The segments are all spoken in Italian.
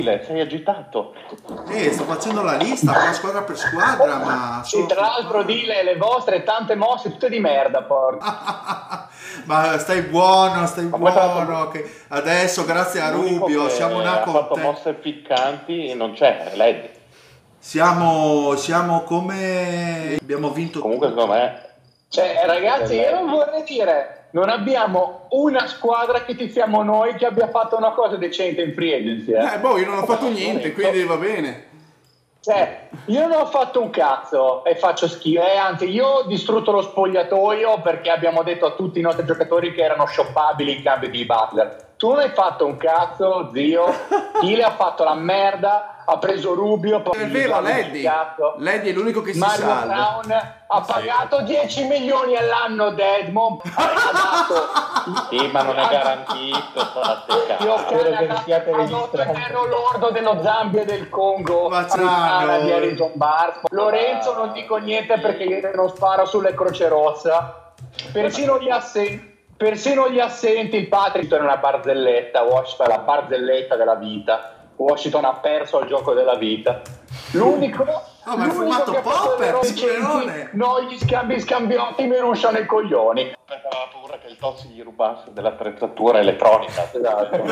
Sei agitato. Sto facendo la lista qua, squadra per squadra, ma... Sì, tra l'altro Dile, le vostre tante mosse tutte di merda, porca. Ma stai buono, che adesso grazie a Rubio siamo una ha fatto mosse piccanti e non c'è Led. Siamo come abbiamo vinto. Comunque secondo me, cioè ragazzi, io non vorrei dire, non abbiamo una squadra che tifiamo noi che abbia fatto una cosa decente in free agency. Io non ho fatto niente, quindi va bene. Cioè, io non ho fatto un cazzo e faccio schifo, anzi io ho distrutto lo spogliatoio perché abbiamo detto a tutti i nostri giocatori che erano shoppabili in cambio di Butler. Tu non hai fatto un cazzo, zio. Dile ha fatto la merda, ha preso Rubio. È vero, Leddy è l'unico che si Mario salva. Brown ha pagato 10 milioni all'anno Dedmon. sì, ma non è garantito. Io ho prodotto l'eterno lordo dello Zambia e del Congo, di Harrison Barnes. Lorenzo non dico niente perché io non sparo sulle Croce Rossa. Persino gli assenti, il Patrick è una barzelletta. Washington è la barzelletta della vita. Washington ha perso il gioco della vita. L'unico ma hai fumato Popper, no, gli scambiotti mi rusciano i coglioni. Perché aveva paura che il Tozzi gli rubasse dell'attrezzatura elettronica. Esatto.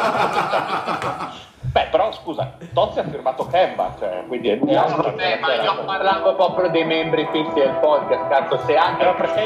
Beh, però scusa, Tozzi ha firmato Kemba, cioè, quindi ma io parlavo proprio dei membri fissi del podcast, cazzo, se anche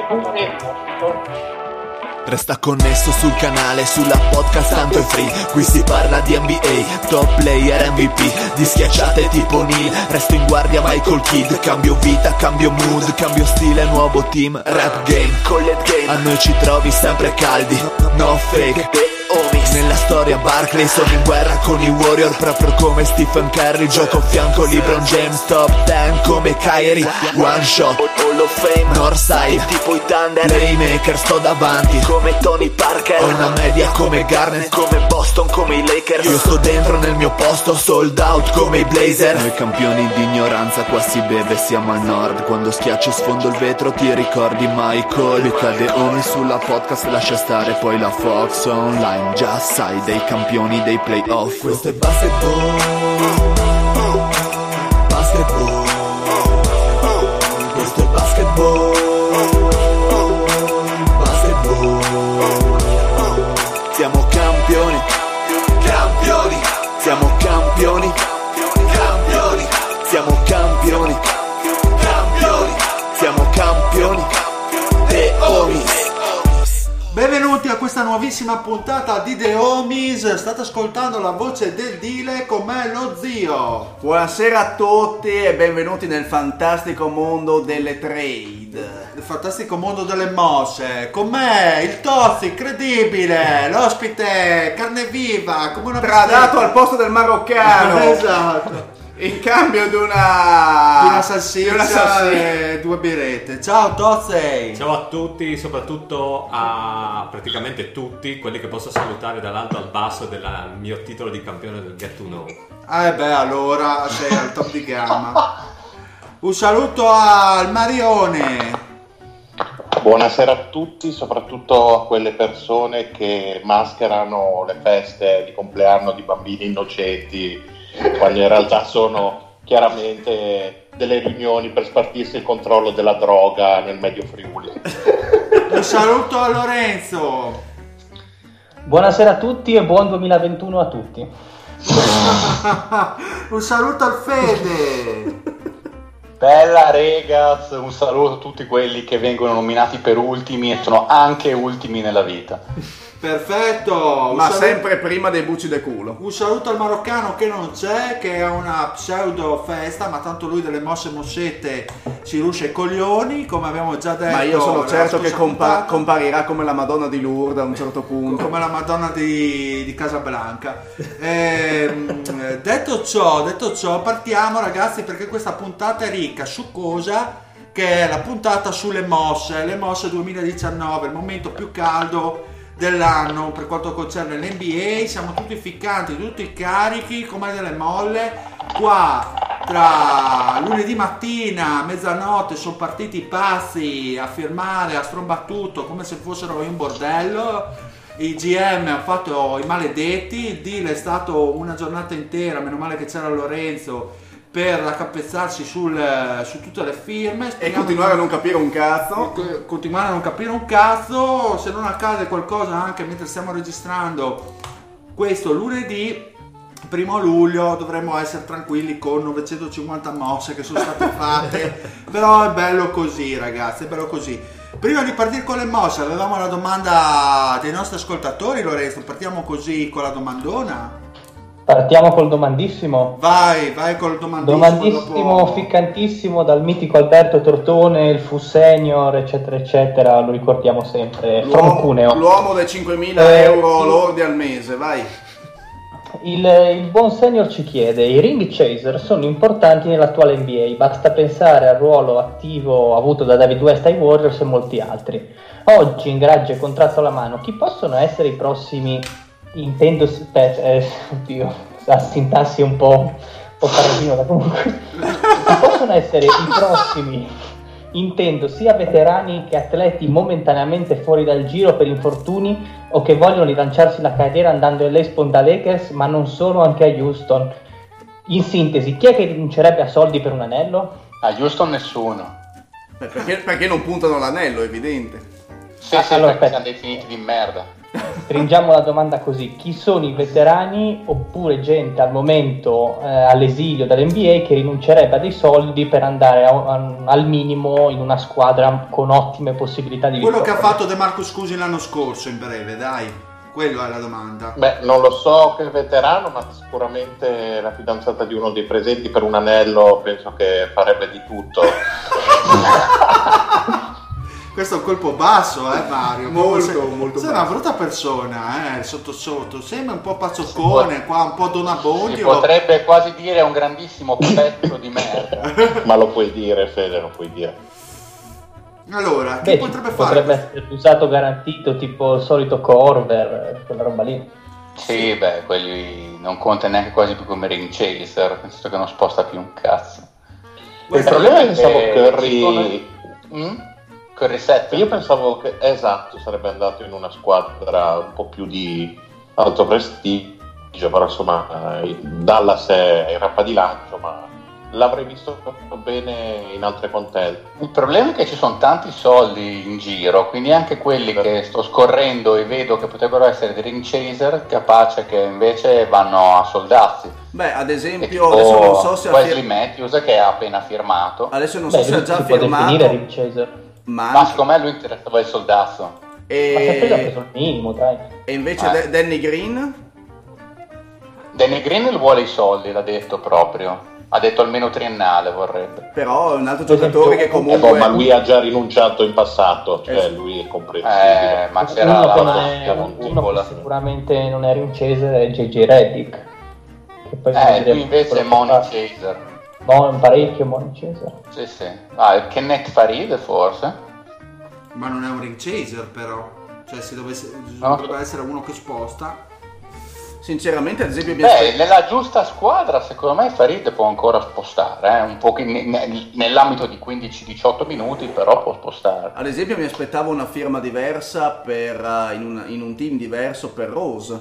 Resta connesso sul canale, sulla podcast tanto è free. Qui si parla di NBA, top player MVP, di schiacciate tipo Neil. Resto in guardia Michael Kidd, cambio vita, cambio mood, cambio stile, nuovo team, rap game, collet game. A noi ci trovi sempre caldi, no fake. Nella storia Barkley sono in guerra con i Warrior, proprio come Stephen Curry. Gioco a fianco LeBron James, top 10 come Kyrie. One shot, Hall of Fame, Northside, tipo i Thunder, Playmaker, sto davanti come Tony Parker. Ho una media come Garnett, come Boston, come i Lakers. Io sto dentro nel mio posto, sold out come i Blazer. Noi campioni di ignoranza, qua si beve, siamo al nord. Quando schiacci sfondo il vetro ti ricordi Michael. Mi cade Omi sulla podcast, lascia stare poi la Fox online. Già sai dei campioni dei playoff. Questo è basketball. Basketball. Questo è basketball. Basketball. Siamo campioni. Campioni. Siamo campioni. Campioni. Siamo campioni. Campioni. Siamo campioni. The Homies. Benvenuti a questa nuovissima puntata di The Homies. State ascoltando la voce del Dile, con me lo zio. Buonasera a tutti e benvenuti nel fantastico mondo delle trade. Il fantastico mondo delle mosse. Con me il Tozzi, incredibile, l'ospite carne viva, come una tradato al posto del maroccano. Esatto. In cambio di una salsiccia e due birrette. Ciao Tozzi. Ciao a tutti, soprattutto a praticamente tutti quelli che posso salutare dall'alto al basso del mio titolo di campione del Get to Know. Allora sei al top di gamma. Un saluto al Marione. Buonasera a tutti, soprattutto a quelle persone che mascherano le feste di compleanno di bambini innocenti quando in realtà sono chiaramente delle riunioni per spartirsi il controllo della droga nel Medio Friuli. Un saluto a Lorenzo. Buonasera a tutti e buon 2021 a tutti. Un saluto al Fede. Bella regas, un saluto a tutti quelli che vengono nominati per ultimi e sono anche ultimi nella vita. Perfetto, ma sempre prima dei buci de culo. Un saluto al maroccano che non c'è, che è una pseudo festa, ma tanto lui delle mossette si ruscia i coglioni, come abbiamo già detto. Ma io sono certo che comparirà come la Madonna di Lourdes a un certo punto, come la Madonna di Casablanca. Detto ciò, partiamo ragazzi, perché questa puntata è ricca, succosa, che è la puntata sulle mosse, le mosse 2019, il momento più caldo dell'anno per quanto concerne l'NBA. Siamo tutti ficcanti, tutti carichi come delle molle. Qua tra lunedì mattina mezzanotte sono partiti i pazzi a firmare a strombattuto come se fossero in un bordello. i GM hanno fatto i maledetti, il deal è stato una giornata intera, meno male che c'era Lorenzo per raccapezzarsi su tutte le firme e continuare a non capire un cazzo. Continuare a non capire un cazzo, se non accade qualcosa anche mentre stiamo registrando questo lunedì 1 luglio dovremmo essere tranquilli con 950 mosse che sono state fatte. Però è bello così, ragazzi, è bello così. Prima di partire con le mosse avevamo la domanda dei nostri ascoltatori. Lorenzo, partiamo così con la domandona? Partiamo col domandissimo. Vai col domandissimo. Domandissimo dopo... ficcantissimo dal mitico Alberto Tortone, il Fu Senior, eccetera eccetera, lo ricordiamo sempre. From Cuneo. L'uomo dei 5.000 euro lordi al mese, vai. Il buon Senior ci chiede: i ring chaser sono importanti nell'attuale NBA, basta pensare al ruolo attivo avuto da David West ai Warriors e molti altri. Oggi in gregge e contratto alla mano, chi possono essere i prossimi? Oddio, la sintassi un po' paraginosa, comunque. Chi possono essere i prossimi? Intendo sia veterani che atleti momentaneamente fuori dal giro per infortuni o che vogliono rilanciarsi la carriera andando in Spawn da Lakers, ma non solo, anche a Houston. In sintesi, chi è che rinuncerebbe a soldi per un anello? A Houston nessuno. Perché non puntano l'anello, è evidente. Sì, allora, perché siamo definiti di merda. Stringiamo la domanda così: chi sono i veterani oppure gente al momento all'esilio dall'NBA che rinuncerebbe a dei soldi per andare al minimo in una squadra con ottime possibilità di vittoria? Quello che ha fatto De Marcus Cousins l'anno scorso, in breve, dai, quello è la domanda. Beh, non lo so che veterano, ma sicuramente la fidanzata di uno dei presenti per un anello penso che farebbe di tutto. Questo è un colpo basso, Mario. Molto sei una brutta persona, sotto. Sembra un po' pazzoccone, qua un po' Don Abbondio. Si potrebbe quasi dire un grandissimo pezzo di merda. Ma lo puoi dire, Fede, lo puoi dire. Allora, chi potrebbe fare? Potrebbe essere usato garantito, tipo il solito Corver, quella roba lì. Sì, quelli non conta neanche quasi più come ring chaser, nel senso che non sposta più un cazzo. Il problema è che Curry 7. Io pensavo che sarebbe andato in una squadra un po' più di alto prestigio, però insomma Dallas è in rampa di lancio, ma l'avrei visto bene in altre contender. Il problema è che ci sono tanti soldi in giro, quindi anche quelli che sto scorrendo e vedo che potrebbero essere dei ring chaser, capace che invece vanno a soldarsi. Beh, ad esempio, adesso non so se Wesley Matthews che ha appena firmato. Adesso non so se ha già firmato. Definire ring chaser. Ma secondo me lui interessava il soldazzo. Ma sempre ha preso il minimo, dai. E invece Danny Green? Danny Green vuole i soldi, l'ha detto proprio. Ha detto almeno triennale vorrebbe. Però è un altro giocatore che comunque... ma lui ha già rinunciato in passato, cioè lui è comprensibile. Ma c'era uno che sicuramente non è ring chaser, è JJ Redick. Che poi lui invece è money chaser. Parecchio money chaser. Sì. Kenneth Farid forse? Ma non è un ring chaser, però. Cioè se dovrebbe essere uno che sposta. Sinceramente, ad esempio, nella giusta squadra, secondo me Farid può ancora spostare, un po' nell'ambito di 15-18 minuti, però può spostare. Ad esempio, mi aspettavo una firma diversa in un team diverso per Rose,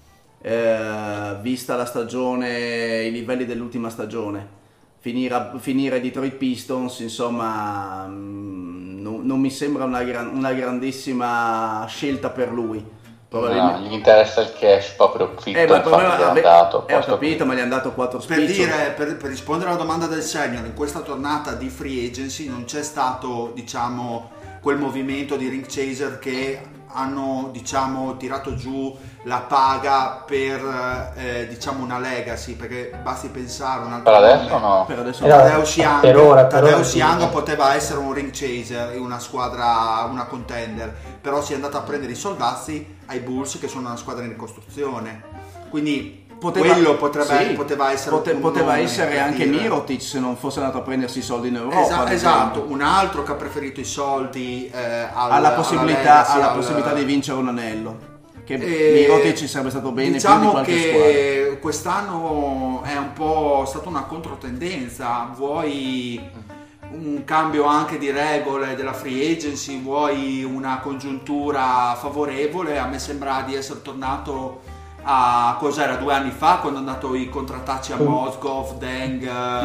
vista la stagione, i livelli dell'ultima stagione. Finire Detroit Pistons, insomma, non mi sembra una grandissima scelta per lui. No, gli interessa il cash proprio fitto, infatti gli è andato. Ho capito, ma gli è andato 4 spiccioli. Per rispondere alla domanda del Senior, in questa tornata di free agency non c'è stato, diciamo, quel movimento di ring chaser che hanno, diciamo, tirato giù la paga per diciamo una legacy, perché basti pensare un altro per adesso no. Per adesso Tadeusz Young poteva essere un ring chaser in una squadra, una contender, però si è andato a prendere i soldazzi ai Bulls, che sono una squadra in ricostruzione, quindi poteva essere anche Mirotic se non fosse andato a prendersi i soldi in Europa. Esatto, un altro che ha preferito i soldi alla possibilità di vincere un anello, che Mirotic sarebbe stato bene, diciamo, più di qualche che squadra. quest'anno è un po' stata una controtendenza, vuoi un cambio anche di regole della free agency, vuoi una congiuntura favorevole. A me sembra di essere tornato a cos'era 2 anni fa, quando hanno dato i contrattacci a Mozgov, Deng,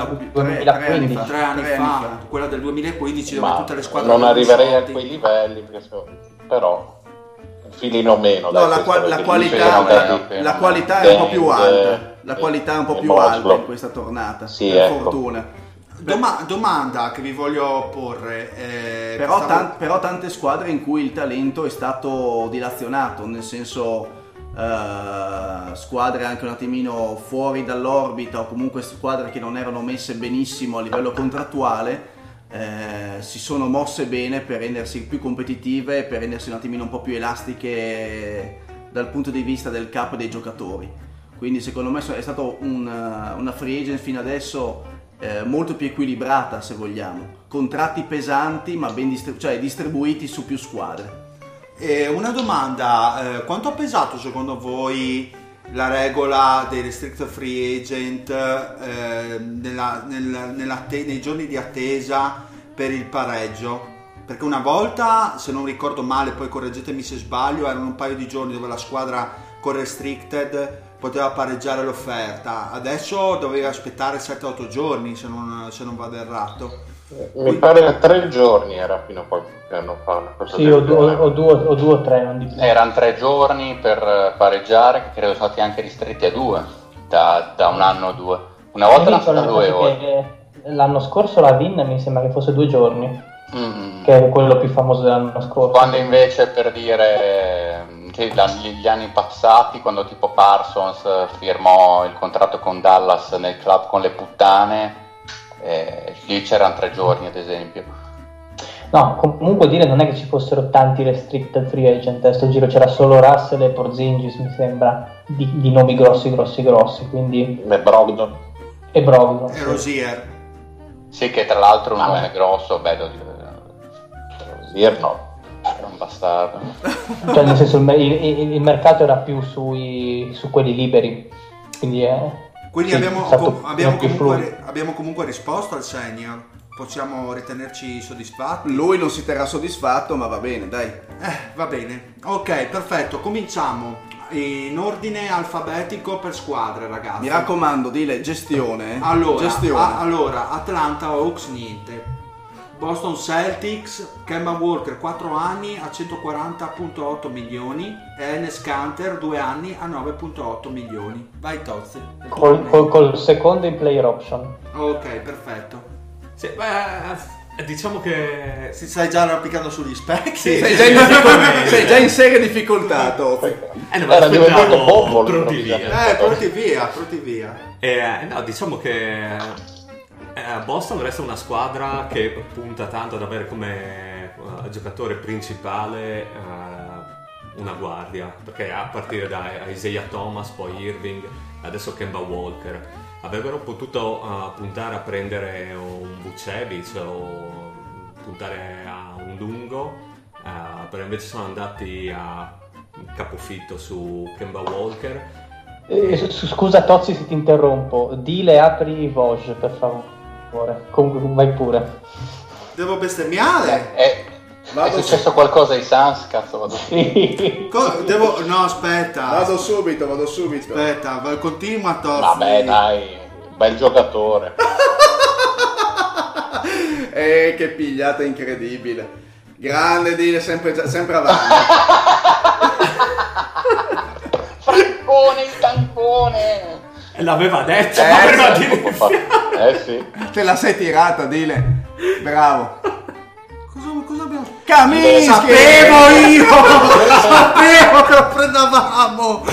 3 anni fa, quella del 2015 dove tutte le squadre non arriverei a quei livelli, però un filino meno. No, la qualità è un po' più alta, la qualità è un po' più alta in questa tornata, per fortuna. Domanda che vi voglio porre, però tante squadre in cui il talento è stato dilazionato, nel senso squadre anche un attimino fuori dall'orbita o comunque squadre che non erano messe benissimo a livello contrattuale, si sono mosse bene per rendersi più competitive, per rendersi un attimino un po' più elastiche dal punto di vista del cap dei giocatori. Quindi secondo me è stato una free agent fino adesso molto più equilibrata, se vogliamo, contratti pesanti ma ben distribuiti su più squadre. Una domanda, quanto ha pesato secondo voi la regola dei restricted free agent nei giorni di attesa per il pareggio? Perché una volta, se non ricordo male, poi correggetemi se sbaglio, erano un paio di giorni dove la squadra con restricted poteva pareggiare l'offerta, adesso doveva aspettare 7-8 giorni se non vado errato. Mi pare 3 giorni era fino a qualche anno fa. Sì, o 2 o 3, non di più. Erano 3 giorni per pareggiare, che credo sono stati anche ristretti a 2 da un anno o 2. Una volta erano stati 2 ore. L'anno scorso la VIN mi sembra che fosse 2 giorni, che è quello più famoso dell'anno scorso. Quando invece, per dire, gli anni passati, quando tipo Parsons firmò il contratto con Dallas nel club con le puttane, lì c'erano 3 giorni ad esempio. No, comunque dire non è che ci fossero tanti restricted free agent, a sto giro c'era solo Russell e Porzingis, mi sembra, di nomi grossi, quindi Brogdon e Rozier. Sì, che tra l'altro un nome grosso, Rozier no, era un bastardo. Cioè nel senso il mercato era più su quelli liberi, quindi abbiamo comunque risposto al senior. Possiamo ritenerci soddisfatti? Lui non si terrà soddisfatto, ma va bene, dai. Va bene. Ok, perfetto. Cominciamo in ordine alfabetico per squadre, ragazzi. Mi raccomando, dile gestione. Allora, Atlanta Hawks niente. Boston Celtics, Kemba Walker 4 anni a 140.8 milioni e Enes Kanter 2 anni a 9.8 milioni. Vai Tozzi. Col secondo in player option. Ok, perfetto. Sì, diciamo che si stai già arrampicando sugli specchi. Sei già in seria difficoltà, Tozzi. Non me l'aspettavo pronti via. No, diciamo che Boston resta una squadra che punta tanto ad avere come giocatore principale una guardia, perché a partire da Isaiah Thomas, poi Irving, adesso Kemba Walker, avrebbero potuto puntare a prendere un Vucevic o puntare a un lungo, però invece sono andati a capofitto su Kemba Walker. Scusa Tozzi se ti interrompo, dile apri Vosge per favore. Comunque vai pure. Devo bestemmiare? È successo qualcosa ai Suns, cazzo, vado. No, aspetta. Vado subito. Aspetta, continua Tozzi. Vabbè, dai, bel giocatore. Che pigliata incredibile. Grande, dire sempre avanti. Francone, il tampone. L'aveva detto, sì. Te la sei tirata, Dile. Bravo. Cosa abbiamo? Kaminsky! Sapevo io! Sapevo che lo prendavamo!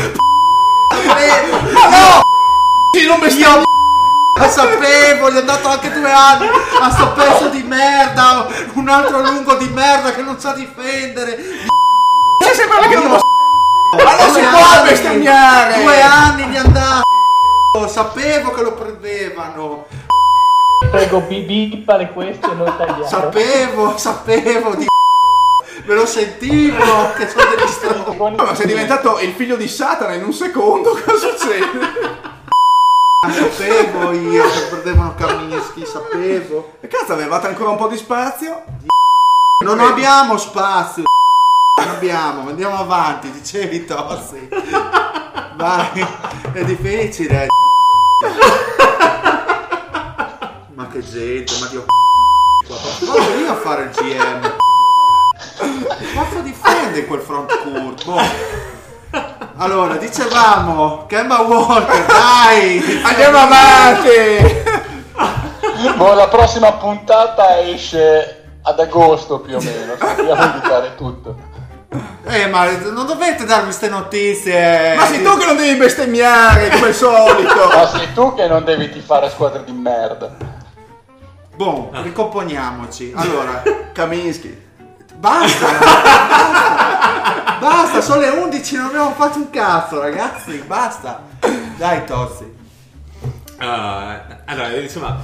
No! Non mi stiamo... Sapevo, gli è andato anche 2 anni a sto pezzo di merda, un altro lungo di merda che non sa difendere. C'è sempre che non lo ma non si può bestemmiare! 2 anni gli è andato! Sapevo che lo prendevano. Prego, bippare questo e non tagliare. Sapevo di me lo sentivo che sono degli stronzi. Ma sei diventato il figlio di Satana in un secondo, cosa succede? sapevo io che perdevano Kaminsky, sapevo. E cazzo, avevate ancora un po' di spazio? Non abbiamo spazio, non abbiamo, andiamo avanti, dicevi Tossi. Vai, è difficile. Ma che gente, ma Dio vado io a fare il GM. Quanto difende quel front court? Boh. Allora, dicevamo Kemba Walker, dai, andiamo avanti. Boh, la prossima puntata esce ad agosto più o meno, sappiamo di fare tutto. Ma non dovete darmi queste notizie. Ma sei tu che non devi bestemmiare come al solito. Ma sei tu che non devi tifare squadre di merda. Boh, ricomponiamoci. Allora, Kaminsky. Basta, sono le 11, non abbiamo fatto un cazzo, ragazzi, basta. Dai, Tozzi. Allora, insomma,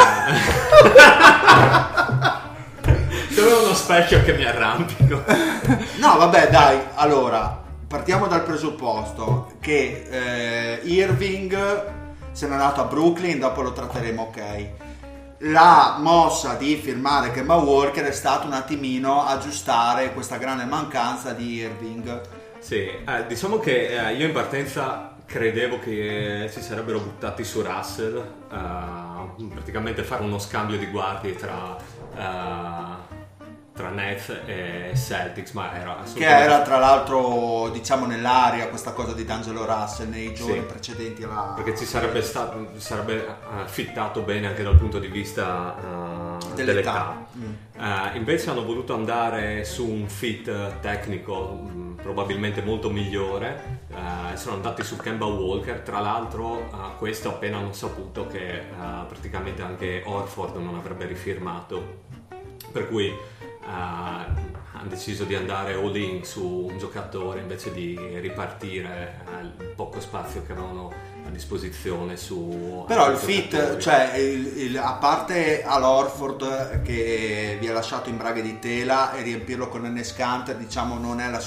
dove uno specchio che mi arrampico. No, vabbè, dai, allora, partiamo dal presupposto che Irving se n'è andato a Brooklyn, dopo lo tratteremo, ok. La mossa di firmare Kemba Walker è stata un attimino aggiustare questa grande mancanza di Irving. Sì, diciamo che io in partenza credevo che si sarebbero buttati su Russell, praticamente fare uno scambio di guardie tra Nets e Celtics, ma era che era tra l'altro, diciamo, nell'aria questa cosa di D'Angelo Russell nei giorni precedenti alla... perché ci sarebbe fittato bene anche dal punto di vista dell'età. Invece hanno voluto andare su un fit tecnico probabilmente molto migliore, sono andati su Kemba Walker. Tra l'altro questo appena hanno saputo che praticamente anche Horford non avrebbe rifirmato, per cui hanno deciso di andare all in su un giocatore invece di ripartire il poco spazio che avevano a disposizione su... Però il fit, cioè a parte all'Horford che vi ha lasciato in braghe di tela, e riempirlo con Enes Kanter, diciamo non è la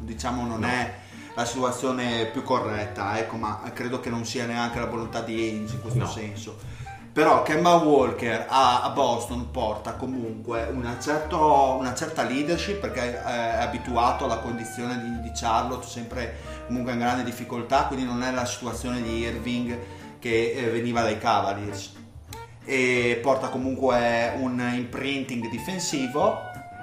situazione più corretta, ecco, ma credo che non sia neanche la volontà di Ainge in questo senso. Però Kemba Walker a Boston porta comunque una certa leadership, perché è abituato alla condizione di Charlotte, sempre comunque in grande difficoltà, quindi non è la situazione di Irving che veniva dai Cavaliers, e porta comunque un imprinting difensivo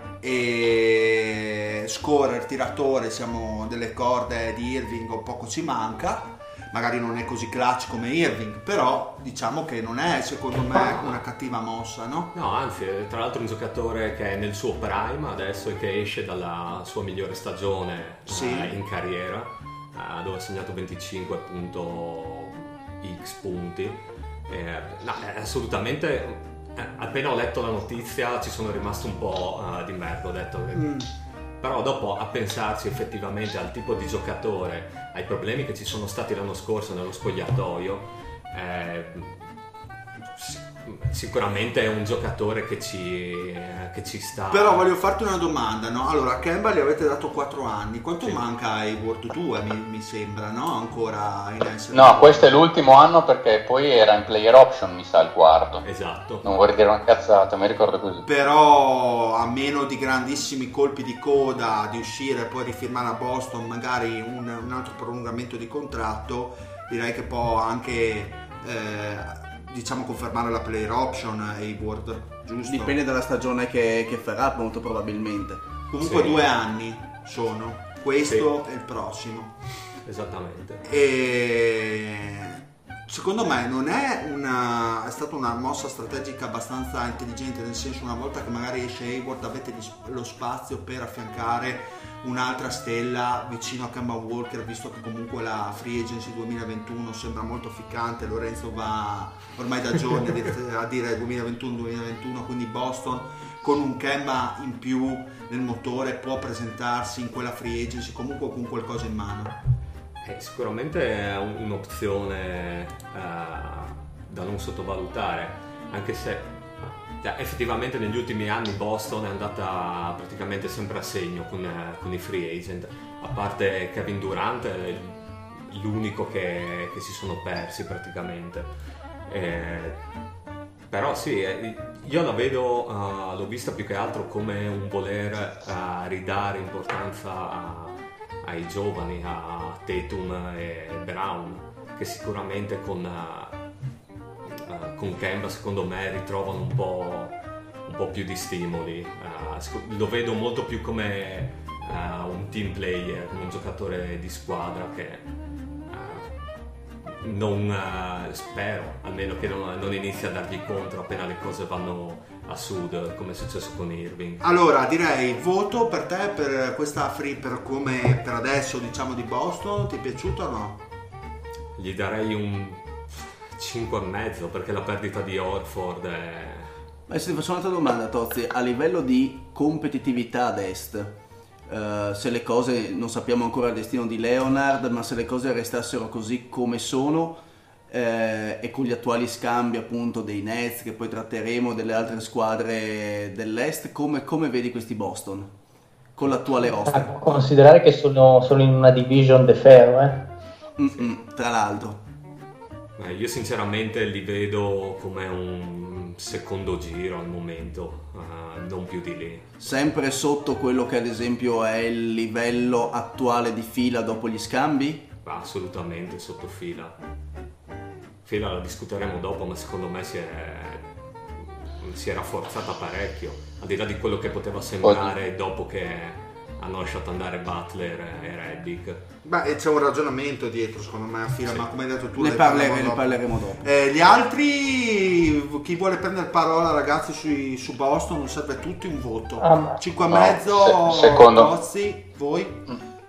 e scorer, tiratore, siamo delle corde di Irving, o poco ci manca. Magari non è così clutch come Irving, però diciamo che non è, secondo me, una cattiva mossa, no? No, anzi, tra l'altro è un giocatore che è nel suo prime adesso e che esce dalla sua migliore stagione in carriera, dove ha segnato 25.x punti. No, assolutamente, appena ho letto la notizia ci sono rimasto un po' di merda, ho detto... Però dopo, a pensarci effettivamente al tipo di giocatore, ai problemi che ci sono stati l'anno scorso nello spogliatoio, sicuramente è un giocatore che ci sta. Però voglio farti una domanda, no? Allora, a Kemba gli avete dato 4 anni, quanto manca ai World 2, mi sembra, no? Ancora in essere. No, questo è l'ultimo anno, perché poi era in player option, mi sa, il quarto. Esatto. Non vorrei dire una cazzata, mi ricordo così. Però a meno di grandissimi colpi di coda di uscire e poi rifirmare a Boston magari un altro prolungamento di contratto, direi che può anche diciamo confermare la player option e i World, giusto? Dipende dalla stagione che farà, molto probabilmente. Comunque 2 anni sono, questo e il prossimo. Esattamente. E secondo me non è è stata una mossa strategica abbastanza intelligente, nel senso, una volta che magari esce Hayward avete lo spazio per affiancare un'altra stella vicino a Kemba Walker, visto che comunque la free agency 2021 sembra molto ficcante. Lorenzo va ormai da giorni a dire 2021, quindi Boston con un Kemba in più nel motore può presentarsi in quella free agency comunque con qualcosa in mano. Sicuramente è un'opzione da non sottovalutare, anche se effettivamente negli ultimi anni Boston è andata praticamente sempre a segno con i free agent, a parte Kevin Durant. l'unico che si sono persi praticamente. Però sì, io la vedo, l'ho vista più che altro come un voler ridare importanza ai giovani, a Tatum e Brown, che sicuramente con Kemba secondo me ritrovano un po' più di stimoli. Lo vedo molto più come un team player, un giocatore di squadra che non spero almeno che non inizi a dargli contro appena le cose vanno a sud, come è successo con Irving. Allora direi voto per te per questa free, per come per adesso diciamo di Boston. Ti è piaciuto o no? Gli darei un 5,5 perché la perdita di Horford è... Ma se ti faccio un'altra domanda, Tozzi, a livello di competitività ad est, se le cose, non sappiamo ancora il destino di Leonard, ma se le cose restassero così come sono e con gli attuali scambi appunto dei Nets, che poi tratteremo, delle altre squadre dell'est, come vedi questi Boston con l'attuale roster? Considerare che sono in una division de ferro, tra l'altro. Io sinceramente li vedo come un secondo giro al momento, non più di lì. Sempre sotto quello che ad esempio è il livello attuale di fila dopo gli scambi? Assolutamente sotto fila. Fila la discuteremo dopo, ma secondo me si è rafforzata parecchio, al di là di quello che poteva sembrare dopo che hanno lasciato andare Butler e Redick. Beh, c'è un ragionamento dietro secondo me a fila, sì. Ma come hai detto tu ne parleremo dopo. Gli altri, chi vuole prendere parola ragazzi su Boston, non serve a tutti un voto. 5,5 secondo Tozzi, voi?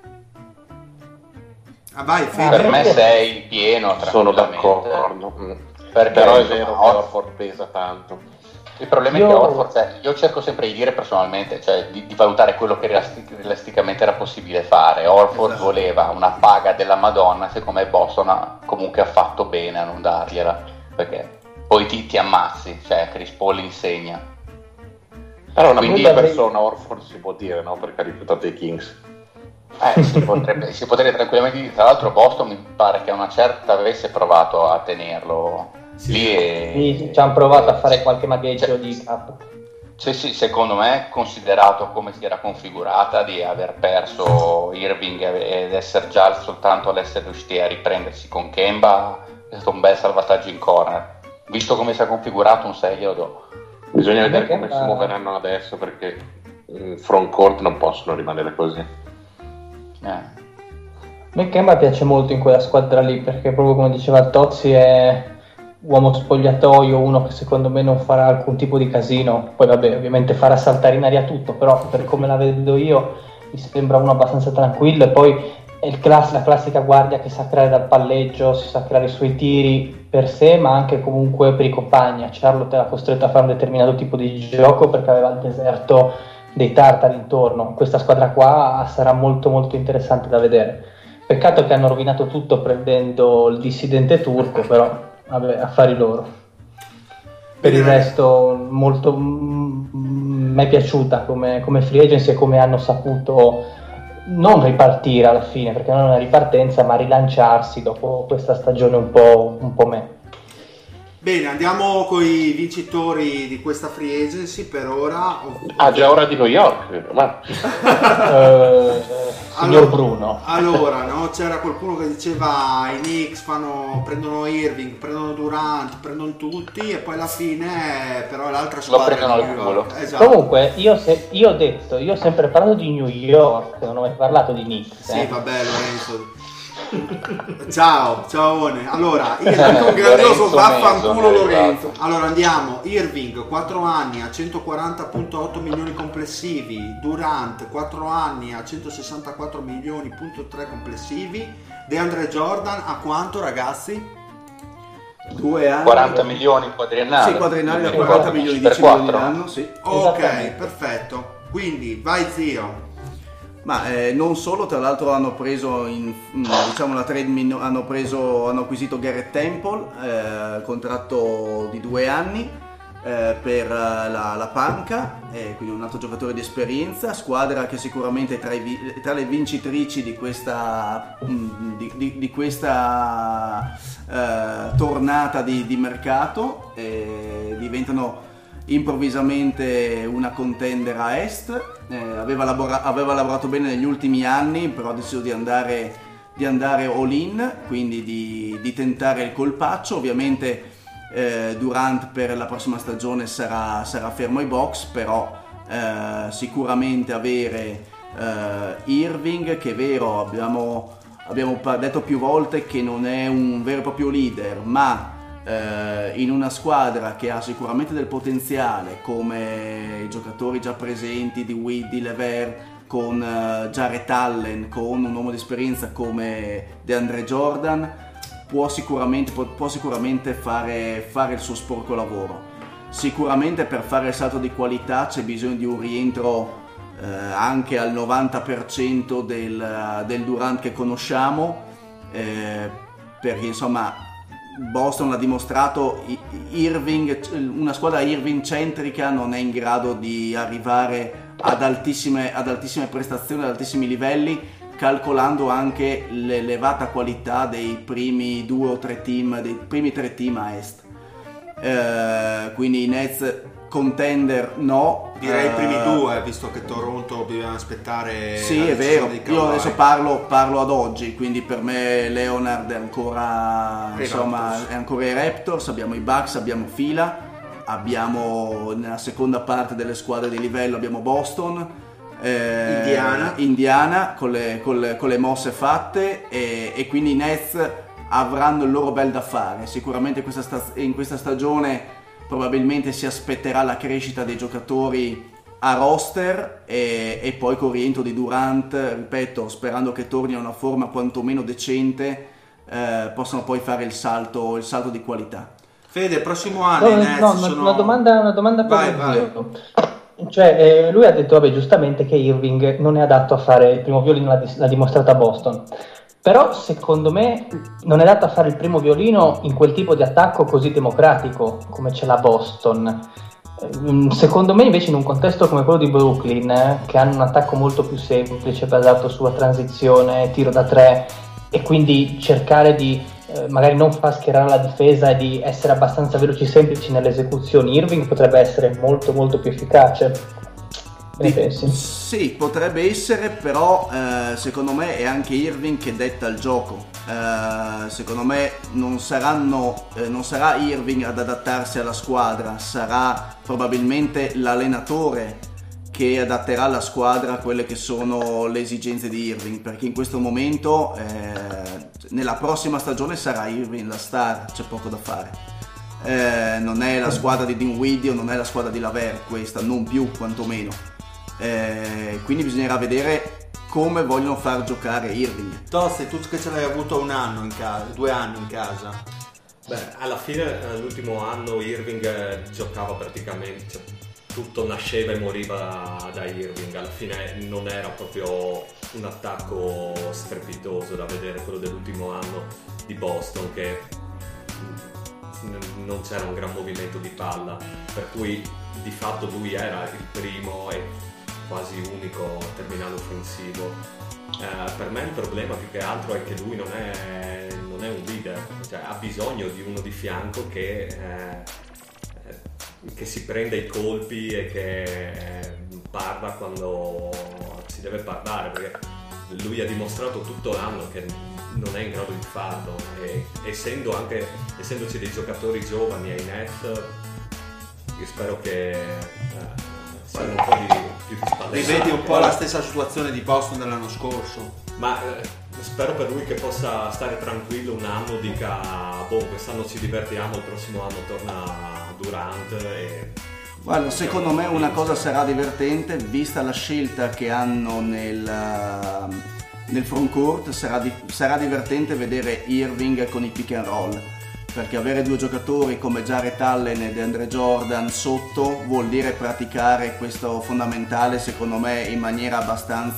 Vai, per me 6 pieno, sono d'accordo, perché però è vero che Horford pesa tanto. Il problema è che Horford, io cerco sempre di dire personalmente, cioè di valutare quello che realisticamente era possibile fare. Horford voleva una paga della Madonna, secondo me Boston comunque ha fatto bene a non dargliela, perché poi ti ammazzi, cioè Chris Paul insegna. Però una brutta persona Horford si può dire, no? Perché ha rifiutato i Kings. Si potrebbe tranquillamente dire. Tra l'altro Boston mi pare che a una certa avesse provato a tenerlo. Sì, ci hanno provato a fare qualche magheggio di cap. Sì, secondo me, considerato come si era configurata, di aver perso Irving ed essere già soltanto all'essere riusciti a riprendersi con Kemba, è stato un bel salvataggio in corner. Visto come si è configurato, un 6 glielo do. Bisogna vedere come si muoveranno adesso, perché in front court non possono rimanere così. A me Kemba piace molto in quella squadra lì, perché proprio come diceva Tozzi è uomo spogliatoio, uno che secondo me non farà alcun tipo di casino. Poi vabbè, ovviamente farà saltare in aria tutto, però per come la vedo io mi sembra uno abbastanza tranquillo. E poi è la classica guardia che sa creare dal palleggio, si sa creare i suoi tiri per sé, ma anche comunque per i compagni. A Charlotte era costretto a fare un determinato tipo di gioco perché aveva il deserto dei tartari intorno. Questa squadra qua sarà molto molto interessante da vedere. Peccato che hanno rovinato tutto prendendo il dissidente turco, però vabbè, affari loro. Per il resto molto mi è piaciuta come free agency e come hanno saputo non ripartire alla fine, perché non è una ripartenza, ma rilanciarsi dopo questa stagione un po' me. Bene, andiamo con i vincitori di questa free agency per ora. Già ora di New York, ma... signor Bruno. Allora, no? C'era qualcuno che diceva i Knicks prendono Irving, prendono Durant, prendono tutti e poi alla fine però l'altra squadra lo prendono al culo. Esatto. Comunque io ho sempre parlato di New York, non ho mai parlato di Knicks. Sì, vabbè, Lorenzo. Ciao. Allora, un grandioso vaffanculo Lorenzo. Allora andiamo, Irving 4 anni a 140.8 milioni complessivi, Durant 4 anni a 164 milioni.3 complessivi, DeAndre Jordan a quanto ragazzi? 2 anni 40 milioni quadriennali. Sì, quadriennali da 40 milioni, 10 milioni l'anno, sì. Ok, perfetto. Quindi vai zio. Ma non solo, tra l'altro hanno preso hanno acquisito Garrett Temple, contratto di 2 anni, per la panca, quindi un altro giocatore di esperienza, squadra che sicuramente è tra le vincitrici di questa tornata di mercato, diventano improvvisamente una contender a est. Aveva lavorato bene negli ultimi anni, però ha deciso di andare all in, quindi di tentare il colpaccio. Ovviamente Durant per la prossima stagione sarà fermo ai box, però sicuramente avere Irving, che è vero, abbiamo detto più volte che non è un vero e proprio leader, ma in una squadra che ha sicuramente del potenziale, come i giocatori già presenti di Witt, di Levert, con Jarrett Allen, con un uomo di esperienza come DeAndre Jordan, può sicuramente fare il suo sporco lavoro. Sicuramente per fare il salto di qualità c'è bisogno di un rientro anche al 90% del Durant che conosciamo, perché insomma Boston l'ha dimostrato, una squadra Irving centrica non è in grado di arrivare ad altissime prestazioni, ad altissimi livelli, calcolando anche l'elevata qualità dei primi 2 o 3 team, dei primi 3 team a est. Quindi i Nets contender no, direi i primi 2, visto che Toronto bisogna aspettare. Sì, è vero, io adesso parlo ad oggi, quindi per me Leonard è ancora ai Raptors. Abbiamo i Bucks, abbiamo Fila, abbiamo nella seconda parte delle squadre di livello abbiamo Boston, Indiana con le mosse fatte, e quindi i Nets avranno il loro bel da fare. Sicuramente in questa stagione probabilmente si aspetterà la crescita dei giocatori a roster, e poi con il rientro di Durant, ripeto, sperando che torni a una forma quantomeno decente, possano poi fare il salto di qualità. Fede, il prossimo anno una domanda per Dio. Cioè, lui ha detto, vabbè, giustamente, che Irving non è adatto a fare il primo violino, l'ha dimostrato a Boston. Però secondo me non è adatto a fare il primo violino in quel tipo di attacco così democratico come ce l'ha Boston. Secondo me invece in un contesto come quello di Brooklyn, che hanno un attacco molto più semplice, basato sulla transizione, tiro da 3, e quindi cercare di magari non far schierare la difesa e di essere abbastanza veloci, semplici nelle esecuzioni, Irving potrebbe essere molto molto più efficace. Sì, potrebbe essere, però secondo me è anche Irving che detta il gioco. Secondo me non sarà Irving ad adattarsi alla squadra, sarà probabilmente l'allenatore che adatterà la squadra a quelle che sono le esigenze di Irving, perché in questo momento nella prossima stagione sarà Irving la star, c'è poco da fare. Non è la squadra di Dinwiddie o non è la squadra di Lavert questa, non più quantomeno. Quindi bisognerà vedere come vogliono far giocare Irving. Tozzi, tu che ce l'hai avuto 1 anno in casa, 2 anni in casa. Beh, alla fine l'ultimo anno Irving giocava praticamente, cioè, tutto nasceva e moriva da Irving. Alla fine non era proprio un attacco strepitoso da vedere quello dell'ultimo anno di Boston, che non c'era un gran movimento di palla, per cui di fatto lui era il primo e quasi unico terminale offensivo. Per me il problema più che altro è che lui non è un leader, cioè ha bisogno di uno di fianco che si prende i colpi e che parla quando si deve parlare, perché lui ha dimostrato tutto l'anno che non è in grado di farlo, e essendoci dei giocatori giovani ai Nets, io spero che siano un po' più di spallati. Rivedi un po' la stessa situazione di Boston dell'anno scorso. Ma spero per lui che possa stare tranquillo un anno, dica quest'anno ci divertiamo, il prossimo anno torna Durant e... Guarda, secondo me una cosa sarà divertente, vista la scelta che hanno nel front court, sarà divertente vedere Irving con i pick and roll, perché avere 2 giocatori come Jarrett Allen e DeAndre Jordan sotto vuol dire praticare questo fondamentale, secondo me, in maniera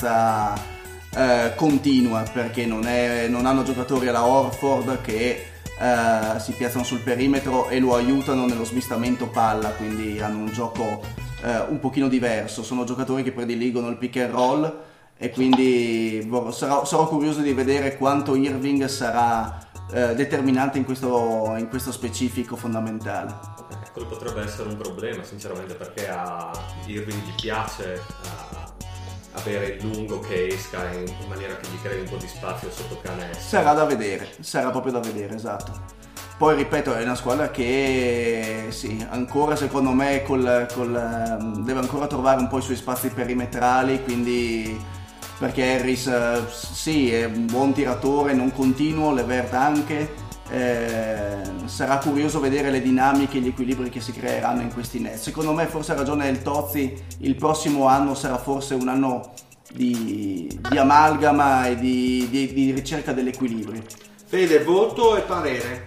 abbastanza continua, perché non hanno giocatori alla Horford che si piazzano sul perimetro e lo aiutano nello smistamento palla, quindi hanno un gioco un pochino diverso. Sono giocatori che prediligono il pick and roll e quindi sarò curioso di vedere quanto Irving sarà determinante in questo specifico fondamentale. Quello potrebbe essere un problema sinceramente, perché a Irving gli piace avere il lungo che esca in maniera che gli crei un po' di spazio sotto canestro. Sarà proprio da vedere, esatto. Poi ripeto, è una squadra che sì, ancora secondo me deve ancora trovare un po' i suoi spazi perimetrali, quindi perché Harris sì, è un buon tiratore, non continuo, Levert anche. Sarà curioso vedere le dinamiche e gli equilibri che si creeranno in questi Nets. Secondo me forse ha ragione il Tozzi, il prossimo anno sarà forse un anno di amalgama e di ricerca dell'equilibrio. Fede, voto e parere.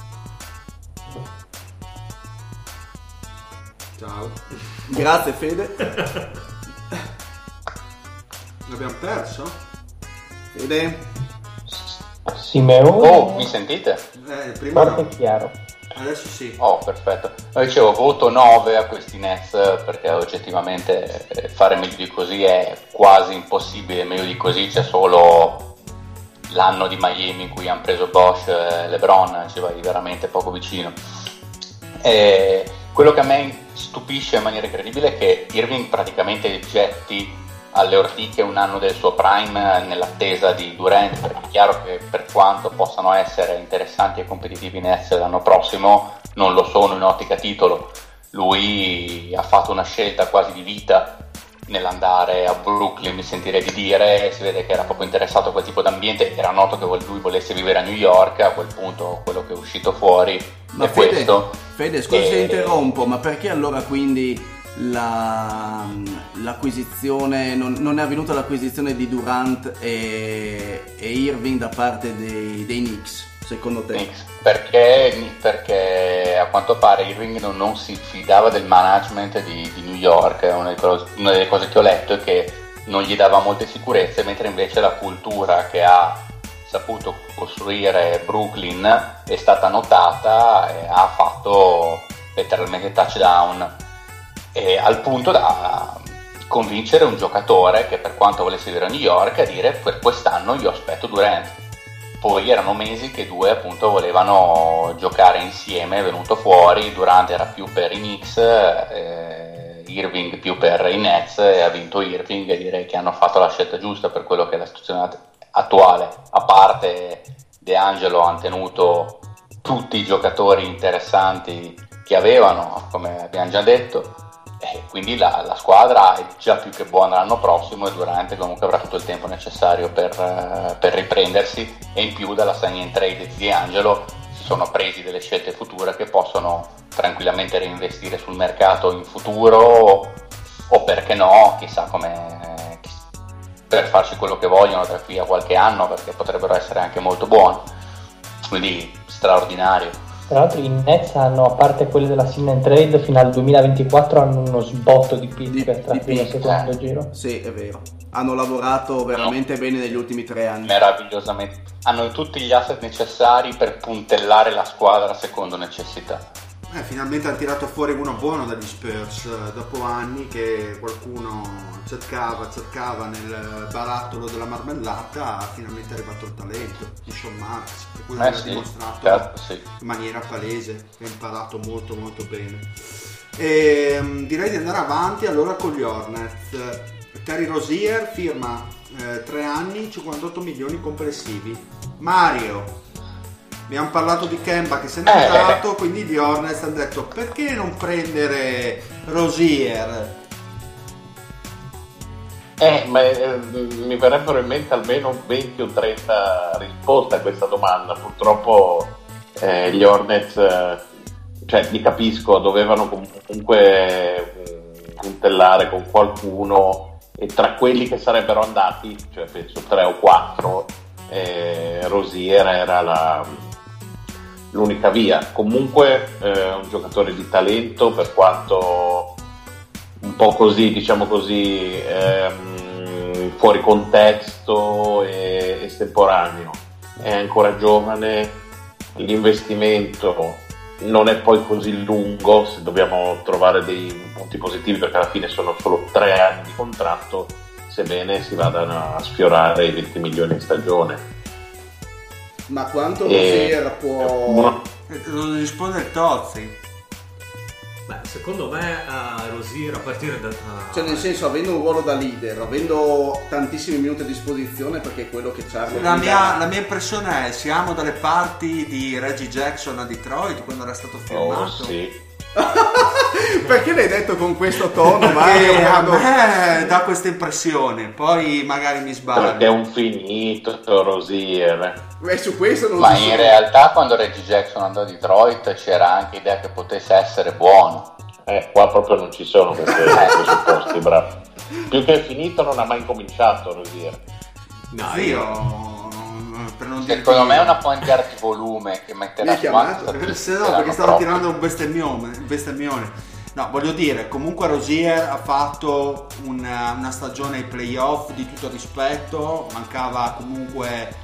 Ciao. Grazie Fede. L'abbiamo perso? Fede? Simeone. Oh, mi sentite? Prima Forte no. e chiaro. Adesso sì. Oh, perfetto. Dicevo, voto 9 a questi Nets, perché oggettivamente fare meglio di così è quasi impossibile. Meglio di così c'è solo l'anno di Miami in cui hanno preso Bosch e LeBron, ci vai veramente poco vicino. E quello che a me stupisce in maniera incredibile è che Irving praticamente getti alle ortiche un anno del suo prime nell'attesa di Durant, perché è chiaro che per quanto possano essere interessanti e competitivi Nets l'anno prossimo, non lo sono in ottica titolo. Lui ha fatto una scelta quasi di vita nell'andare a Brooklyn, mi sentirei di dire, si vede che era proprio interessato a quel tipo d'ambiente, era noto che lui volesse vivere a New York, a quel punto quello che è uscito fuori è questo. Fede, scusa se interrompo, ma perché allora quindi l'acquisizione non è avvenuta l'acquisizione di Durant e Irving da parte dei Knicks, secondo te? Perché a quanto pare Irving non si fidava del management di New York. Una delle cose che ho letto è che non gli dava molte sicurezze, mentre invece la cultura che ha saputo costruire Brooklyn è stata notata e ha fatto letteralmente touchdown, al punto da convincere un giocatore che, per quanto volesse vivere a New York, a dire: per quest'anno io aspetto Durant. Poi erano mesi che i due appunto volevano giocare insieme, è venuto fuori, Durant era più per i Knicks, Irving più per i Nets, e ha vinto Irving, e direi che hanno fatto la scelta giusta per quello che è la situazione attuale. A parte De Angelo, hanno tenuto tutti i giocatori interessanti che avevano, come abbiamo già detto, e quindi la squadra è già più che buona l'anno prossimo, e Durant comunque avrà tutto il tempo necessario per riprendersi, e in più dalla sign and trade di Angelo si sono presi delle scelte future che possono tranquillamente reinvestire sul mercato in futuro, o perché no, chissà come, per farci quello che vogliono da qui a qualche anno, perché potrebbero essere anche molto buoni, quindi straordinario. Tra l'altro i Nets hanno, a parte quelle della sign and trade, fino al 2024 hanno uno sbotto di pick tra primo e secondo giro. Sì, è vero. Hanno lavorato veramente bene negli ultimi 3 anni. Meravigliosamente. Hanno tutti gli asset necessari per puntellare la squadra secondo necessità. Finalmente hanno tirato fuori uno buono dagli Spurs, dopo anni che qualcuno cercava nel barattolo della marmellata. Finalmente è arrivato il talento di Sean Marks, che quello l'ha dimostrato in maniera palese, ha imparato molto molto bene. Direi di andare avanti allora con gli Hornets. Terry Rozier firma 3 anni, 58 milioni complessivi. Mario, abbiamo parlato di Kemba che se n'è andato, quindi gli Hornets hanno detto: perché non prendere Rozier? Mi verrebbero in mente almeno 20 o 30 risposte a questa domanda. Purtroppo gli Hornets, li capisco, dovevano comunque puntellare con qualcuno, e tra quelli che sarebbero andati, penso 3 o 4, Rozier era l'unica via. Comunque un giocatore di talento, per quanto un po' così, diciamo così, fuori contesto e estemporaneo. È ancora giovane, l'investimento non è poi così lungo, se dobbiamo trovare dei punti positivi, perché alla fine sono solo 3 anni di contratto, sebbene si vadano a sfiorare i 20 milioni in stagione. Ma quanto Rosier può... Lo risponde il Tozzi. Beh, secondo me Rosier a partire da... Cioè nel senso, avendo un ruolo da leader, avendo tantissimi minuti a disposizione, perché è quello che c'ha... La mia impressione è, siamo dalle parti di Reggie Jackson a Detroit quando era stato firmato. Oh, sì. Perché l'hai detto con questo tono? Perché a me dà questa impressione, poi magari mi sbaglio. Perché è un finito Rosier. Su questo non ma in realtà quando Reggie Jackson andò a Detroit c'era anche idea che potesse essere buono. Qua proprio non ci sono questi presupposti, bravo. Più che finito non ha mai incominciato Rosier. No, io per non dire secondo me è una point guard di volume che metterà su perché stavo tirando un bestemmione. No, voglio dire, comunque Rosier ha fatto una stagione ai playoff di tutto rispetto, mancava comunque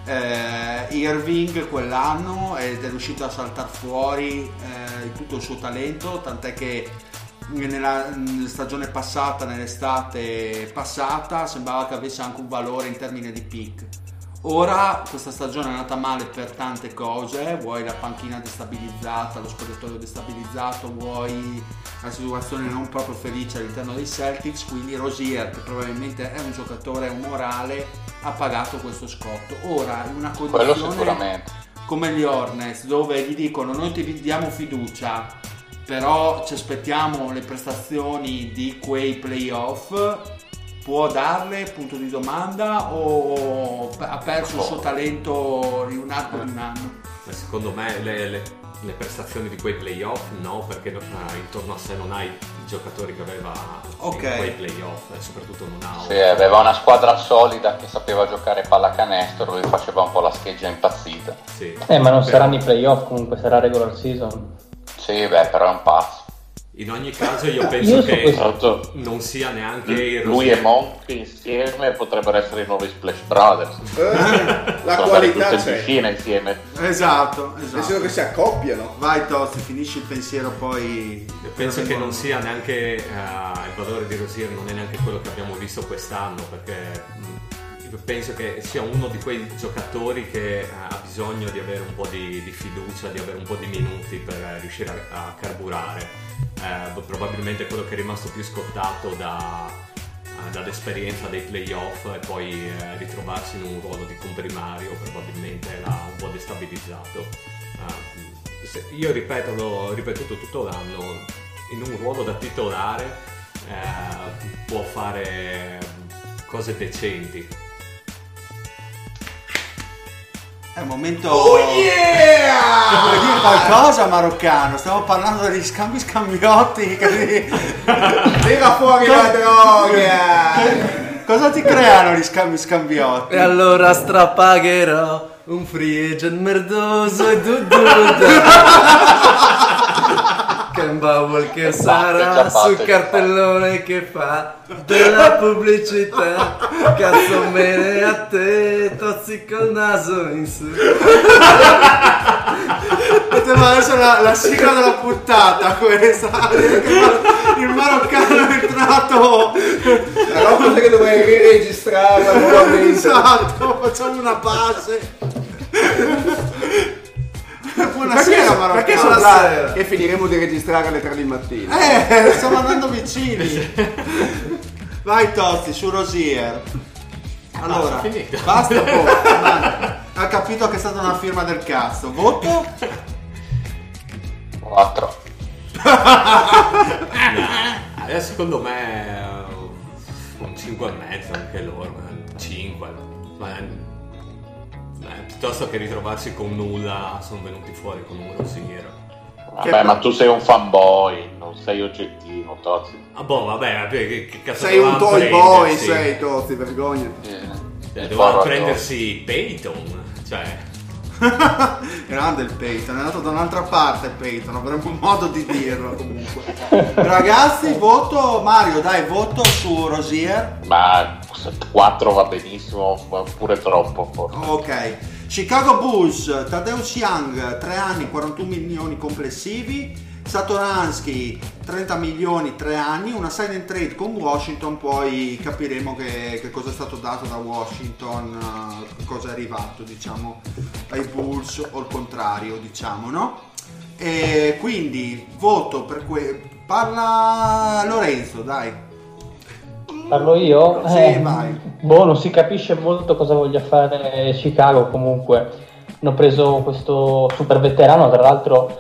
Irving quell'anno ed è riuscito a saltare fuori tutto il suo talento, tant'è che nella stagione passata, nell'estate passata, sembrava che avesse anche un valore in termini di pick. Ora questa stagione è andata male per tante cose, vuoi la panchina destabilizzata, lo spogliatoio destabilizzato, vuoi la situazione non proprio felice all'interno dei Celtics, quindi Rosier, che probabilmente è un giocatore umorale, ha pagato questo scotto. Ora in una condizione come gli Hornets, dove gli dicono noi ti diamo fiducia, però ci aspettiamo le prestazioni di quei playoff, può darle, punto di domanda, o ha perso il suo talento in un arco di un anno? Secondo me le prestazioni di quei playoff no, perché intorno a sé non hai i giocatori che aveva in quei playoff, e soprattutto non ha... Sì, aveva una squadra solida che sapeva giocare pallacanestro, lui faceva un po' la scheggia impazzita. Sì. Ma non saranno i playoff, comunque sarà regular season. Sì, però è un pazzo. In ogni caso io penso che non sia neanche lui e Monk insieme potrebbero essere i nuovi Splash Brothers. La qualità c'è insieme. Esatto. Nel senso che si accoppiano. Vai Tozzi, finisci il pensiero poi. Io penso che non sia neanche il valore di Rosier non è neanche quello che abbiamo visto quest'anno, perché penso che sia uno di quei giocatori che ha bisogno di avere un po' di fiducia, di avere un po' di minuti per riuscire a carburare. Probabilmente quello che è rimasto più scottato dall'esperienza dei playoff e poi ritrovarsi in un ruolo di comprimario probabilmente l'ha un po' destabilizzato. Io l'ho ripetuto tutto l'anno, in un ruolo da titolare può fare cose decenti. È un momento... Oh yeah! Vuoi dire qualcosa maroccano? Stiamo parlando degli scambiotti. Tira fuori la droga! Cosa ti creano gli scambiotti? E allora strapagherò un free agent merdoso e Campbell che sarà sul cartellone che fa della pubblicità. Cazzo bene a te, Tozzi col naso in su. Poteva essere la sigla della puntata questa. Il maroccano è entrato. La cosa che dovrei riregistrarla nuovamente. Esatto, facciamo una base. Buonasera Maroccano. Perché sono là che finiremo di registrare alle 3 di mattina? Stiamo andando vicini. Vai Tozzi, su Rosier. Allora, basta poco. Ha capito che è stata una firma del cazzo. Voto? 4. Secondo me un 5,5 anche loro. 5. Piuttosto che ritrovarsi con nulla, sono venuti fuori con un Rosier. Vabbè, ma tu sei un fanboy, non sei oggettivo, Tozzi. Vabbè, che cazzo sei un toy boy, sei Tozzi, vergogna. Doveva prendersi Peyton, cioè. Grande il Peyton, è andato da un'altra parte Peyton, avremmo un modo di dirlo comunque. Ragazzi, voto, Mario, dai, voto su Rosier. Ma 4 va benissimo, pure troppo forse. Ok. Chicago Bulls, Tadeusz Young 3 anni 41 milioni complessivi, Satoransky 30 milioni 3 anni, una sign and trade con Washington, poi capiremo che cosa è stato dato da Washington, cosa è arrivato diciamo ai Bulls o il contrario diciamo, no? E quindi voto per parla Lorenzo, dai. Parlo io? Sì, vai. Non si capisce molto cosa voglia fare Chicago, comunque hanno preso questo super veterano, tra l'altro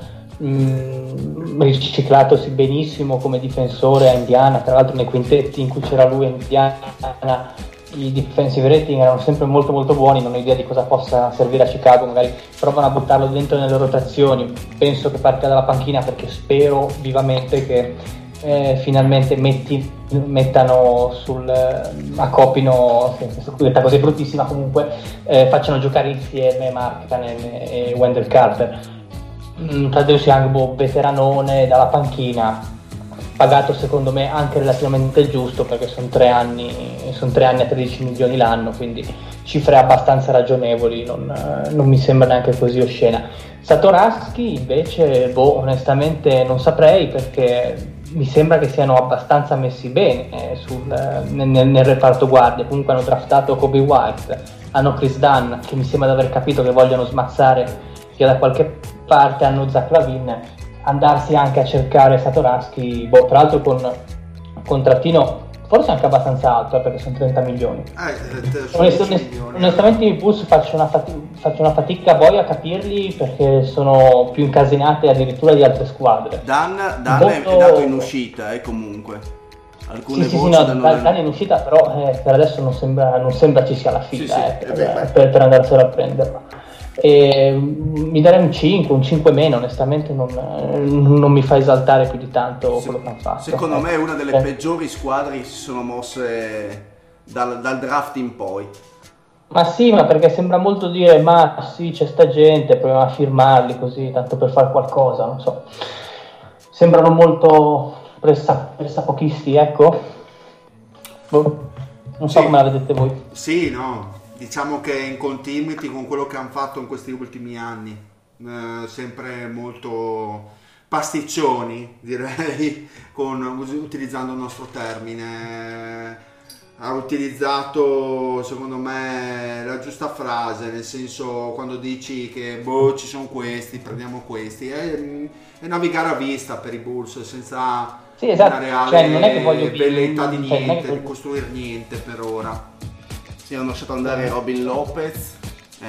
riciclatosi benissimo come difensore a Indiana, tra l'altro nei quintetti in cui c'era lui a Indiana i defensive rating erano sempre molto molto buoni. Non ho idea di cosa possa servire a Chicago, magari provano a buttarlo dentro nelle rotazioni, penso che parta dalla panchina perché spero vivamente che finalmente mettano accopino, detta così bruttissima comunque, facciano giocare insieme Mark Cannon e Wendell Carter. Tadeusz Young, veteranone dalla panchina, pagato secondo me anche relativamente giusto perché sono 3 anni a 13 milioni l'anno, quindi cifre abbastanza ragionevoli, non mi sembra neanche così oscena. Satoransky invece onestamente non saprei, perché mi sembra che siano abbastanza messi bene nel reparto guardie. Comunque hanno draftato Kobe White, hanno Chris Dunn che mi sembra di aver capito che vogliono smazzare via da qualche parte, hanno Zach LaVine, andarsi anche a cercare Satoransky, tra l'altro con un contrattino forse anche abbastanza alto, perché sono 30 milioni. Onestamente i Bulls faccio una fatica poi a capirli, perché sono più incasinate addirittura di altre squadre. Dan è dato in uscita comunque. Alcune voci Dan in uscita, però per adesso non sembra ci sia la fila per andarselo a prenderlo. E mi darei un 5 meno, onestamente non mi fa esaltare più di tanto quello che hanno fatto. Secondo me è una delle peggiori squadre che si sono mosse dal draft in poi. Ma sì, ma perché sembra molto dire ma sì, c'è sta gente, proviamo a firmarli così tanto per fare qualcosa, non so, sembrano molto pressapochisti, ecco. Non so come la vedete voi. Sì, no, diciamo che in continuity con quello che hanno fatto in questi ultimi anni, sempre molto pasticcioni, direi, utilizzando il nostro termine. Ha utilizzato secondo me la giusta frase, nel senso, quando dici che ci sono questi, prendiamo questi, è navigare a vista per i Bulls senza una reale non è che voglio velleità di niente, di costruire niente per ora. Sì, hanno lasciato andare Robin Lopez,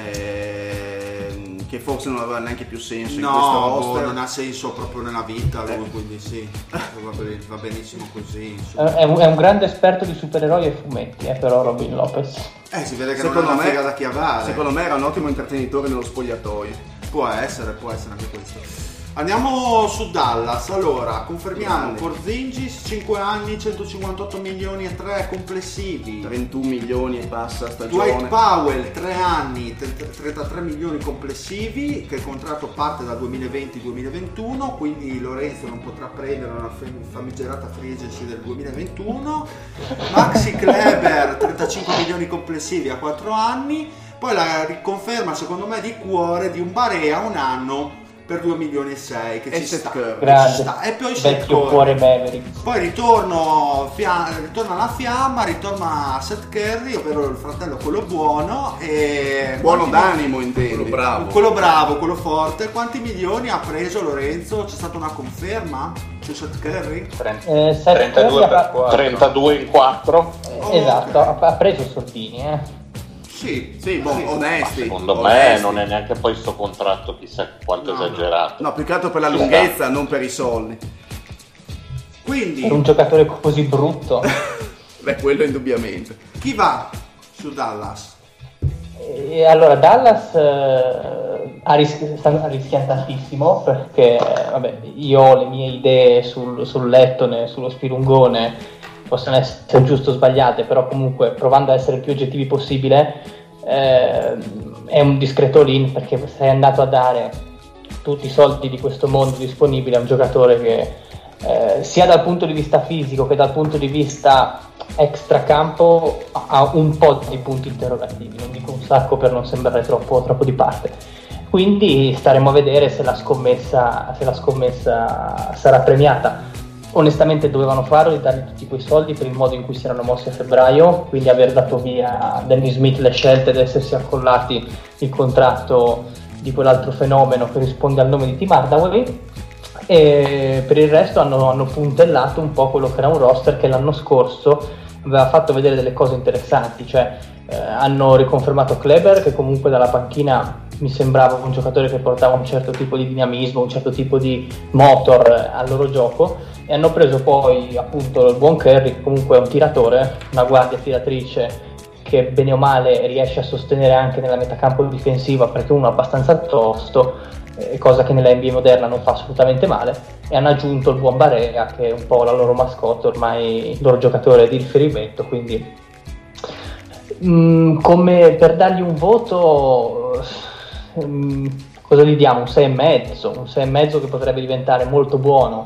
che forse non aveva neanche più senso in questo roster. Non ha senso proprio nella vita lui, quindi sì, va benissimo così. È un grande esperto di supereroi e fumetti, però Robin Lopez. Si vede che non è una figa da chiavare. Secondo me era un ottimo intrattenitore nello spogliatoio. Può essere anche questo. Andiamo su Dallas, allora confermiamo Porzingis 5 anni, 158 milioni e 3 complessivi, 31 milioni e passa stagione. Dwight Powell 3 anni, 33 milioni complessivi, che il contratto parte dal 2020-2021, quindi Lorenzo non potrà prendere una famigerata free agency del 2021. Maxi Kleber 35 milioni complessivi a 4 anni, poi la riconferma secondo me di cuore di un Barea un anno per 2 milioni e 6 che ci sta. E poi vecchio cuore Mavericks. Poi ritorna alla fiamma, ritorna Seth Curry, ovvero il fratello quello buono e buono d'animo, intendi, quello bravo, quello forte. Quanti milioni ha preso Lorenzo? C'è stata una conferma su Seth Curry? 32 in 4. Esatto, ha preso soldini, Sì, onesti. Secondo me non è neanche poi sto contratto chissà quanto esagerato. No, più che altro per la lunghezza, non per i soldi. Quindi per un giocatore così brutto. Beh, quello indubbiamente. Chi va su Dallas? Allora, Dallas rischia tantissimo, perché io ho le mie idee sul lettone, sullo spirungone, possono essere giusto o sbagliate, però comunque provando a essere il più oggettivi possibile, è un discreto all-in, perché sei andato a dare tutti i soldi di questo mondo disponibile a un giocatore che sia dal punto di vista fisico che dal punto di vista extracampo ha un po' di punti interrogativi, non dico un sacco per non sembrare troppo di parte. Quindi staremo a vedere se la scommessa sarà premiata. Onestamente dovevano farlo di dargli tutti quei soldi per il modo in cui si erano mossi a febbraio, quindi aver dato via a Danny Smith le scelte ed essersi accollati il contratto di quell'altro fenomeno che risponde al nome di Tim Hardaway. E per il resto hanno puntellato un po' quello che era un roster che l'anno scorso aveva fatto vedere delle cose interessanti, cioè hanno riconfermato Kleber, che comunque dalla panchina mi sembrava un giocatore che portava un certo tipo di dinamismo, un certo tipo di motor al loro gioco, e hanno preso poi appunto il buon Curry, che comunque è un tiratore, una guardia tiratrice che bene o male riesce a sostenere anche nella metacampo difensiva, perché uno è abbastanza tosto, cosa che nella NBA moderna non fa assolutamente male, e hanno aggiunto il buon Barea, che è un po' la loro mascotte, ormai il loro giocatore di riferimento, quindi come per dargli un voto, cosa gli diamo? Un 6,5, un 6,5 che potrebbe diventare molto buono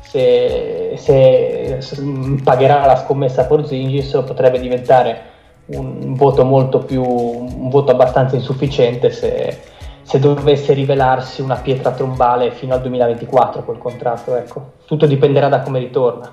se pagherà la scommessa Porzingis, o potrebbe diventare un voto abbastanza insufficiente se dovesse rivelarsi una pietra tombale fino al 2024 quel contratto, ecco. Tutto dipenderà da come ritorna.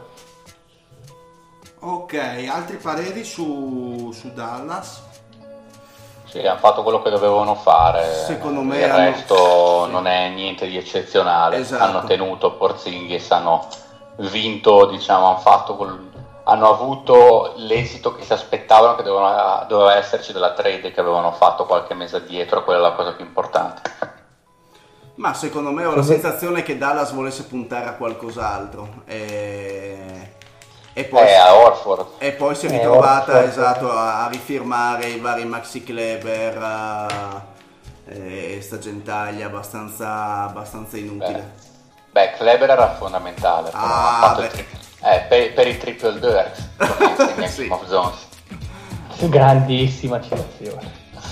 Ok, altri pareri su Dallas? Sì, hanno fatto quello che dovevano fare. Secondo me il resto non è niente di eccezionale. Esatto. Hanno tenuto Porzingis, hanno vinto, diciamo, hanno avuto l'esito che si aspettavano, che doveva esserci della trade che avevano fatto qualche mese addietro. Quella è la cosa più importante. Ma secondo me ho la sensazione che Dallas volesse puntare a qualcos'altro e poi a Horford. E poi si è ritrovata esatto a rifirmare i vari Maxi Kleber e sta gentaglia abbastanza inutile. Beh, Kleber era fondamentale. Per i triple Dirks sì. of Zones. Grandissima citazione.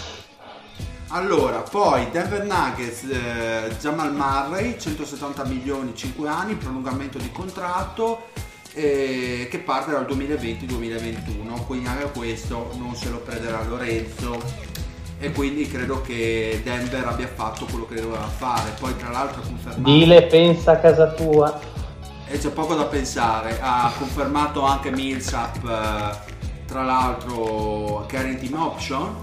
Allora, poi Denver Nuggets, Jamal Murray, 170 milioni, 5 anni, prolungamento di contratto, che parte dal 2020-2021, quindi anche questo non se lo prenderà Lorenzo, e quindi credo che Denver abbia fatto quello che doveva fare. Poi tra l'altro ha confermato, dile pensa a casa tua, e c'è poco da pensare, ha confermato anche Millsap, tra l'altro che era in team option.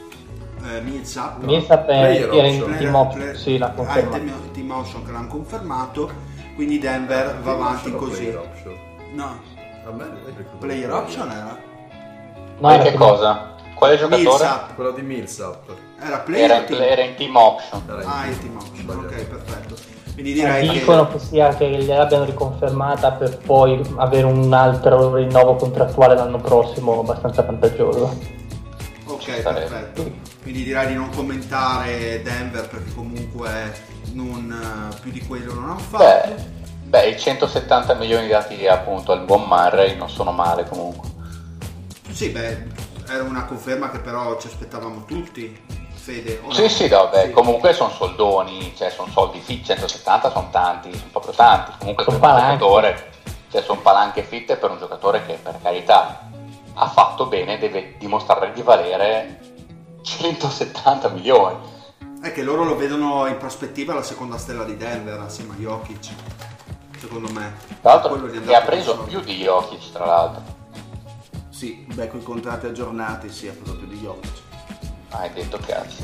Millsap era in team option, sì, l'ha confermato. Team option che l'hanno confermato, quindi Denver va avanti così. No, player option era? No, che cosa? Quale giocatore? Millsap. Quello di Millsap. Era player era in team option. In team option, ok, perfetto. Quindi direi dicono che sia che gliel'abbiano riconfermata per poi avere un altro rinnovo contrattuale l'anno prossimo abbastanza vantaggioso. Ok, perfetto. Quindi direi di non commentare Denver, perché comunque più di quello non hanno fatto. Beh, i 170 milioni dati appunto al buon Murray non sono male comunque. Sì, era una conferma che però ci aspettavamo tutti, Fede. Sì, sì. Comunque sono soldoni, cioè sono soldi 170 sono tanti, sono proprio tanti. Comunque per un giocatore, cioè sono palanche fitte per un giocatore che, per carità, ha fatto bene, deve dimostrare di valere 170 milioni. È che loro lo vedono in prospettiva la seconda stella di Denver assieme a Jokic, secondo me. Tra l'altro ne ha preso più di Jokic, tra l'altro. Sì, con i contratti aggiornati ha preso più di Jokic. Hai detto cazzo.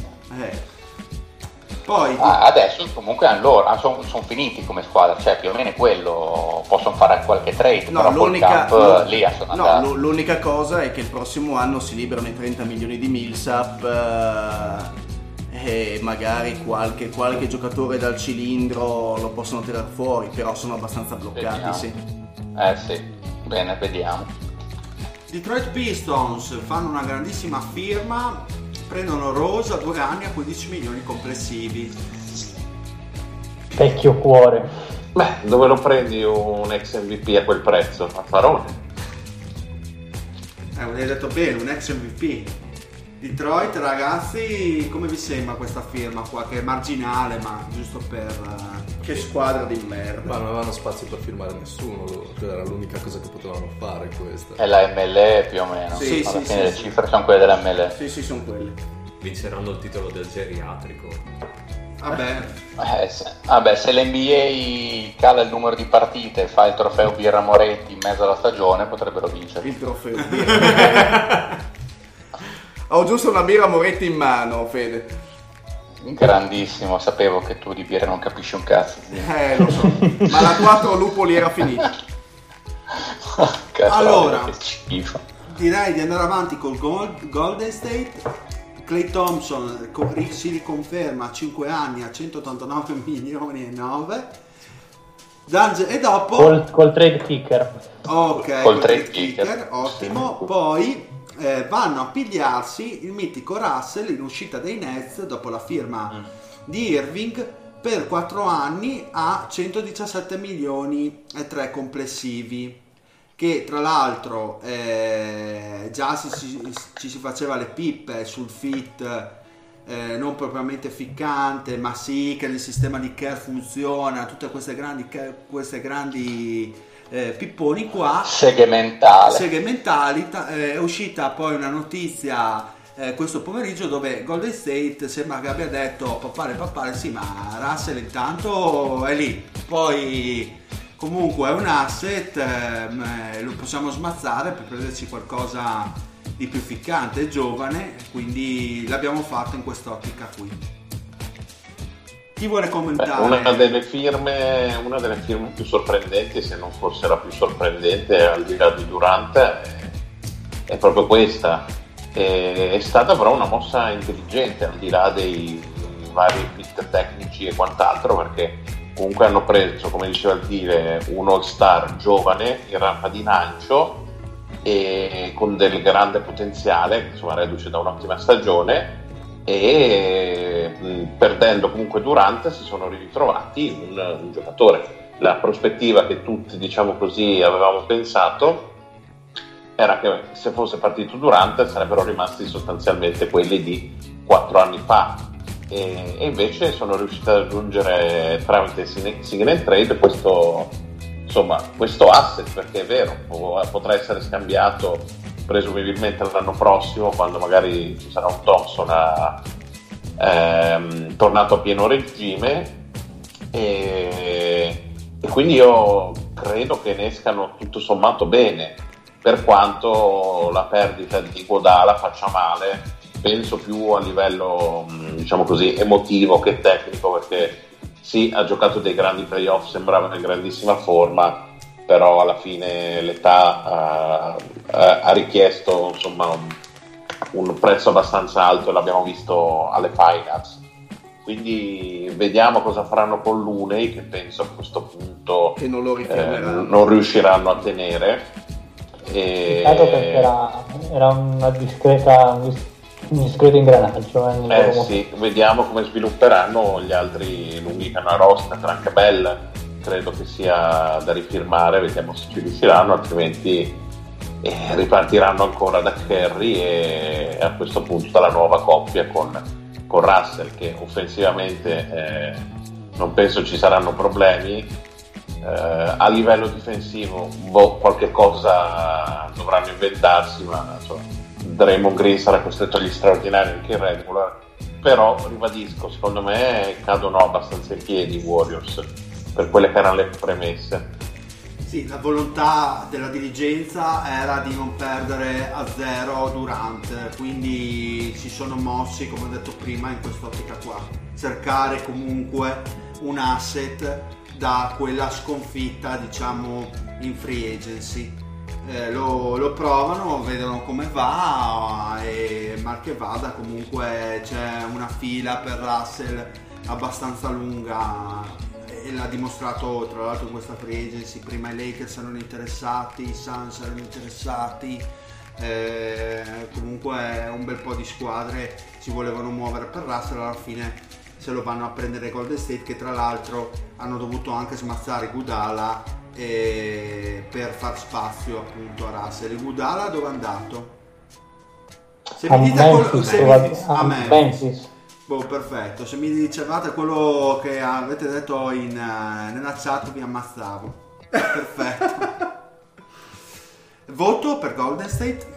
Poi adesso comunque sono finiti come squadra, cioè più o meno quello, possono fare qualche trade, però l'unica cosa è che il prossimo anno si liberano i 30 milioni di Millsap, e magari qualche giocatore dal cilindro lo possono tirare fuori, però sono abbastanza bloccati. Vediamo. Sì, bene, vediamo. Detroit Pistons fanno una grandissima firma, prendono Rose a 2 anni a 15 milioni complessivi. Vecchio cuore. Dove lo prendi un ex MVP a quel prezzo? A parole. Hai detto bene, un ex MVP. Detroit, ragazzi, come vi sembra questa firma qua, che è marginale, ma giusto per... Che squadra di merda. Ma non avevano spazio per firmare nessuno, cioè era l'unica cosa che potevano fare questa. È la MLE più o meno. Sì, alla sì, fine le sì. cifre sono quelle della MLE. Sì, sono quelle. Vinceranno il titolo del geriatrico. Vabbè. Se l'NBA cala il numero di partite e fa il trofeo Birra Moretti in mezzo alla stagione, potrebbero vincere. Il trofeo birra. Ho giusto una birra Moretti in mano, Fede. Grandissimo, sapevo che tu di birra non capisci un cazzo. Lo so. Ma la 4 Lupoli era finita. Allora, che schifo. direi di andare avanti col Golden State. Klay Thompson si riconferma 5 anni a 189 milioni e 9. E dopo col trade kicker. Ok, col trade kicker, ottimo. Poi vanno a pigliarsi il mitico Russell in uscita dai Nets dopo la firma di Irving per 4 anni a 117 milioni e 3 complessivi, che tra l'altro già ci si faceva le pippe sul fit non propriamente ficcante, ma sì che il sistema di Kerr funziona, tutte queste grandi pipponi qua, seghe mentali. È uscita poi una notizia questo pomeriggio dove Golden State sembra che abbia detto papà sì, ma Russell intanto è lì, poi comunque è un asset, lo possiamo smazzare per prenderci qualcosa di più ficcante e giovane, quindi l'abbiamo fatto in quest'ottica qui. Chi vuole commentare? Una delle firme più sorprendenti, se non fosse la più sorprendente al di là di Durant, è proprio questa. È stata però una mossa intelligente, al di là dei vari fit tecnici e quant'altro, perché comunque hanno preso, come diceva il Tile, un all-star giovane in rampa di lancio e con del grande potenziale, insomma reduce da un'ottima stagione, e perdendo comunque Durant si sono ritrovati un giocatore. La prospettiva che tutti, diciamo così, avevamo pensato era che se fosse partito Durant sarebbero rimasti sostanzialmente quelli di 4 anni fa, e invece sono riusciti ad aggiungere tramite single and trade questo asset, perché è vero, potrà essere scambiato presumibilmente l'anno prossimo, quando magari ci sarà un Thompson tornato a pieno regime, e quindi io credo che ne escano tutto sommato bene, per quanto la perdita di Iguodala faccia male, penso più a livello diciamo così emotivo che tecnico, perché sì, ha giocato dei grandi playoff, sembrava in grandissima forma, però alla fine l'età ha richiesto insomma un prezzo abbastanza alto, e l'abbiamo visto alle finals. Quindi vediamo cosa faranno con Looney, che penso a questo punto che non lo non riusciranno a tenere. Peccato perché era un discreto ingranaggio. Sì, vediamo come svilupperanno gli altri lunghi che hanno a roster, anche Bell credo che sia da rifirmare, vediamo se ci riusciranno, altrimenti ripartiranno ancora da Curry e a questo punto dalla nuova coppia con Russell, che offensivamente non penso ci saranno problemi. A livello difensivo qualche cosa dovranno inventarsi, ma insomma, Draymond Green sarà costretto agli straordinari anche in regular, però ribadisco, secondo me cadono abbastanza in piedi i Warriors per quelle che erano le premesse. Sì, la volontà della dirigenza era di non perdere a zero Durant, quindi si sono mossi, come ho detto prima, in quest'ottica qua, cercare comunque un asset da quella sconfitta, diciamo, in free agency. Lo provano, vedono come va, e mal che vada comunque c'è una fila per Russell abbastanza lunga, e l'ha dimostrato tra l'altro in questa free agency. Prima i Lakers erano interessati, i Suns erano interessati, comunque un bel po' di squadre si volevano muovere per Russell. Alla fine se lo vanno a prendere Golden State, che tra l'altro hanno dovuto anche smazzare Iguodala per far spazio appunto a Russell. Iguodala dove è andato? Se mi dite Memphis. Boh, perfetto. Se mi dicevate quello che avete detto nella chat vi ammazzavo. Perfetto. Voto per Golden State?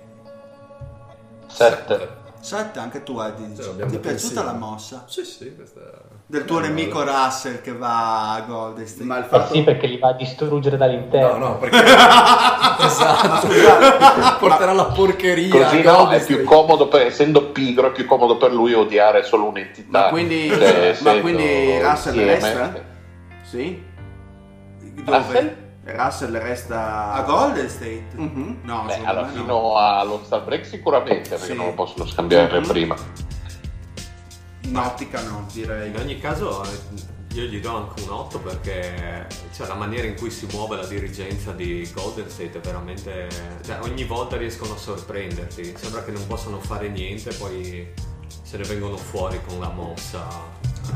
7, anche tu ti è piaciuta la mossa? Sì, questa del tuo nemico Russell che va a Golden State. Ma il fatto... sì, perché li va a distruggere dall'interno. No, perché esatto, porterà la porcheria. Così no, è più comodo essendo pigro, è più comodo per lui odiare solo un'entità. Ma quindi Russell resta? Sì? Dove? Russell resta a Golden State? No, allora, fino allo Star Break sicuramente, perché non lo possono scambiare prima. In ottica no, direi. In ogni caso io gli do anche un 8 perché la maniera in cui si muove la dirigenza di Golden State è veramente... ogni volta riescono a sorprenderti, sembra che non possano fare niente, poi se ne vengono fuori con la mossa.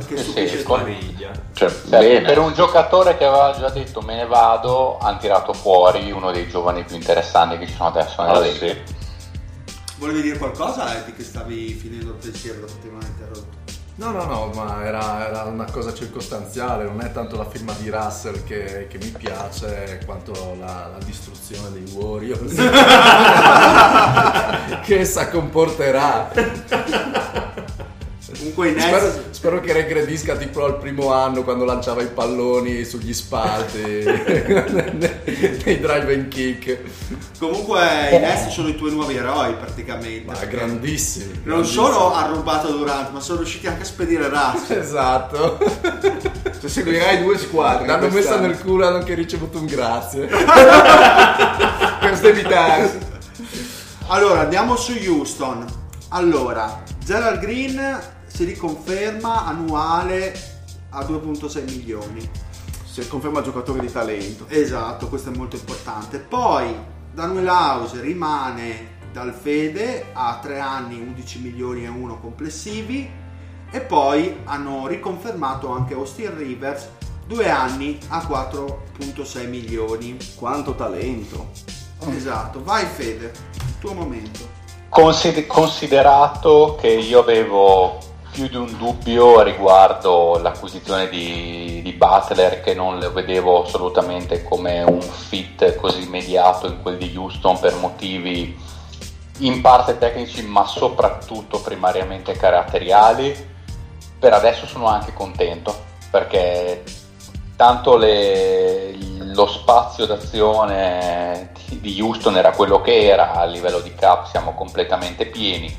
Per un giocatore che aveva già detto me ne vado, hanno tirato fuori uno dei giovani più interessanti che ci sono adesso nella Lega. Volevi dire qualcosa, Eddie, che stavi finendo il pensiero, ti avevo interrotto? No, ma era una cosa circostanziale, non è tanto la firma di Russell che mi piace quanto la distruzione dei Warriors che essa comporterà. Comunque spero che regredisca tipo al primo anno quando lanciava i palloni sugli spalti nei drive and kick. Comunque i Nets sono i tuoi nuovi eroi praticamente. Ma grandissimi. Non solo ha rubato Durant, ma sono riusciti anche a spedire Russell. Esatto. Cioè seguirai 2 squadre. L'hanno messa nel culo e hanno anche ricevuto un grazie. Per stevitarsi. Allora andiamo su Houston. Allora Gerald Green si riconferma annuale a 2.6 milioni. Si conferma giocatore di talento. Esatto, questo è molto importante. Poi Daniel House rimane dal Fede a 3 anni, 11 milioni e 1 complessivi. E poi hanno riconfermato anche Austin Rivers, 2 anni a 4.6 milioni. Quanto talento. Esatto, vai Fede, tuo momento. Considerato che io avevo più di un dubbio riguardo l'acquisizione di Butler, che non lo vedevo assolutamente come un fit così immediato in quel di Houston per motivi in parte tecnici ma soprattutto primariamente caratteriali, per adesso sono anche contento perché tanto lo spazio d'azione di Houston era quello che era, a livello di cap siamo completamente pieni,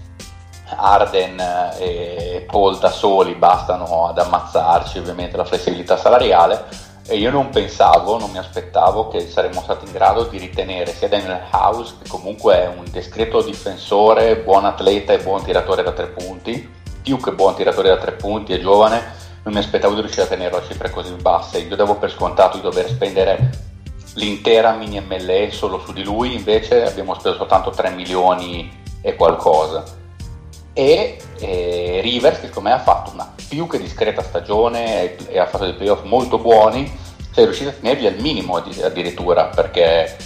Harden e Paul da soli bastano ad ammazzarci ovviamente la flessibilità salariale, e io non mi aspettavo che saremmo stati in grado di ritenere sia Daniel House, che comunque è un discreto difensore, buon atleta e buon tiratore da 3 punti, più che buon tiratore da 3 punti, è giovane, non mi aspettavo di riuscire a tenerlo a cifre così basse. Io davo per scontato di dover spendere l'intera mini MLE solo su di lui, invece abbiamo speso soltanto 3 milioni e qualcosa. E Rivers, che secondo me ha fatto una più che discreta stagione e ha fatto dei playoff molto buoni, sei riuscito a tenerli al minimo addirittura, perché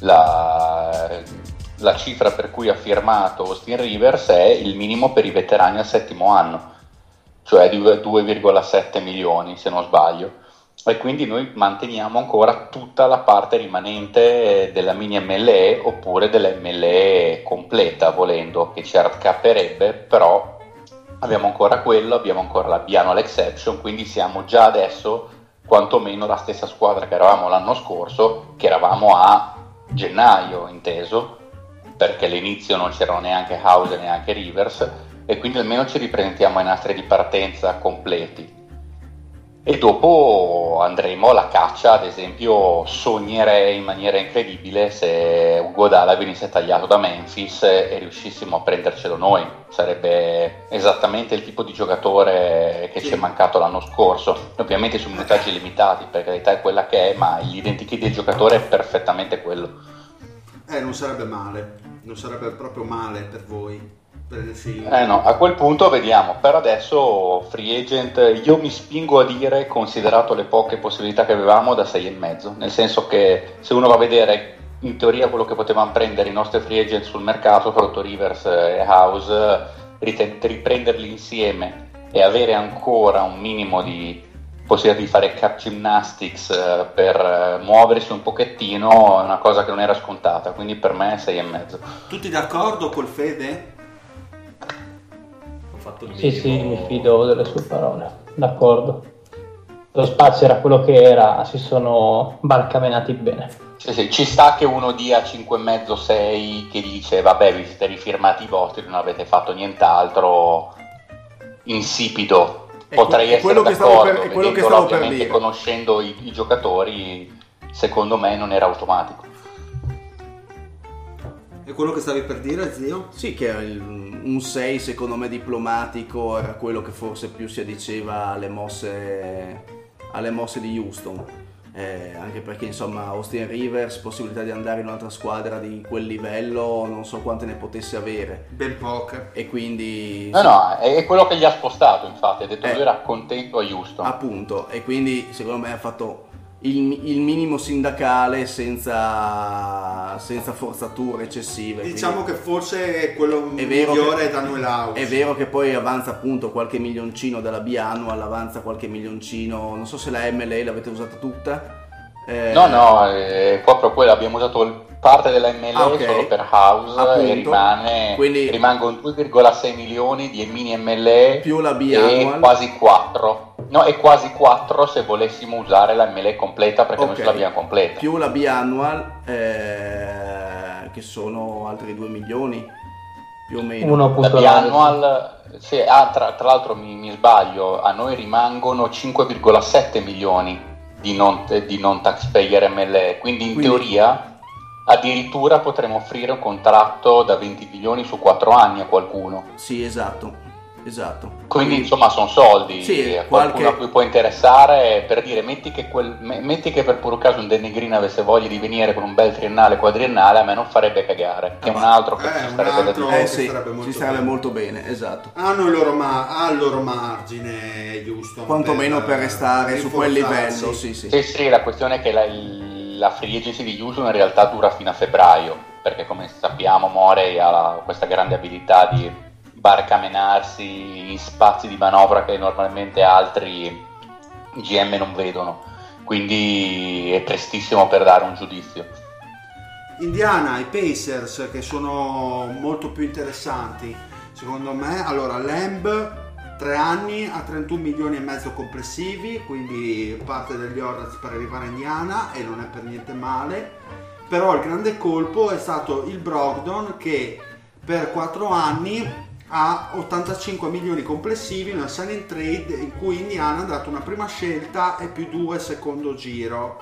la cifra per cui ha firmato Austin Rivers è il minimo per i veterani al 7° anno, cioè di 2,7 milioni se non sbaglio, e quindi noi manteniamo ancora tutta la parte rimanente della mini MLE oppure della MLE completa volendo, che ci accapperebbe, però abbiamo ancora quello, abbiamo ancora la biannual exception, quindi siamo già adesso quantomeno la stessa squadra che eravamo l'anno scorso, che eravamo a gennaio inteso, perché all'inizio non c'erano neanche House e neanche Rivers, e quindi almeno ci ripresentiamo ai nastri di partenza completi. E dopo andremo alla caccia, ad esempio sognerei in maniera incredibile se Iguodala venisse tagliato da Memphis e riuscissimo a prendercelo noi, sarebbe esattamente il tipo di giocatore che ci è mancato l'anno scorso, ovviamente su minutaggi limitati, per carità è quella che è, ma l'identikit del giocatore è perfettamente quello. Non sarebbe male, non sarebbe proprio male per voi. No, a quel punto vediamo. Per adesso free agent io mi spingo a dire, considerato le poche possibilità che avevamo, da 6,5, nel senso che se uno va a vedere in teoria quello che potevano prendere i nostri free agent sul mercato, soprattutto Rivers e House, riprenderli insieme e avere ancora un minimo di possibilità di fare cap gymnastics per muoversi un pochettino, è una cosa che non era scontata, quindi per me 6,5. Tutti d'accordo col Fede? Ho fatto il minimo. Sì, mi fido delle sue parole, d'accordo. Lo spazio era quello che era, si sono barcamenati bene. Sì, ci sta che uno dia 5,5, 6, che dice vabbè, vi siete rifirmati i vostri, non avete fatto nient'altro, insipido. Potrei essere d'accordo, ovviamente conoscendo i giocatori, secondo me non era automatico. E quello che stavi per dire, zio? Sì, che un 6 secondo me diplomatico era quello che forse più si addiceva alle mosse di Houston, anche perché insomma Austin Rivers, possibilità di andare in un'altra squadra di quel livello non so quante ne potesse avere, ben poche, e quindi no, è quello che gli ha spostato, infatti ha detto lui era contento a Houston, appunto, e quindi secondo me ha fatto il minimo sindacale senza forzature eccessive. Diciamo che forse è quello migliore da noi Laus. È vero che poi avanza appunto qualche milioncino dalla biannual, avanza qualche milioncino, non so se la MLA l'avete usata tutta. No, proprio quella abbiamo usato parte della MLA solo per House, appunto, e rimangono 2,6 milioni di mini MLA più la biannual e quasi 4. No, è quasi 4 se volessimo usare la MLA completa, perché noi ce l'abbiamo completa. Più la biannual, che sono altri 2 milioni più o meno. La biannual, sì, tra l'altro mi sbaglio, a noi rimangono 5,7 milioni di non taxpayer MLA, quindi in teoria addirittura potremmo offrire un contratto da 20 milioni su 4 anni a qualcuno. Sì, esatto. Quindi insomma sono soldi, sì, qualcuno a cui può interessare, per dire metti che per puro caso un Danny Green avesse voglia di venire con un bel triennale, quadriennale, a me non farebbe cagare, che è un altro che ci starebbe da dire. Ci starebbe molto bene, esatto. Hanno il loro margine, Houston, quantomeno per restare su quel livello. Sì, la questione è che la free agency di Houston in realtà dura fino a febbraio, perché come sappiamo Morey ha questa grande abilità di barcamenarsi in spazi di manovra che normalmente altri GM non vedono, quindi è prestissimo per dare un giudizio. Indiana, i Pacers, che sono molto più interessanti secondo me. Allora, Lamb 3 anni a 31 milioni e mezzo complessivi, quindi parte degli Hornets per arrivare a Indiana, e non è per niente male. Però il grande colpo è stato il Brogdon, che per 4 anni a 85 milioni complessivi, una sign trade in cui Indiana ha dato una prima scelta e più 2 secondo giro.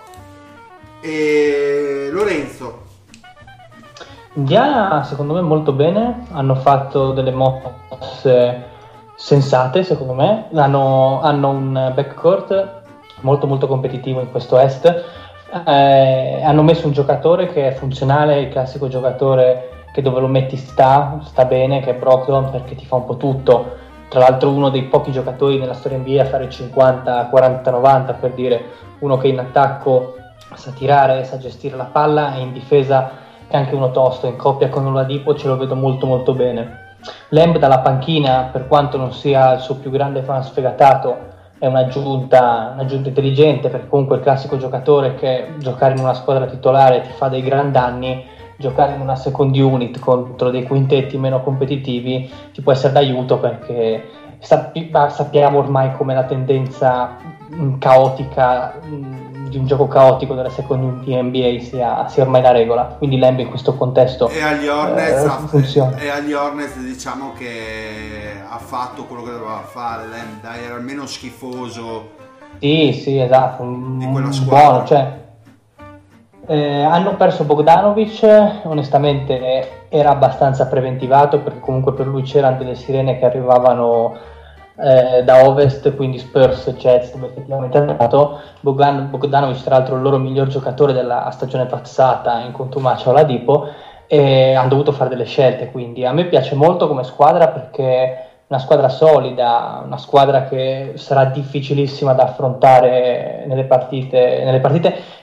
E Lorenzo? Indiana secondo me molto bene, hanno fatto delle mosse sensate secondo me, hanno un backcourt molto molto competitivo in questo est, hanno messo un giocatore che è funzionale, il classico giocatore che dove lo metti sta bene, che è Brogdon, perché ti fa un po' tutto. Tra l'altro uno dei pochi giocatori nella storia NBA a fare 50, 40, 90, per dire, uno che in attacco sa tirare, sa gestire la palla, e in difesa è anche uno tosto. In coppia con Oladipo ce lo vedo molto molto bene. Lamb dalla panchina, per quanto non sia il suo più grande fan sfegatato, è un'aggiunta intelligente, perché comunque il classico giocatore che giocare in una squadra titolare ti fa dei gran danni, giocare in una second unit contro dei quintetti meno competitivi ti può essere d'aiuto, perché sappiamo ormai come la tendenza caotica di un gioco caotico delle second unit NBA sia ormai la regola. Quindi Lamb in questo contesto funziona. E agli Hornets diciamo che ha fatto quello che doveva fare. Lamb, dai, era almeno schifoso. Sì, esatto, di quella squadra. Buono, hanno perso Bogdanovic, onestamente era abbastanza preventivato, perché comunque per lui c'erano delle sirene che arrivavano da ovest, quindi Spurs, Jets, dove effettivamente è andato. Bogdanovic tra l'altro il loro miglior giocatore della stagione passata in contumacia Oladipo, e hanno dovuto fare delle scelte. Quindi a me piace molto come squadra, perché è una squadra solida, una squadra che sarà difficilissima da affrontare nelle partite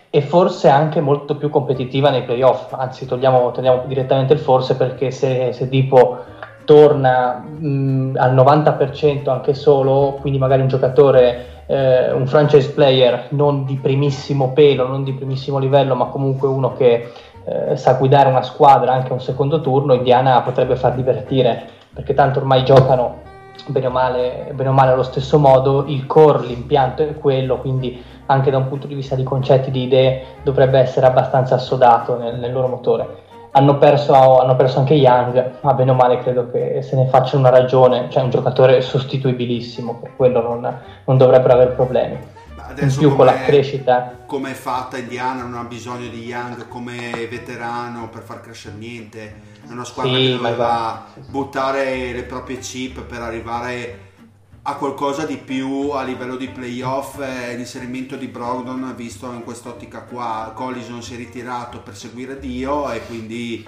e forse anche molto più competitiva nei playoff, anzi togliamo direttamente il forse, perché se Dipo torna al 90% anche solo, quindi magari un giocatore, un franchise player non di primissimo pelo, non di primissimo livello, ma comunque uno che sa guidare una squadra anche un secondo turno, Indiana potrebbe far divertire, perché tanto ormai giocano bene o male allo stesso modo, il core, l'impianto è quello, quindi anche da un punto di vista di concetti, di idee, dovrebbe essere abbastanza assodato nel loro motore. Hanno perso anche Young, ma bene o male credo che se ne facciano una ragione, cioè un giocatore sostituibilissimo, per quello non dovrebbero avere problemi. In più con la crescita, come è fatta Indiana, non ha bisogno di Young come veterano per far crescere niente, è una squadra che doveva buttare le proprie chip per arrivare a qualcosa di più a livello di playoff. L'inserimento di Brogdon, visto in quest'ottica qua, Collison si è ritirato per seguire Dio, e quindi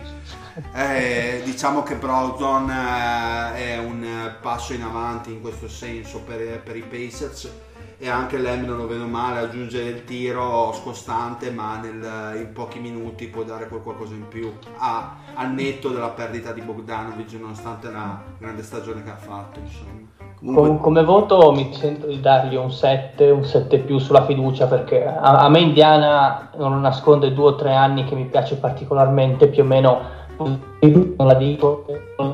diciamo che Brogdon è un passo in avanti in questo senso per i Pacers, e anche Lem non lo vedo male, aggiunge il tiro scostante, ma in pochi minuti può dare qualcosa in più, al netto della perdita di Bogdanovic, nonostante la grande stagione che ha fatto, insomma. Come voto mi sento di dargli un 7 più sulla fiducia, perché a me Indiana, non nasconde 2 o 3 anni che mi piace particolarmente, più o meno, non la dico,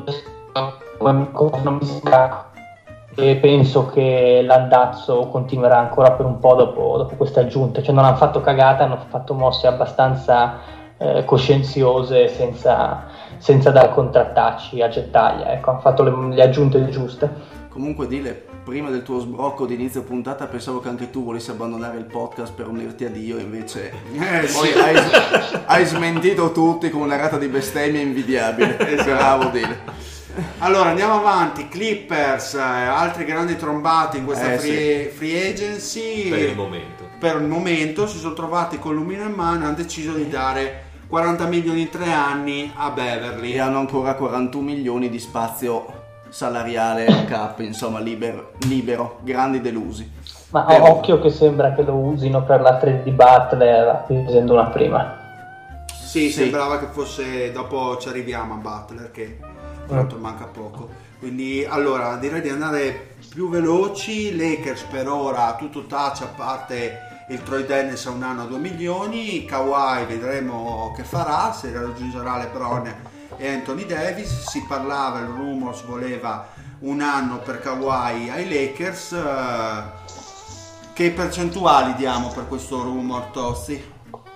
non mi sta, e penso che l'andazzo continuerà ancora per un po' dopo queste aggiunte, cioè non hanno fatto cagate, hanno fatto mosse abbastanza coscienziose, senza dare contrattacci a gettaglia, ecco, hanno fatto le aggiunte giuste. Comunque Dile, prima del tuo sbrocco di inizio puntata pensavo che anche tu volessi abbandonare il podcast per unirti a Dio, invece poi hai smentito tutti con una rata di bestemmie invidiabile. Bravo Dile. Allora andiamo avanti. Clippers, altri grandi trombati in questa free agency. Per il momento si sono trovati con l'umino in mano e hanno deciso di dare 40 milioni in 3 anni a Beverly, e hanno ancora 41 milioni di spazio salariale cap, insomma libero, grandi delusi. Ma occhio che sembra che lo usino per la trade di Butler, acquisendo una prima. Sì, sembrava che fosse, dopo ci arriviamo a Butler, che tra l'altro manca poco. Quindi allora direi di andare più veloci. Lakers per ora tutto tace, a parte il Troy Dennis a un anno a 2 milioni. Kawhi vedremo che farà, se raggiungerà LeBron e Anthony Davis. Si parlava, il rumors voleva un anno per Kawhi ai Lakers. Che percentuali diamo per questo rumor, Tozzi?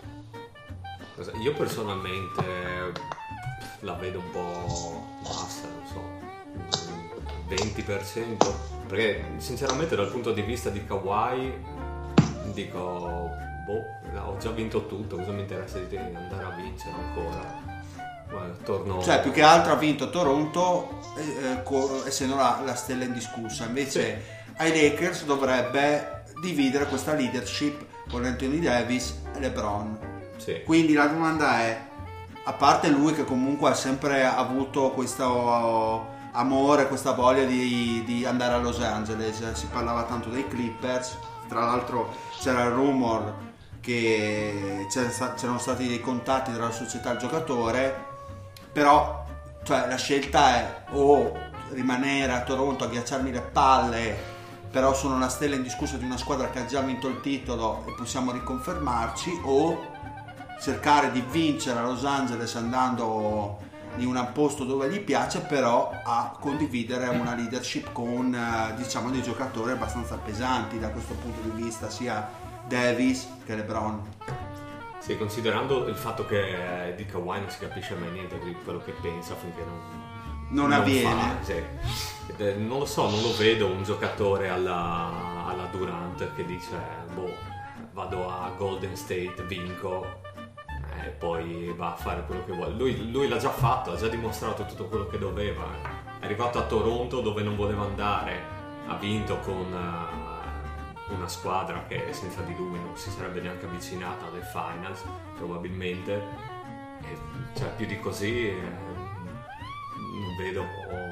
Io personalmente la vedo un po' bassa, non so, 20%, perché sinceramente dal punto di vista di Kawhi dico, ho già vinto tutto, cosa mi interessa di andare a vincere ancora? Torno... Cioè più che altro ha vinto Toronto, essendo la stella indiscussa, invece ai Lakers dovrebbe dividere questa leadership con Anthony Davis e LeBron. Quindi la domanda è, a parte lui che comunque ha sempre avuto questo amore, questa voglia di andare a Los Angeles, si parlava tanto dei Clippers, tra l'altro c'era il rumor che c'erano stati dei contatti tra la società e il giocatore, però cioè, la scelta è o rimanere a Toronto a ghiacciarmi le palle, però sono la stella indiscussa di una squadra che ha già vinto il titolo e possiamo riconfermarci, o cercare di vincere a Los Angeles andando in un posto dove gli piace, però a condividere una leadership con diciamo dei giocatori abbastanza pesanti da questo punto di vista, sia Davis che LeBron. Sì, considerando il fatto che di Kawhi non si capisce mai niente di quello che pensa finché non avviene. Non lo so, non lo vedo un giocatore alla Durant che dice vado a Golden State, vinco e poi va a fare quello che vuole. Lui l'ha già fatto, ha già dimostrato tutto quello che doveva. È arrivato a Toronto dove non voleva andare, ha vinto con una squadra che senza di lui non si sarebbe neanche avvicinata alle finals probabilmente, e cioè più di così non vedo.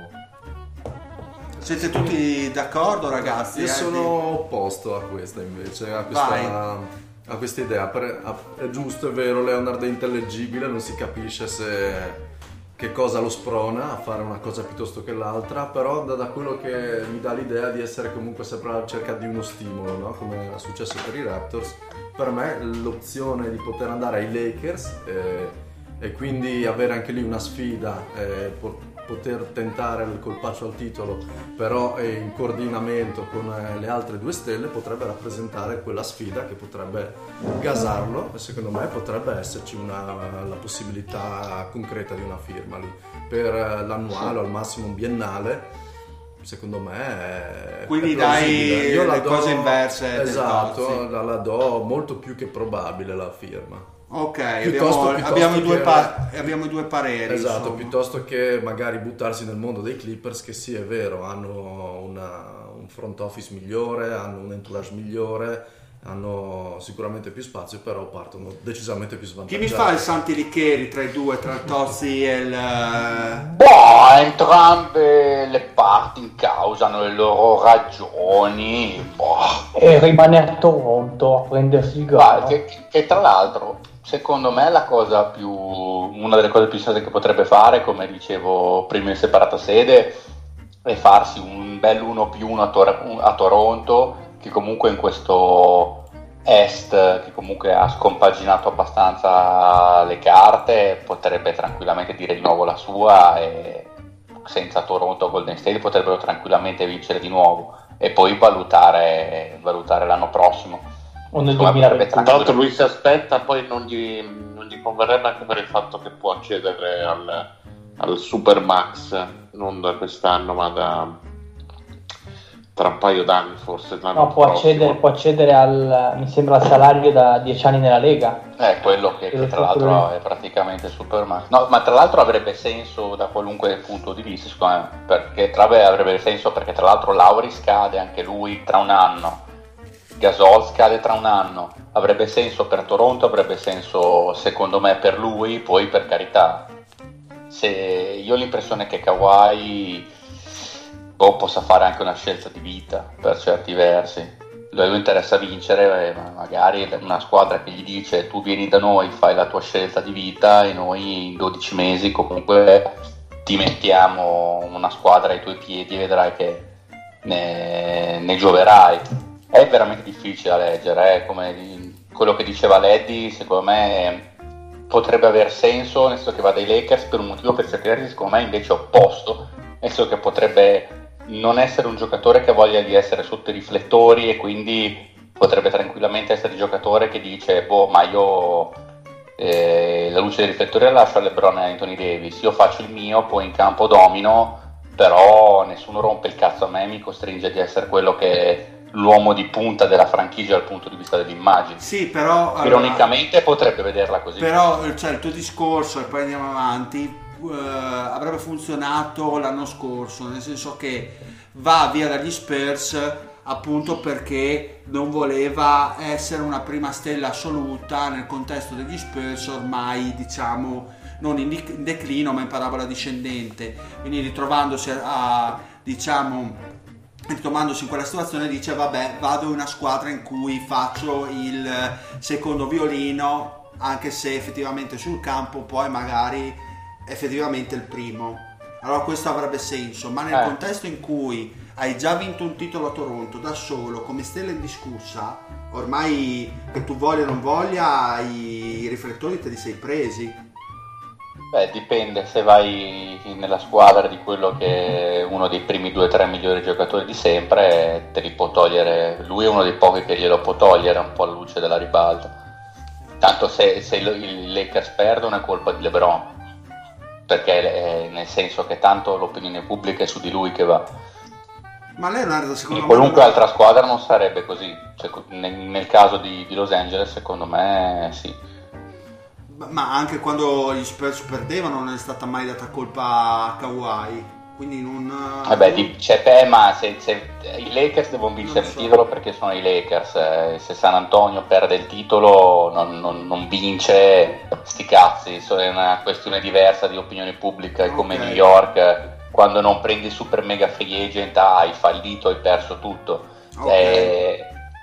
Siete tutti d'accordo, ragazzi? Io sono opposto a questa invece, a ha questa idea, è giusto, è vero, Leonard è intellegibile, non si capisce che cosa lo sprona a fare una cosa piuttosto che l'altra, però da quello che mi dà l'idea di essere comunque sempre alla ricerca di uno stimolo, no? Come è successo per i Raptors. Per me l'opzione di poter andare ai Lakers e quindi avere anche lì una sfida, poter tentare il colpaccio al titolo, però in coordinamento con le altre due stelle, potrebbe rappresentare quella sfida che potrebbe gasarlo, e secondo me potrebbe esserci la possibilità concreta di una firma lì per l'annuale o al massimo un biennale. Secondo me quindi dai io le cose inverse, esatto, la do molto più che probabile la firma. Ok, abbiamo i due pareri. Esatto, insomma. Piuttosto che magari buttarsi nel mondo dei Clippers, che sì, è vero, hanno un front office migliore, hanno un entourage migliore, hanno sicuramente più spazio, però partono decisamente più svantaggiati. Chi mi fa il Santi Licheri tra i due, tra il Tozzi e il... entrambe le parti incausano le loro ragioni. E rimane a Toronto a prendersi il garo. Che tra l'altro, secondo me, una delle cose più state che potrebbe fare, come dicevo prima in separata sede, è farsi un bel 1+1 a Toronto, che comunque in questo Est, che comunque ha scompaginato abbastanza le carte, potrebbe tranquillamente dire di nuovo la sua, e senza Toronto o Golden State potrebbero tranquillamente vincere di nuovo, e poi valutare l'anno prossimo. O nel 2020. Tra l'altro lui si aspetta, poi non gli converrebbe anche per il fatto che può accedere al Supermax, non da quest'anno ma tra un paio d'anni forse. No, può accedere al, mi sembra, al salario da 10 anni nella Lega. Quello che tra l'altro è praticamente Supermax. No, ma tra l'altro avrebbe senso da qualunque punto di vista, secondo me, perché avrebbe senso perché tra l'altro Lauri scade anche lui tra un anno, Gasol scade tra un anno, avrebbe senso per Toronto, avrebbe senso secondo me per lui. Poi, per carità, se io ho l'impressione che Kawhi possa fare anche una scelta di vita per certi versi. Lui interessa vincere, magari una squadra che gli dice tu vieni da noi, fai la tua scelta di vita e noi in 12 mesi comunque ti mettiamo una squadra ai tuoi piedi e vedrai che ne gioverai. È veramente difficile da leggere, come quello che diceva Leddy, secondo me potrebbe aver senso, nel senso che va dai Lakers per un motivo per certi versi secondo me invece opposto, nel senso che potrebbe non essere un giocatore che ha voglia di essere sotto i riflettori, e quindi potrebbe tranquillamente essere il giocatore che dice ma io la luce dei riflettori la lascio a LeBron e Anthony Davis, io faccio il mio, poi in campo domino, però nessuno rompe il cazzo a me, mi costringe di essere quello che è l'uomo di punta della franchigia dal punto di vista dell'immagine. Sì, però ironicamente potrebbe vederla così. Però il tuo discorso, e poi andiamo avanti, avrebbe funzionato l'anno scorso, nel senso che va via dagli Spurs appunto perché non voleva essere una prima stella assoluta nel contesto degli Spurs, ormai diciamo non in declino ma in parabola discendente, quindi ritrovandosi in quella situazione dice vabbè, vado in una squadra in cui faccio il secondo violino, anche se effettivamente sul campo poi magari effettivamente il primo. Allora questo avrebbe senso, ma nel contesto in cui hai già vinto un titolo a Toronto da solo, come stella indiscussa, ormai che tu voglia o non voglia i riflettori te li sei presi. Dipende, se vai nella squadra di quello che è uno dei primi 2 o 3 migliori giocatori di sempre, te li può togliere, lui è uno dei pochi che glielo può togliere un po' alla luce della ribalta. Tanto se i Lakers perdono è colpa di LeBron, perché nel senso che tanto l'opinione pubblica è su di lui che va. Ma Leonardo, secondo me qualunque altra squadra non sarebbe così, cioè, nel caso di Los Angeles secondo me sì. Ma anche quando gli Spurs perdevano non è stata mai data colpa a Kawhi, quindi non... ma se i Lakers devono vincere il titolo perché sono i Lakers, se San Antonio perde il titolo non vince, sti cazzi, è una questione diversa di opinione pubblica, come New York, quando non prendi super mega free agent hai fallito, hai perso tutto.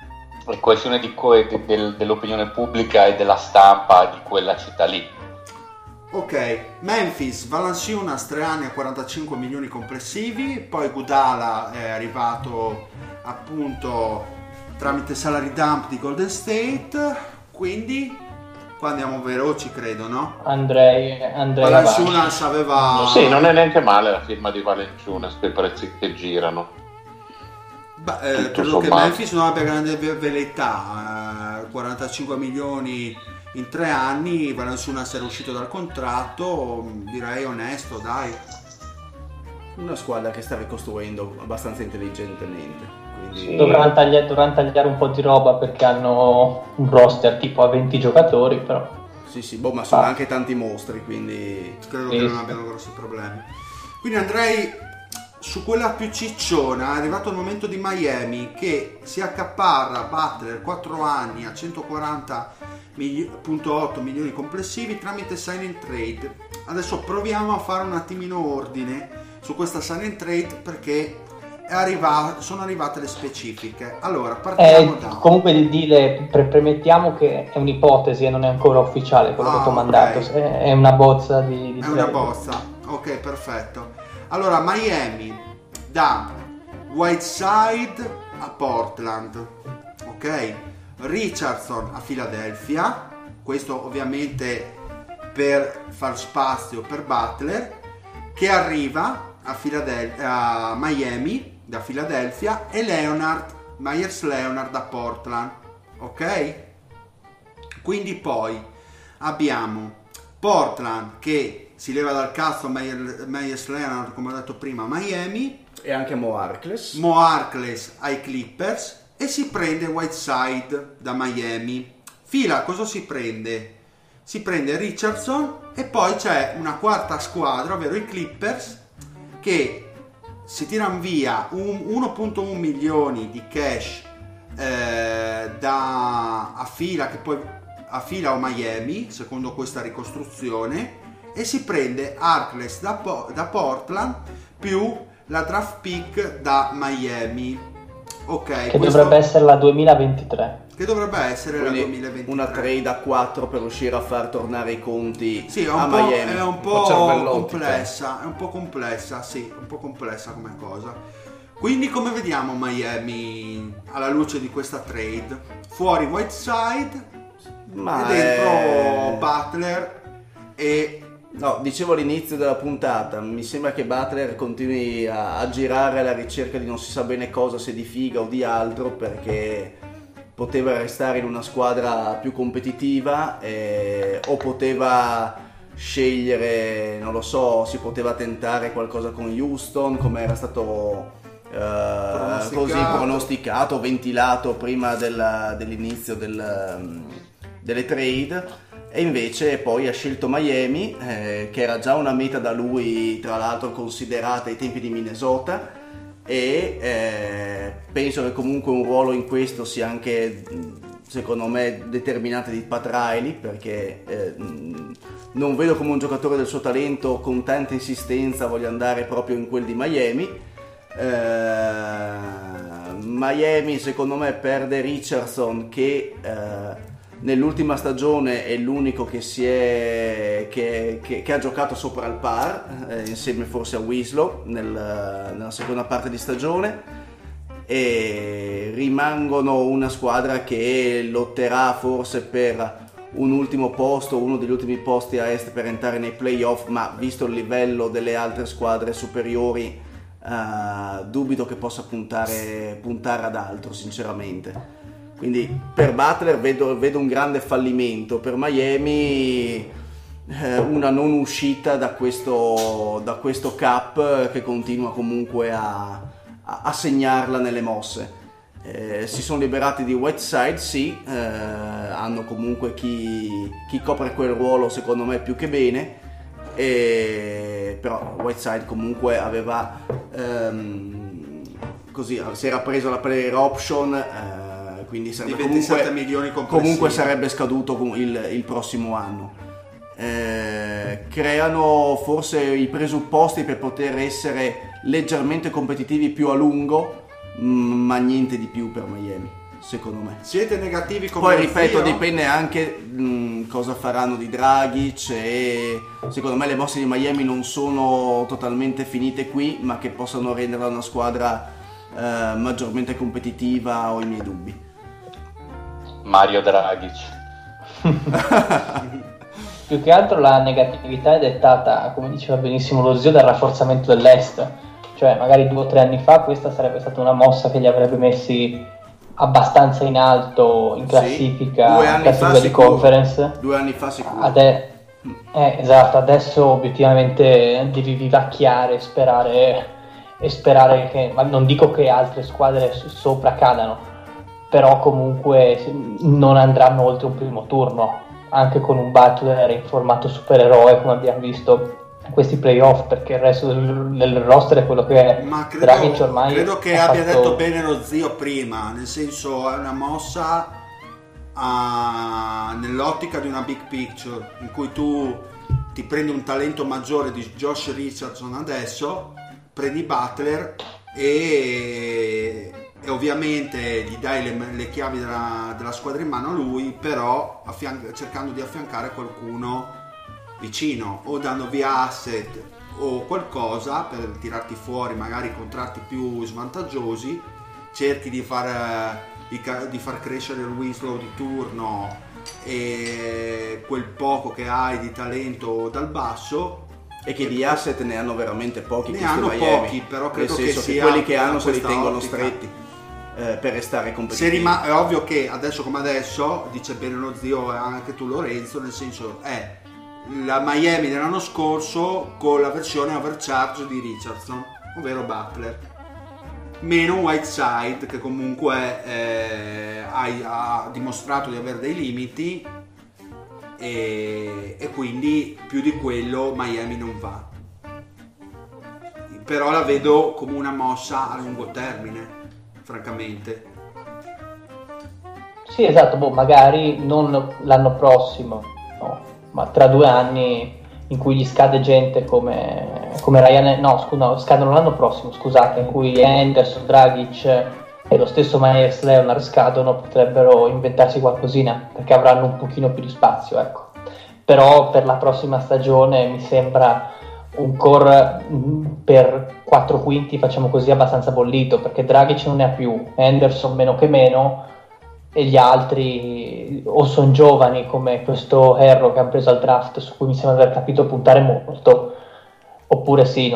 coesione dell'opinione pubblica e della stampa di quella città lì. Ok, Memphis, Valanciunas 3 anni a 45 milioni complessivi, poi Iguodala è arrivato appunto tramite salary dump di Golden State, quindi qua andiamo veloci credo, no? Andrei Valanciunas aveva... Sì, non è neanche male la firma di Valanciunas per i prezzi che girano. Credo che Memphis non abbia grande velleità, 45 milioni in 3 anni, Valanciunas era uscito dal contratto, direi onesto, dai. Una squadra che sta ricostruendo abbastanza intelligentemente. Quindi... Sì. Dovranno tagliare un po' di roba perché hanno un roster tipo a 20 giocatori, però. Sì, ma sono anche tanti mostri, quindi... Credo che non abbiano grossi problemi. Quindi andrei su quella più cicciona. È arrivato il momento di Miami che si accaparra Butler 4 anni a 140,8 milioni complessivi tramite sign and trade. Adesso proviamo a fare un attimino ordine su questa sign and trade perché sono arrivate le specifiche. Allora partiamo da... Comunque di dire, premettiamo che è un'ipotesi e non è ancora ufficiale quello che ti ho mandato, è una bozza di una bozza, ok, perfetto. Allora Miami da Whiteside a Portland, ok, Richardson a Philadelphia, questo ovviamente per far spazio per Butler che arriva a Miami da Philadelphia e Myers Leonard da Portland, ok? Quindi poi abbiamo Portland che si leva dal cazzo Myers Leonard, come ho detto prima, Miami, e anche Mo Harkless ai Clippers, e si prende Whiteside da Miami. Fila cosa si prende? Si prende Richardson e poi c'è una quarta squadra, ovvero i Clippers, che si tirano via 1.1 milioni di cash a Fila, che poi a Fila o Miami secondo questa ricostruzione, e si prende Harkless da Portland più la draft pick da Miami, ok, che dovrebbe essere la 2023. Che dovrebbe essere quindi la 2023. Una trade a 4 per riuscire a far tornare i conti a Miami. È un po' complessa, sì, un po' complessa come cosa. Quindi come vediamo Miami alla luce di questa trade? Fuori Whiteside e dentro Butler e... No, dicevo all'inizio della puntata, mi sembra che Butler continui a girare alla ricerca di non si sa bene cosa, se di figa o di altro, perché poteva restare in una squadra più competitiva o poteva scegliere, non lo so, si poteva tentare qualcosa con Houston, come era stato così pronosticato, ventilato prima dell'inizio delle trade. E invece poi ha scelto Miami, che era già una meta da lui, tra l'altro considerata ai tempi di Minnesota, e penso che comunque un ruolo in questo sia anche, secondo me, determinante di Pat Riley, perché non vedo come un giocatore del suo talento con tanta insistenza voglia andare proprio in quel di Miami. Miami secondo me perde Richardson, che nell'ultima stagione è l'unico che ha giocato sopra il par, insieme forse a Winslow nella seconda parte di stagione, e rimangono una squadra che lotterà forse per un ultimo posto, uno degli ultimi posti a est per entrare nei playoff, ma visto il livello delle altre squadre superiori dubito che possa puntare ad altro, sinceramente. Quindi per Butler vedo un grande fallimento, per Miami una non uscita da questo cap che continua comunque a segnarla nelle mosse. Si sono liberati di Whiteside, sì, hanno comunque chi copre quel ruolo secondo me più che bene, però Whiteside comunque aveva si era preso la player option, quindi sarebbe comunque sarebbe scaduto il prossimo anno. Creano forse i presupposti per poter essere leggermente competitivi più a lungo, ma niente di più per Miami. secondo me. Siete negativi come poi ripeto, dipende anche cosa faranno di Dragic, e secondo me le mosse di Miami non sono totalmente finite qui, ma che possano renderla una squadra maggiormente competitiva. Ho i miei dubbi. Mario Dragic. Più che altro la negatività è dettata, come diceva benissimo lo zio, dal rafforzamento dell'Est. Cioè magari 2 o 3 anni fa questa sarebbe stata una mossa che li avrebbe messi abbastanza in alto in classifica, classifica di conference. 2 anni fa sicuro. Esatto, adesso obiettivamente devi vivacchiare e sperare che, ma non dico che altre squadre sopra cadano, però comunque non andranno oltre un primo turno, anche con un Butler in formato supereroe come abbiamo visto in questi playoff, perché il resto del roster è quello che è. Ma credo che abbia detto bene lo zio prima, nel senso è una mossa nell'ottica di una big picture in cui tu ti prendi un talento maggiore di Josh Richardson adesso, prendi Butler e ovviamente gli dai le chiavi della squadra in mano a lui, però cercando di affiancare qualcuno vicino, o dando via asset o qualcosa per tirarti fuori magari contratti più svantaggiosi, cerchi di far crescere il Winslow di turno e quel poco che hai di talento dal basso. E che di asset ne hanno veramente pochi. Ne hanno pochi, però credo che sia quelli che hanno se li tengono stretti per restare competitivi. È ovvio che adesso come adesso, dice bene lo zio e anche tu Lorenzo, nel senso è la Miami dell'anno scorso con la versione overcharge di Richardson, ovvero Butler, meno Whiteside che comunque ha dimostrato di avere dei limiti, e quindi più di quello Miami non va. Però la vedo come una mossa a lungo termine, francamente. Sì, esatto, magari non l'anno prossimo, no, ma tra 2 anni in cui gli scade gente come Ryan, scadono l'anno prossimo, scusate, in cui Anderson, Dragic e lo stesso Myers Leonard scadono, potrebbero inventarsi qualcosina perché avranno un pochino più di spazio, ecco. Però per la prossima stagione mi sembra un core per 4 quinti, facciamo così, abbastanza bollito, perché Dragic non ne ha più, Anderson meno che meno, e gli altri o sono giovani come questo Herro che hanno preso al draft, su cui mi sembra aver capito puntare molto, oppure sì,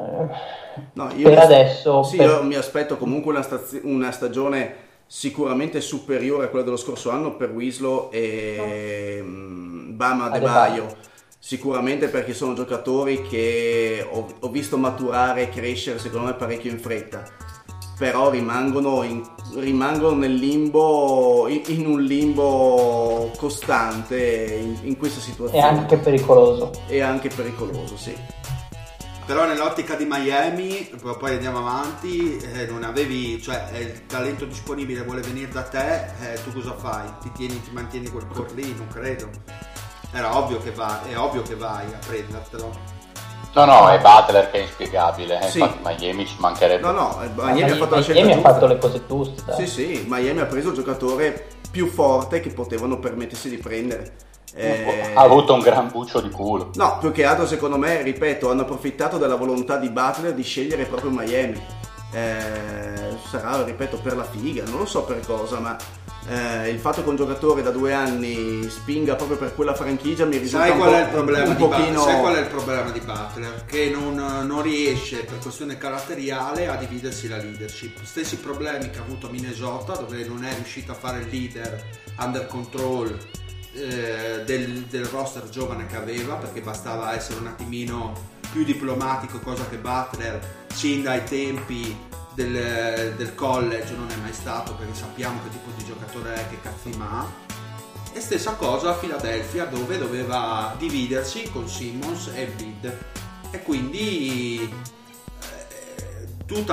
adesso io mi aspetto comunque una stagione sicuramente superiore a quella dello scorso anno per Winslow e Bam Adebayo, sicuramente, perché sono giocatori che ho visto maturare e crescere secondo me parecchio in fretta, però rimangono nel limbo, in un limbo costante in questa situazione. È anche pericoloso, sì. Però nell'ottica di Miami, poi andiamo avanti, non avevi, cioè il talento disponibile vuole venire da te, tu cosa fai? Ti mantieni quel core lì? Non credo. Era ovvio che vai a prendertelo. No, è Butler che è inspiegabile, sì. Infatti Miami ci mancherebbe. Miami ha fatto la scelta Miami giusta. Ha fatto le cose giuste. Sì, Miami ha preso il giocatore più forte che potevano permettersi di prendere. Ha avuto un gran buccio di culo. No, più che altro secondo me, ripeto, hanno approfittato della volontà di Butler di scegliere proprio Miami. Sarà, ripeto, per la figa, non lo so per cosa, ma il fatto che un giocatore da 2 anni spinga proprio per quella franchigia mi risulta Sai qual è il problema di Butler? Che non riesce per questione caratteriale a dividersi la leadership. Stessi problemi che ha avuto a Minnesota, dove non è riuscito a fare il leader under control del roster giovane che aveva, perché bastava essere un attimino più diplomatico, cosa che Butler sin dai tempi del college non è mai stato, perché sappiamo che tipo di giocatore è, che cazzi ha. E stessa cosa a Philadelphia, dove doveva dividersi con Simmons e Embiid, e quindi tutta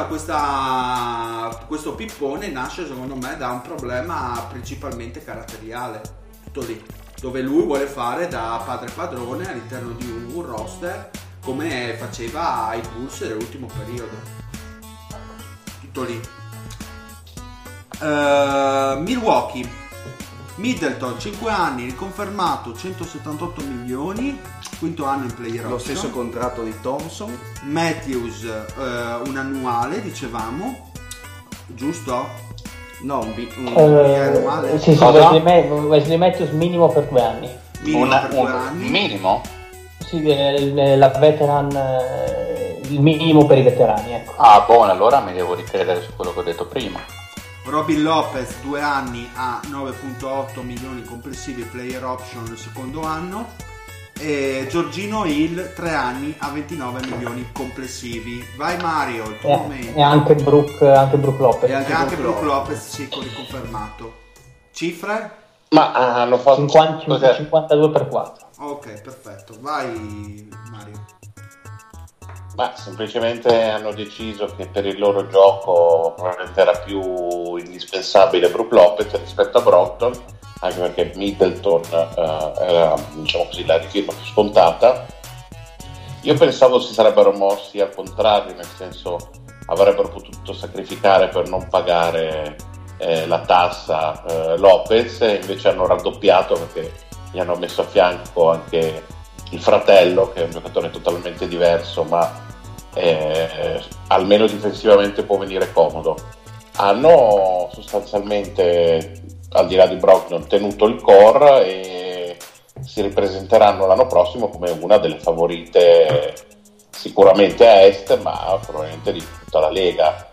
questo pippone nasce secondo me da un problema principalmente caratteriale, tutto lì, dove lui vuole fare da padre padrone all'interno di un roster come faceva ai Bulls nell'ultimo periodo, tutto lì. Milwaukee, Middleton 5 anni, riconfermato 178 milioni, quinto anno in player option. Lo stesso contratto di Thompson. Matthews un annuale, dicevamo, giusto? No, annuale. Sì, Wesley Matthews minimo per 2 anni. Minimo? Sì, la veteran, il minimo per i veterani, ecco. Ah, buono, allora mi devo ricredere su quello che ho detto prima. Robin Lopez 2 anni a 9.8 milioni complessivi player option il secondo anno, e Giorgino Hill 3 anni a 29 milioni complessivi. Vai Mario, il tuo momento. E anche Brook Lopez. E anche Brook Lopez, sì, riconfermato. Cifre? Ma hanno fatto 52 per 4. Ok, perfetto. Vai Mario. Ma semplicemente hanno deciso che per il loro gioco probabilmente era più indispensabile Brook Lopez rispetto a Brogdon, anche perché Middleton era, diciamo così, la rifirma più scontata. Io pensavo si sarebbero mossi al contrario, nel senso avrebbero potuto sacrificare per non pagare la tassa Lopez, e invece hanno raddoppiato perché gli hanno messo a fianco anche il fratello, che è un giocatore totalmente diverso, ma almeno difensivamente può venire comodo. Hanno sostanzialmente, al di là di Brogdon, tenuto il core e si ripresenteranno l'anno prossimo come una delle favorite sicuramente a est, ma probabilmente di tutta la Lega.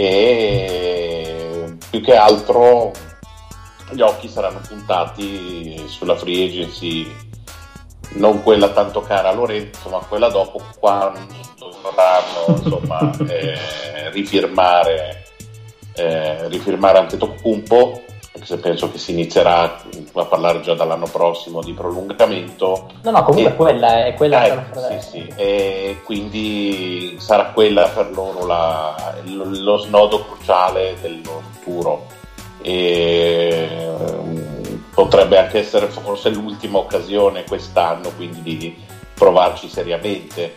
E più che altro gli occhi saranno puntati sulla free agency, non quella tanto cara a Lorenzo, ma quella dopo, quando dovranno insomma rifirmare Antetokounmpo, anche se penso che si inizierà a parlare già dall'anno prossimo di prolungamento. No, comunque è quella sì, e quindi sarà quella per loro lo snodo cruciale del loro futuro, e potrebbe anche essere forse l'ultima occasione quest'anno, quindi di provarci seriamente,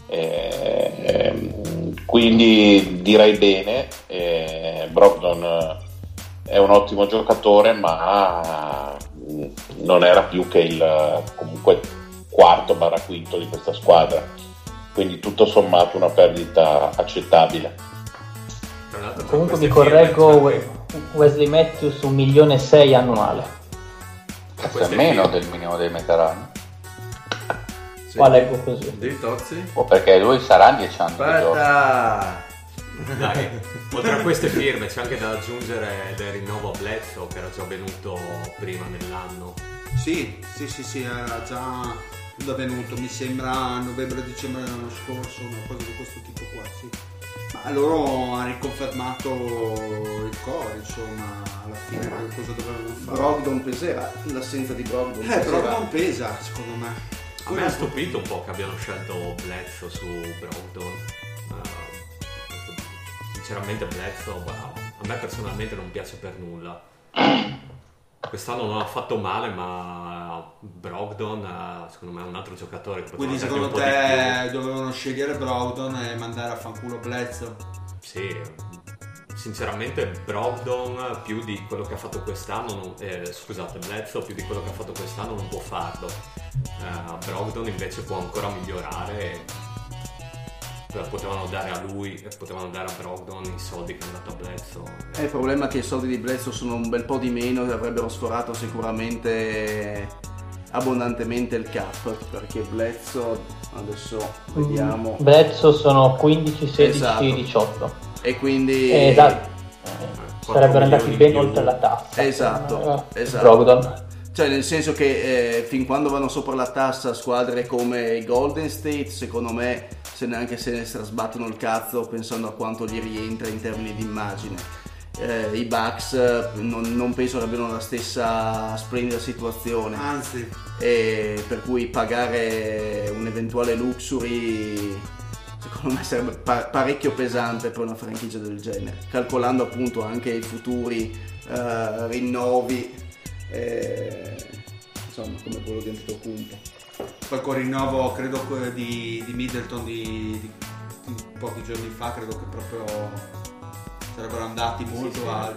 quindi direi bene. Brogdon è un ottimo giocatore, ma non era più che il comunque quarto/quinto di questa squadra, quindi tutto sommato una perdita accettabile. Comunque vi correggo, Wesley Matthews 1,6 milioni annuale. Questo è meno del minimo dei veterani. Sì. Qua leggo così. Dei Tozzi? O perché lui sarà 10 anni di gioco. Dai, oltre a queste firme c'è anche da aggiungere del rinnovo a Bledsoe, che era già venuto prima nell'anno. Sì, era già venuto, mi sembra a novembre-dicembre dell'anno scorso, una cosa di questo tipo qua, sì. Ma loro hanno riconfermato il core, insomma, alla fine cosa dovevano fare. Brogdon peserà, l'assenza di Brogdon Brogdon pesa, secondo me. A me ha stupito un po' che abbiano scelto Bledsoe su Brogdon. Sinceramente Bledsoe a me personalmente non piace per nulla. Quest'anno non ha fatto male, ma Brogdon secondo me è un altro giocatore che quindi secondo te dovevano scegliere Brogdon e mandare a fanculo Bledsoe? Sì, sinceramente Brogdon più di quello che ha fatto quest'anno Bledsoe più di quello che ha fatto quest'anno non può farlo. Brogdon invece può ancora migliorare, potevano dare a lui, potevano dare a Brogdon i soldi che hanno dato a Bledsoe. Il problema è che i soldi di Bledsoe sono un bel po' di meno e avrebbero sforato sicuramente abbondantemente il cap, perché Bledsoe adesso vediamo, Bledsoe sono 15, 16, esatto. 18 e quindi sarebbero andati ben oltre la tassa. Esatto. Brogdon. Cioè, nel senso che fin quando vanno sopra la tassa squadre come i Golden State, secondo me, se neanche se ne strasbattono il cazzo pensando a quanto gli rientra in termini di immagine. I Bucks non penso che abbiano la stessa splendida situazione. Anzi. E per cui pagare un eventuale luxury secondo me sarebbe parecchio pesante per una franchigia del genere, calcolando appunto anche i futuri rinnovi. Insomma, come quello di Antetokounmpo. Poi con il rinnovo credo di Middleton di pochi giorni fa, credo che proprio sarebbero andati molto alti.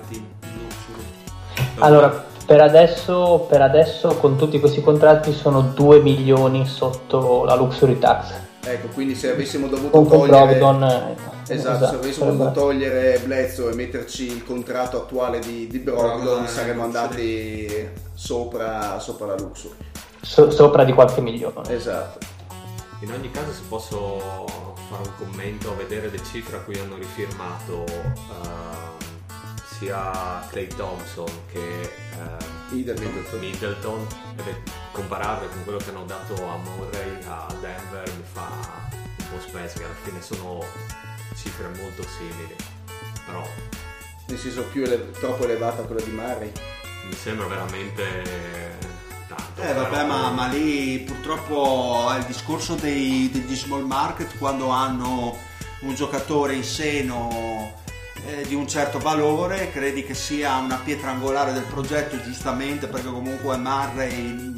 Allora, per adesso con tutti questi contratti sono 2 milioni sotto la luxury tax. Ecco, quindi se avessimo dovuto togliere Brogdon, esatto, se avessimo dovuto togliere Bledsoe e metterci il contratto attuale di Brogdon, saremmo andati sopra la luxury. Sopra di qualche milione. Esatto. In ogni caso, se posso fare un commento, vedere le cifre a cui hanno rifirmato sia Klay Thompson che Middleton, e compararle con quello che hanno dato a Murray a Denver mi fa un po' specie, che alla fine sono cifre molto simili, però nel senso troppo elevata quella di Murray mi sembra veramente tanto. Vabbè, ma lì purtroppo è il discorso degli small market, quando hanno un giocatore in seno di un certo valore, credi che sia una pietra angolare del progetto, giustamente, perché comunque Murray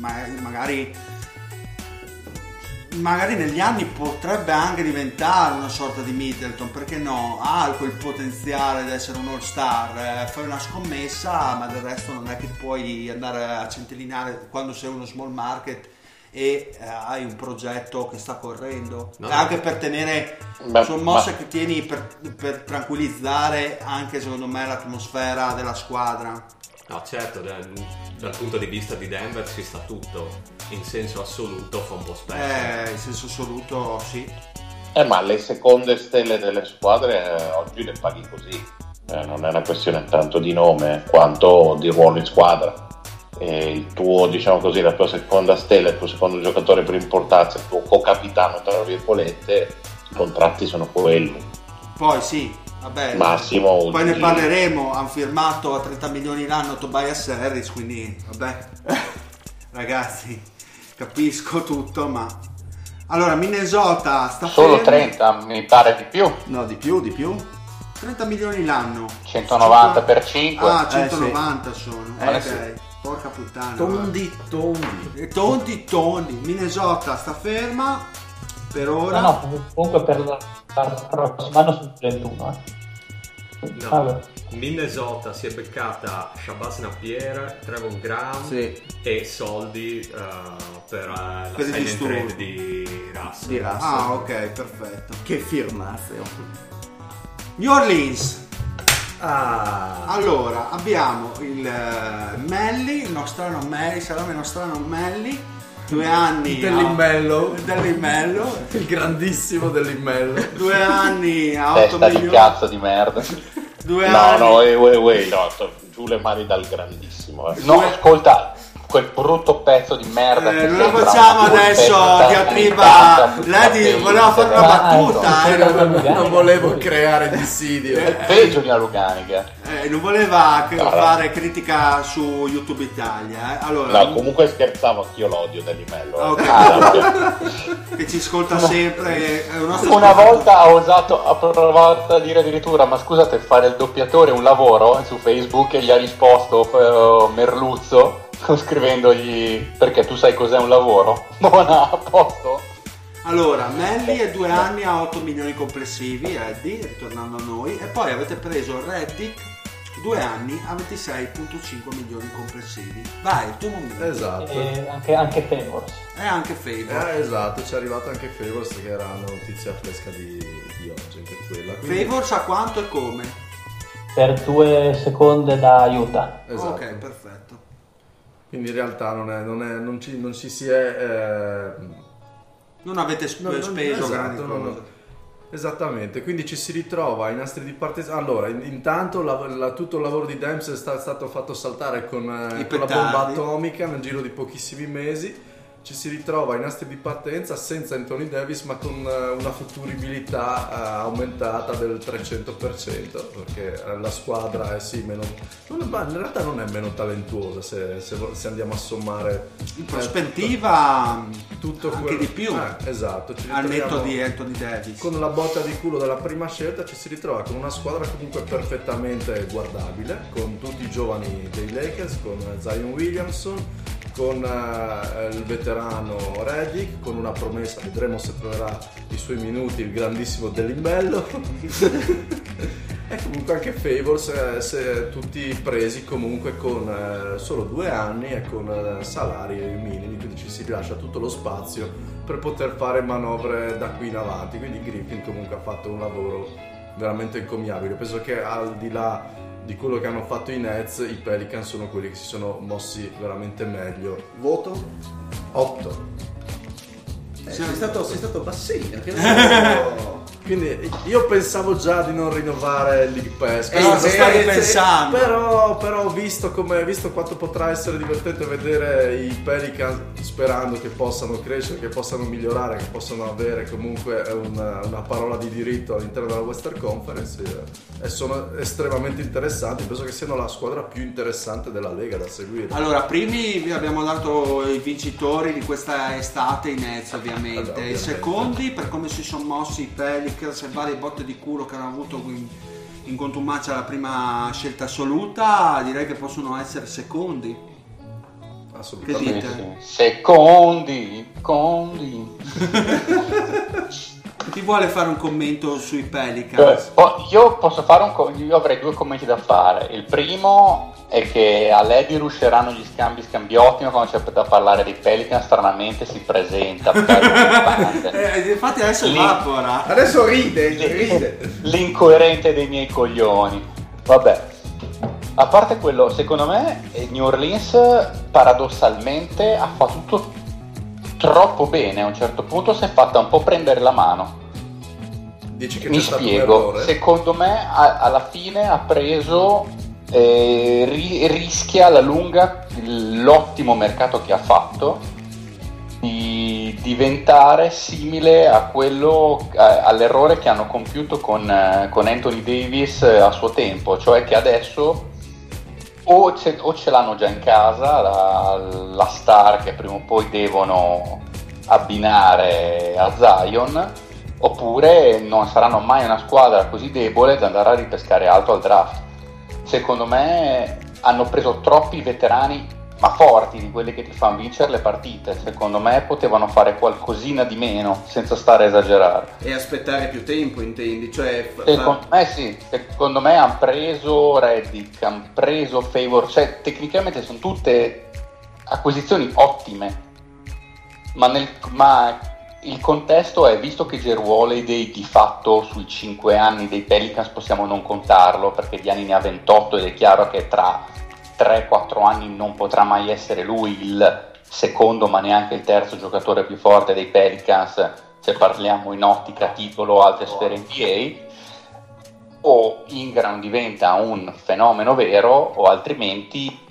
magari negli anni potrebbe anche diventare una sorta di Middleton, perché no, ha quel potenziale di essere un all star, fai una scommessa, ma del resto non è che puoi andare a centellinare quando sei uno small market e hai un progetto che sta correndo, anche per tenere sono mosse che tieni per tranquillizzare anche, secondo me, l'atmosfera della squadra. No, certo, dal punto di vista di Denver ci sta tutto, in senso assoluto fa un po' specie. In senso assoluto sì. Ma le seconde stelle delle squadre oggi le paghi così, non è una questione tanto di nome quanto di ruolo in squadra. Il tuo, diciamo così, la tua seconda stella, il tuo secondo giocatore per importanza, il tuo co-capitano tra virgolette, i contratti sono quelli. Poi sì, vabbè, massimo poi ne parleremo. Hanno firmato a 30 milioni l'anno Tobias Harris, quindi vabbè ragazzi, capisco tutto, ma allora Minnesota sta solo fermi. 30 mi pare di più. No, di più 30 milioni l'anno, 190 per 5. 190 sono ok. Sì. Porca puttana. Tondi. Minnesota sta ferma per ora. No, comunque per la prossima anno sono 31. No. Minnesota si è beccata Shabazz Napier, Trevon Graham e soldi per la sign and trade di Russell. Ah, ok, perfetto. Che firmazio. New Orleans. Allora abbiamo il Melli, il nostrano Melli, salame nostrano Melli, 2 anni dell'immello, il grandissimo dell'immello, 2 anni a 8 testa milioni di cazzo di merda. 2 anni. No, giù le mani dal grandissimo. No, ascolta, quel brutto pezzo di merda che non lo facciamo adesso, diatriba. Lei voleva fare una battuta, non volevo creare dissidio. Peggio di una Luganica. Non voleva fare critica su YouTube Italia. Allora, no, comunque scherzavo, anch'io l'odio dell'Imello. Che ci ascolta sempre. Una volta ha provato a dire addirittura: ma scusate, fare il doppiatore è un lavoro, su Facebook, e gli ha risposto Merluzzo scrivendogli: perché tu sai cos'è un lavoro? Buona, a posto. Allora, Melli è 2 anni a 8 milioni complessivi, Eddie, ritornando a noi, e poi avete preso Reddick, 2 anni a 26,5 milioni complessivi. Vai, il tuo momento. Esatto. E anche Favors. Anche Favors. Esatto, ci è arrivato anche Favors, che era una notizia fresca di oggi, anche quella. Quindi... Favors a quanto e come? Per 2 seconde da Utah. Esatto. Ok, perfetto. Quindi in realtà non ci si è... non avete speso grandi cose. Esattamente, quindi ci si ritrova ai nastri di partenza. Allora, intanto tutto il lavoro di Demps è stato fatto saltare con la bomba atomica nel giro di pochissimi mesi. Ci si ritrova ai nastri di partenza senza Anthony Davis, ma con una futuribilità aumentata del 300%, perché la squadra è in realtà non è meno talentuosa se andiamo a sommare in prospettiva tutto anche di più. Esatto, al netto di Anthony Davis. Con la botta di culo della prima scelta ci si ritrova con una squadra comunque perfettamente guardabile, con tutti i giovani dei Lakers, con Zion Williamson, con il veterano Reddick, con una promessa, vedremo se troverà i suoi minuti, il grandissimo Dell'imbello. E comunque anche Favors tutti presi comunque con solo 2 anni e con salari minimi, quindi ci si lascia tutto lo spazio per poter fare manovre da qui in avanti. Quindi Griffin comunque ha fatto un lavoro veramente encomiabile. Penso che al di là di quello che hanno fatto i Nets, i Pelicans sono quelli che si sono mossi veramente meglio. Voto? 8. Sei stato bassino. Quindi io pensavo già di non rinnovare il League Pass, pensando. però visto quanto potrà essere divertente vedere i Pelicans, sperando che possano crescere, che possano migliorare, che possano avere comunque una parola di diritto all'interno della Western Conference, e sono estremamente interessanti. Penso che siano la squadra più interessante della Lega da seguire. Allora, primi vi abbiamo dato i vincitori di questa estate, i Nets ovviamente. I secondi, per come si sono mossi i Pelicans e varie botte di culo che hanno avuto in contumacia la prima scelta assoluta, direi che possono essere secondi. Assolutamente. Che dite? Secondi. Chi vuole fare un commento sui Pelicans? Io posso fare io avrei 2 commenti da fare. Il primo è che a Lady rusceranno gli scambiotti, ma quando c'è da parlare dei Pelicans stranamente si presenta infatti adesso evapora, adesso ride l'incoerente dei miei coglioni. Vabbè, a parte quello, secondo me New Orleans paradossalmente ha fatto tutto troppo bene. A un certo punto si è fatta un po' prendere la mano. Dici che mi spiego, secondo me alla fine ha preso rischia alla lunga l'ottimo mercato che ha fatto di diventare simile a quello all'errore che hanno compiuto con Anthony Davis a suo tempo, cioè che adesso o ce l'hanno già in casa la star che prima o poi devono abbinare a Zion, oppure non saranno mai una squadra così debole da andare a ripescare alto al draft. Secondo me hanno preso troppi veterani, ma forti, di quelli che ti fanno vincere le partite. Secondo me potevano fare qualcosina di meno, senza stare a esagerare. E aspettare più tempo, intendi? Cioè, secondo me sì, secondo me hanno preso Redick, hanno preso Favor, cioè tecnicamente sono tutte acquisizioni ottime, ma il contesto è, visto che Jrue Holiday di fatto sui 5 anni dei Pelicans possiamo non contarlo, perché di anni ne ha 28 ed è chiaro che tra 3-4 anni non potrà mai essere lui il secondo ma neanche il terzo giocatore più forte dei Pelicans, se parliamo in ottica titolo alte sfere NBA, o Ingram diventa un fenomeno vero, o altrimenti,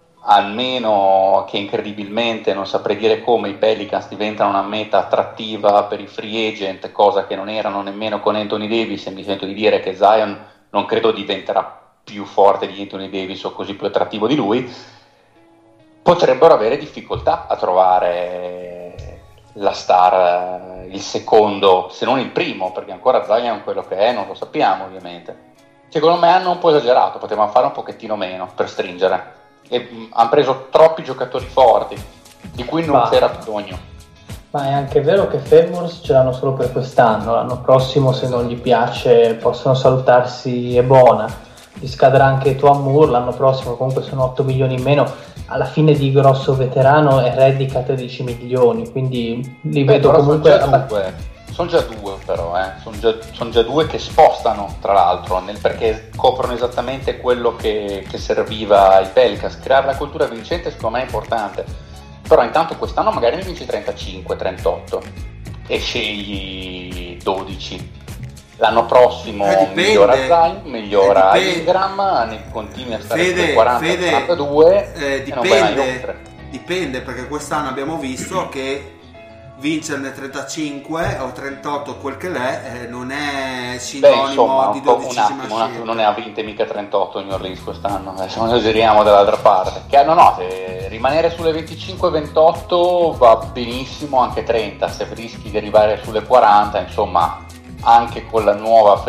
almeno che incredibilmente non saprei dire come, i Pelicans diventano una meta attrattiva per i free agent, cosa che non erano nemmeno con Anthony Davis, e mi sento di dire che Zion non credo diventerà più forte di Anthony Davis o così più attrattivo di lui, potrebbero avere difficoltà a trovare la star, il secondo, se non il primo, perché ancora Zion quello che è non lo sappiamo ovviamente. Secondo me hanno un po' esagerato, potevano fare un pochettino meno per stringere, e hanno preso troppi giocatori forti di cui non c'era bisogno. Ma è anche vero che Favors ce l'hanno solo per quest'anno, l'anno prossimo se non gli piace possono salutarsi e buona. Gli scadrà anche Tuan Moore l'anno prossimo, comunque sono 8 milioni in meno, alla fine di grosso veterano è Redick a 13 milioni, quindi li vedo comunque... Sono già due però, sono già due che spostano tra l'altro, perché coprono esattamente quello che serviva ai Pelicans. Creare la cultura vincente secondo me è importante, però intanto quest'anno magari ne vinci 35-38 e scegli 12. L'anno prossimo migliora Zion, migliora Ingram, ne continui a stare sulle 40-42 e non vai mai oltre. Dipende, perché quest'anno abbiamo visto che vincerne 35 o 38, quel che l'è, non è sinonimo di 12esima scelta. Non ne ha vinte mica 38 New Orleans quest'anno, adesso non esageriamo dall'altra parte. Che se rimanere sulle 25-28 va benissimo anche 30, se rischi di arrivare sulle 40, insomma, anche con la nuova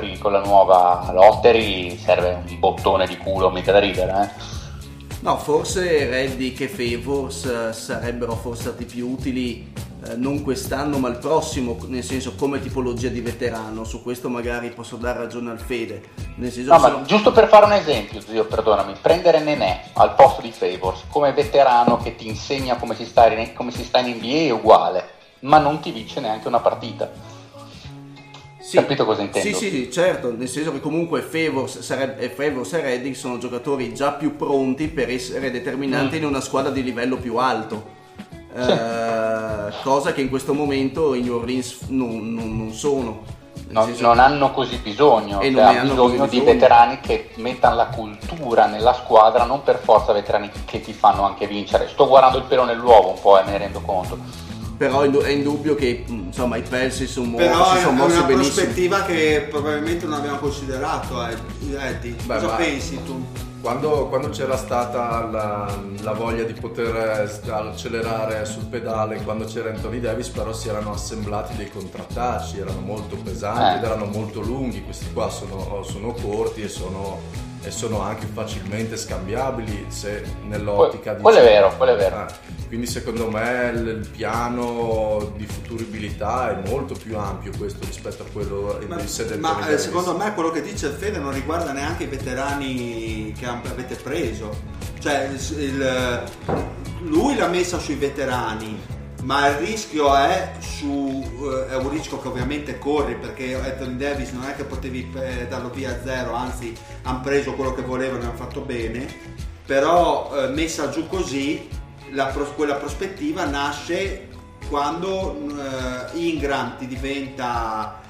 lottery serve un bottone di culo, mica da ridere, No, forse Redick e Favors sarebbero forse stati più utili non quest'anno ma il prossimo, nel senso come tipologia di veterano. Su questo magari posso dare ragione al Fede, nel senso ma giusto per fare un esempio, zio, perdonami, prendere Nenè al posto di Favors come veterano che ti insegna come si sta in NBA è uguale, ma non ti vince neanche una partita. Sì, capito cosa intendo? Sì, certo, nel senso che comunque Favors e Redding sono giocatori già più pronti per essere determinanti in una squadra di livello più alto. Cosa che in questo momento i New Orleans non sono. Non hanno così bisogno, cioè hanno bisogno di veterani che mettano la cultura nella squadra, non per forza veterani che ti fanno anche vincere. Sto guardando il pelo nell'uovo un po' e me ne rendo conto. Però è indubbio che insomma i Pels si sono mossi benissimo. Però è una benissimo. Prospettiva che probabilmente non abbiamo considerato, Eddie. Cosa pensi tu? Quando c'era stata la voglia di poter accelerare sul pedale, quando c'era Anthony Davis, però si erano assemblati dei contrattacci, erano molto pesanti ed erano molto lunghi. Questi qua sono corti e sono anche facilmente scambiabili se nell'ottica di... Quello è vero. Quindi secondo me il piano di futuribilità è molto più ampio questo rispetto a quello di sedentarietà. Ma secondo me quello che dice il Fede non riguarda neanche i veterani che avete preso. Cioè lui l'ha messa sui veterani, ma il rischio è un rischio che ovviamente corri, perché Anthony Davis non è che potevi darlo via a zero, anzi hanno preso quello che volevano e hanno fatto bene, però messa giù così quella prospettiva nasce quando Ingram ti diventa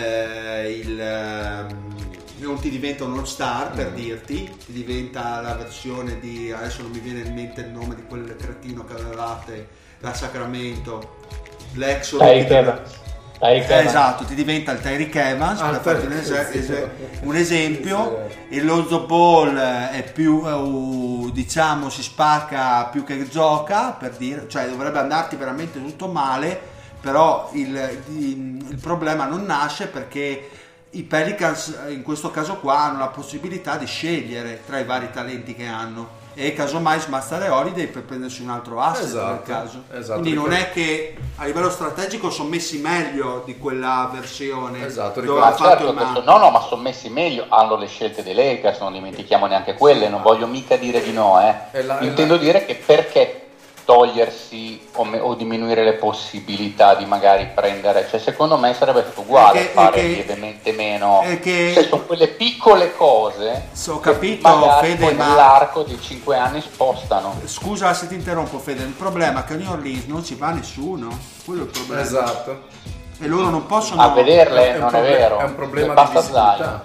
non ti diventa un all-star, per dirti, ti diventa la versione di, adesso non mi viene in mente il nome di quel cretino che avevate da Sacramento, l'ex esatto, ti diventa il Tyreek Evans, per farti un esempio. Il Lonzo Ball è più diciamo si spacca più che gioca, per dire, cioè dovrebbe andarti veramente tutto male, però il problema non nasce perché i Pelicans in questo caso qua hanno la possibilità di scegliere tra i vari talenti che hanno e casomai smazzare Holiday per prendersi un altro asset nel caso. Quindi non è che a livello strategico sono messi meglio di quella versione. Ma sono messi meglio, hanno le scelte dei Lakers, non dimentichiamo neanche quelle, non voglio mica dire di no, intendo dire che perché togliersi o diminuire le possibilità di magari prendere, cioè secondo me sarebbe stato uguale fare lievemente meno, cioè sono quelle piccole cose che magari Fede, poi nell'arco di 5 anni spostano. Scusa se ti interrompo Fede, il problema è che a New Orleans non ci va nessuno, quello è il problema. Esatto. E loro non possono a vederle, non è vero, è un problema di visibilità.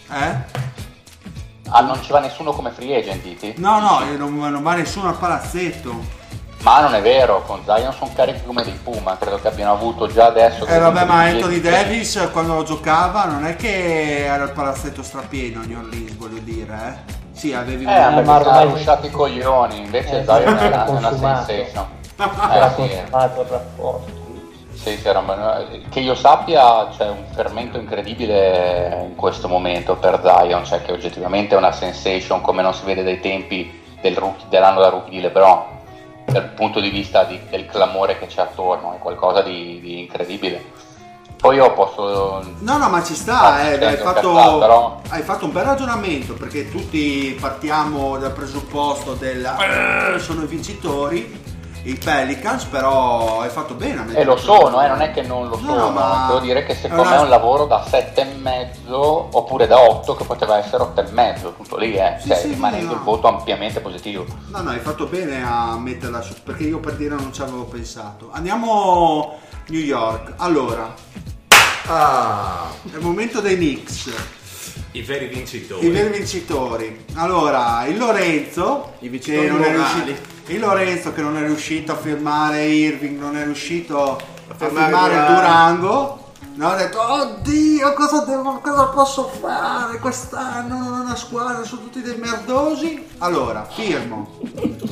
Non ci va nessuno come free agent, dici? No, non va nessuno al palazzetto. Ma non è vero, con Zion sono carichi come dei Puma, credo che abbiano avuto già adesso. Vabbè, ma Anthony Davis quando giocava non è che era il palazzetto strapieno a New Orleans, voglio dire, Sì, avevi perché stanno rusciati i coglioni, invece Zion era una sensation. Era consumato il rapporto. Sì, che io sappia c'è un fermento incredibile in questo momento per Zion, cioè che oggettivamente è una sensation come non si vede dai tempi dell'anno da rookie di LeBron. Dal punto di vista del clamore che c'è attorno, è qualcosa di incredibile. Poi io posso... No, ma ci sta, hai fatto un bel ragionamento, perché tutti partiamo dal presupposto sono i vincitori, i Pelicans, però hai fatto bene. E lo sono, non è che non lo sono, ma devo dire che secondo me è un lavoro da 7,5 oppure da 8 che poteva essere 8,5, tutto lì, rimanendo il voto ampiamente positivo. No, hai fatto bene a metterla su, perché io per dire non ci avevo pensato. Andiamo New York, allora è il momento dei Knicks. I veri vincitori. Allora, il Lorenzo che non è riuscito a firmare Irving, non è riuscito a firmare Durango. Ha detto, oddio, cosa posso fare quest'anno? Non ho una squadra, sono tutti dei merdosi. Allora, firmo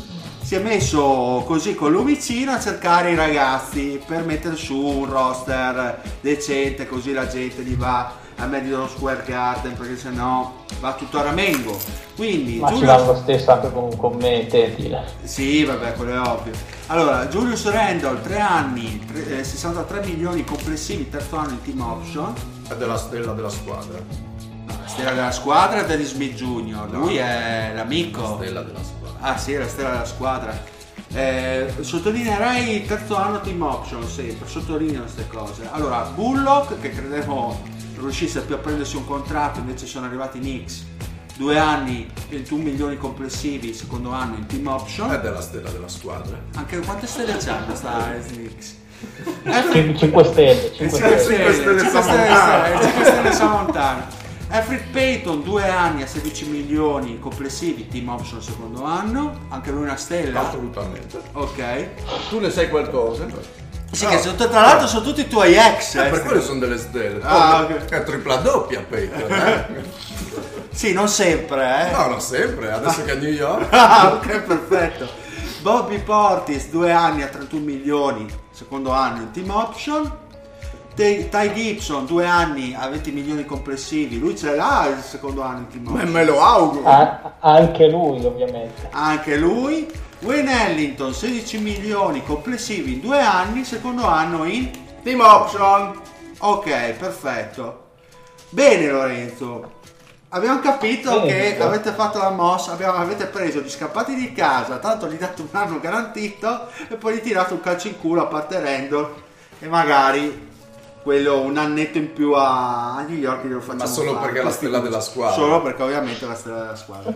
si è messo così con lumicino a cercare i ragazzi per mettere su un roster decente, così la gente gli va a Madison Square Garden, perché sennò va tutto a ramengo. Quindi ma ci va lo stesso anche con me e Teddy. Sì, vabbè, quello è ovvio. Allora, Julius Randle, 3 anni, 63 milioni complessivi, terzo anno in team option. È della stella della squadra. No, la stella della squadra è Dennis Smith Jr., lui è l'amico. La stella della squadra. Ah sì, è la stella della squadra. Sottolineerei terzo anno team option, sempre, sottolineo queste cose. Allora, Bullock, che credevo riuscisse più a prendersi un contratto, invece sono arrivati i Knicks, 2 anni, 21 milioni complessivi, secondo anno in team option. È della stella della squadra. Anche quante stelle c'ha questa Knicks? 5 stelle. 5 stelle Samontano. Alfred Payton, 2 anni a 16 milioni complessivi, team option secondo anno, anche lui una stella. Assolutamente. Ok. Tu ne sai qualcosa? Sì, no. Che tra l'altro sono tutti i tuoi ex. Per quello sono delle stelle. Okay. È tripla doppia Payton. Sì, non sempre, No, non sempre, adesso che è a New York. Ok, perfetto. Bobby Portis, 2 anni a 31 milioni, secondo anno in team option. Ty Gibson, 2 anni a 20 milioni complessivi, lui ce l'ha il secondo anno in team option. Me lo auguro. Anche lui, ovviamente. Anche lui. Wayne Ellington, 16 milioni complessivi in 2 anni, secondo anno in team option. Ok, perfetto. Bene Lorenzo, abbiamo capito che avete fatto la mossa, avete preso gli scappati di casa, tanto gli date un anno garantito e poi gli tirate un calcio in culo a parte Randle e magari quello un annetto in più a New York glielo facciamo. Ma solo fare, perché è la stella della squadra. Solo perché ovviamente è la stella della squadra.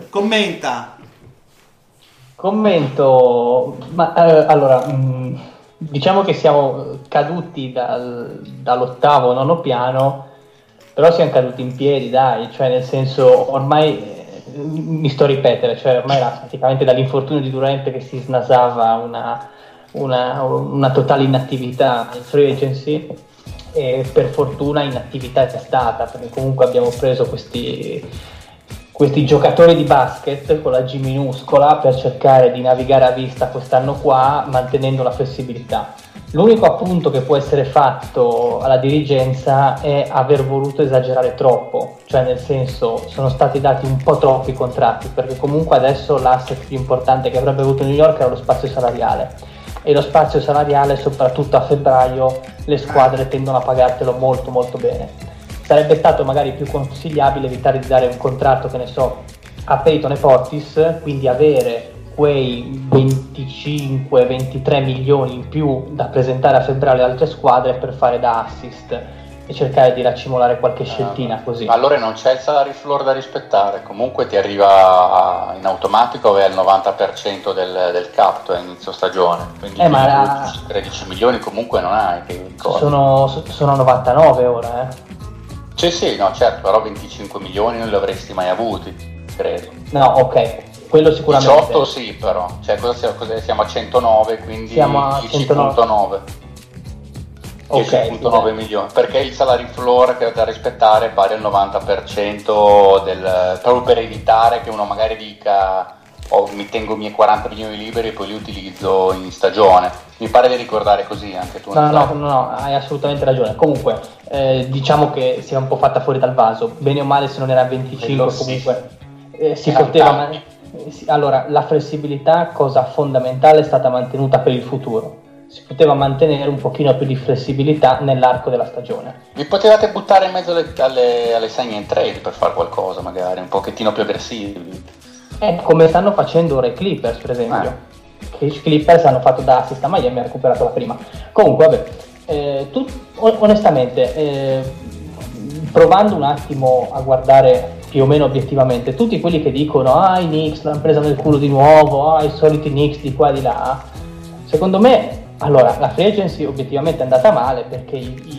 Commento, ma allora diciamo che siamo caduti dall'ottavo, nono piano, però siamo caduti in piedi, dai, cioè nel senso ormai mi sto a ripetere, cioè ormai era praticamente dall'infortunio di Durant che si snasava una totale inattività in free agency, e per fortuna inattività è stata, perché comunque abbiamo preso questi giocatori di basket con la G minuscola per cercare di navigare a vista quest'anno qua, mantenendo la flessibilità. L'unico appunto che può essere fatto alla dirigenza è aver voluto esagerare troppo, cioè nel senso sono stati dati un po' troppi contratti, perché comunque adesso l'asset più importante che avrebbe avuto New York era lo spazio salariale, e lo spazio salariale soprattutto a febbraio le squadre tendono a pagartelo molto molto bene. Sarebbe stato magari più consigliabile evitare di dare un contratto, che ne so, a Payton e Portis, quindi avere quei 25-23 milioni in più da presentare a febbraio alle altre squadre per fare da assist e cercare di raccimolare qualche sceltina così. Allora non c'è il salary floor da rispettare, comunque ti arriva in automatico, vai al 90% del cap a inizio stagione, quindi 13 milioni comunque non hai. Sono a 99 ora, Sì, no, certo, però 25 milioni non li avresti mai avuti, credo. No, ok, quello sicuramente. 18 sì, però, cioè siamo a 109, quindi siamo a 10.9. 10.9 milioni, perché il salary floor che da rispettare è pari al 90% proprio per evitare che uno magari dica mi tengo i miei 40 milioni liberi e poi li utilizzo in stagione. Mi pare di ricordare così anche tu. No, hai assolutamente ragione. Comunque diciamo che si è un po' fatta fuori dal vaso, bene o male, se non era 25 comunque si poteva. Allora, la flessibilità, cosa fondamentale, è stata mantenuta per il futuro. Si poteva mantenere un pochino più di flessibilità nell'arco della stagione. Vi potevate buttare in mezzo alle sign and trade per fare qualcosa, magari un pochettino più aggressivi. Come stanno facendo ora i Clippers, per esempio. Che i Clippers hanno fatto da assist a Miami, ha recuperato la prima. Comunque, vabbè, tu onestamente, provando un attimo a guardare più o meno obiettivamente, tutti quelli che dicono i Knicks l'hanno presa nel culo di nuovo, i soliti Knicks di qua e di là, secondo me, allora, la free agency obiettivamente è andata male perché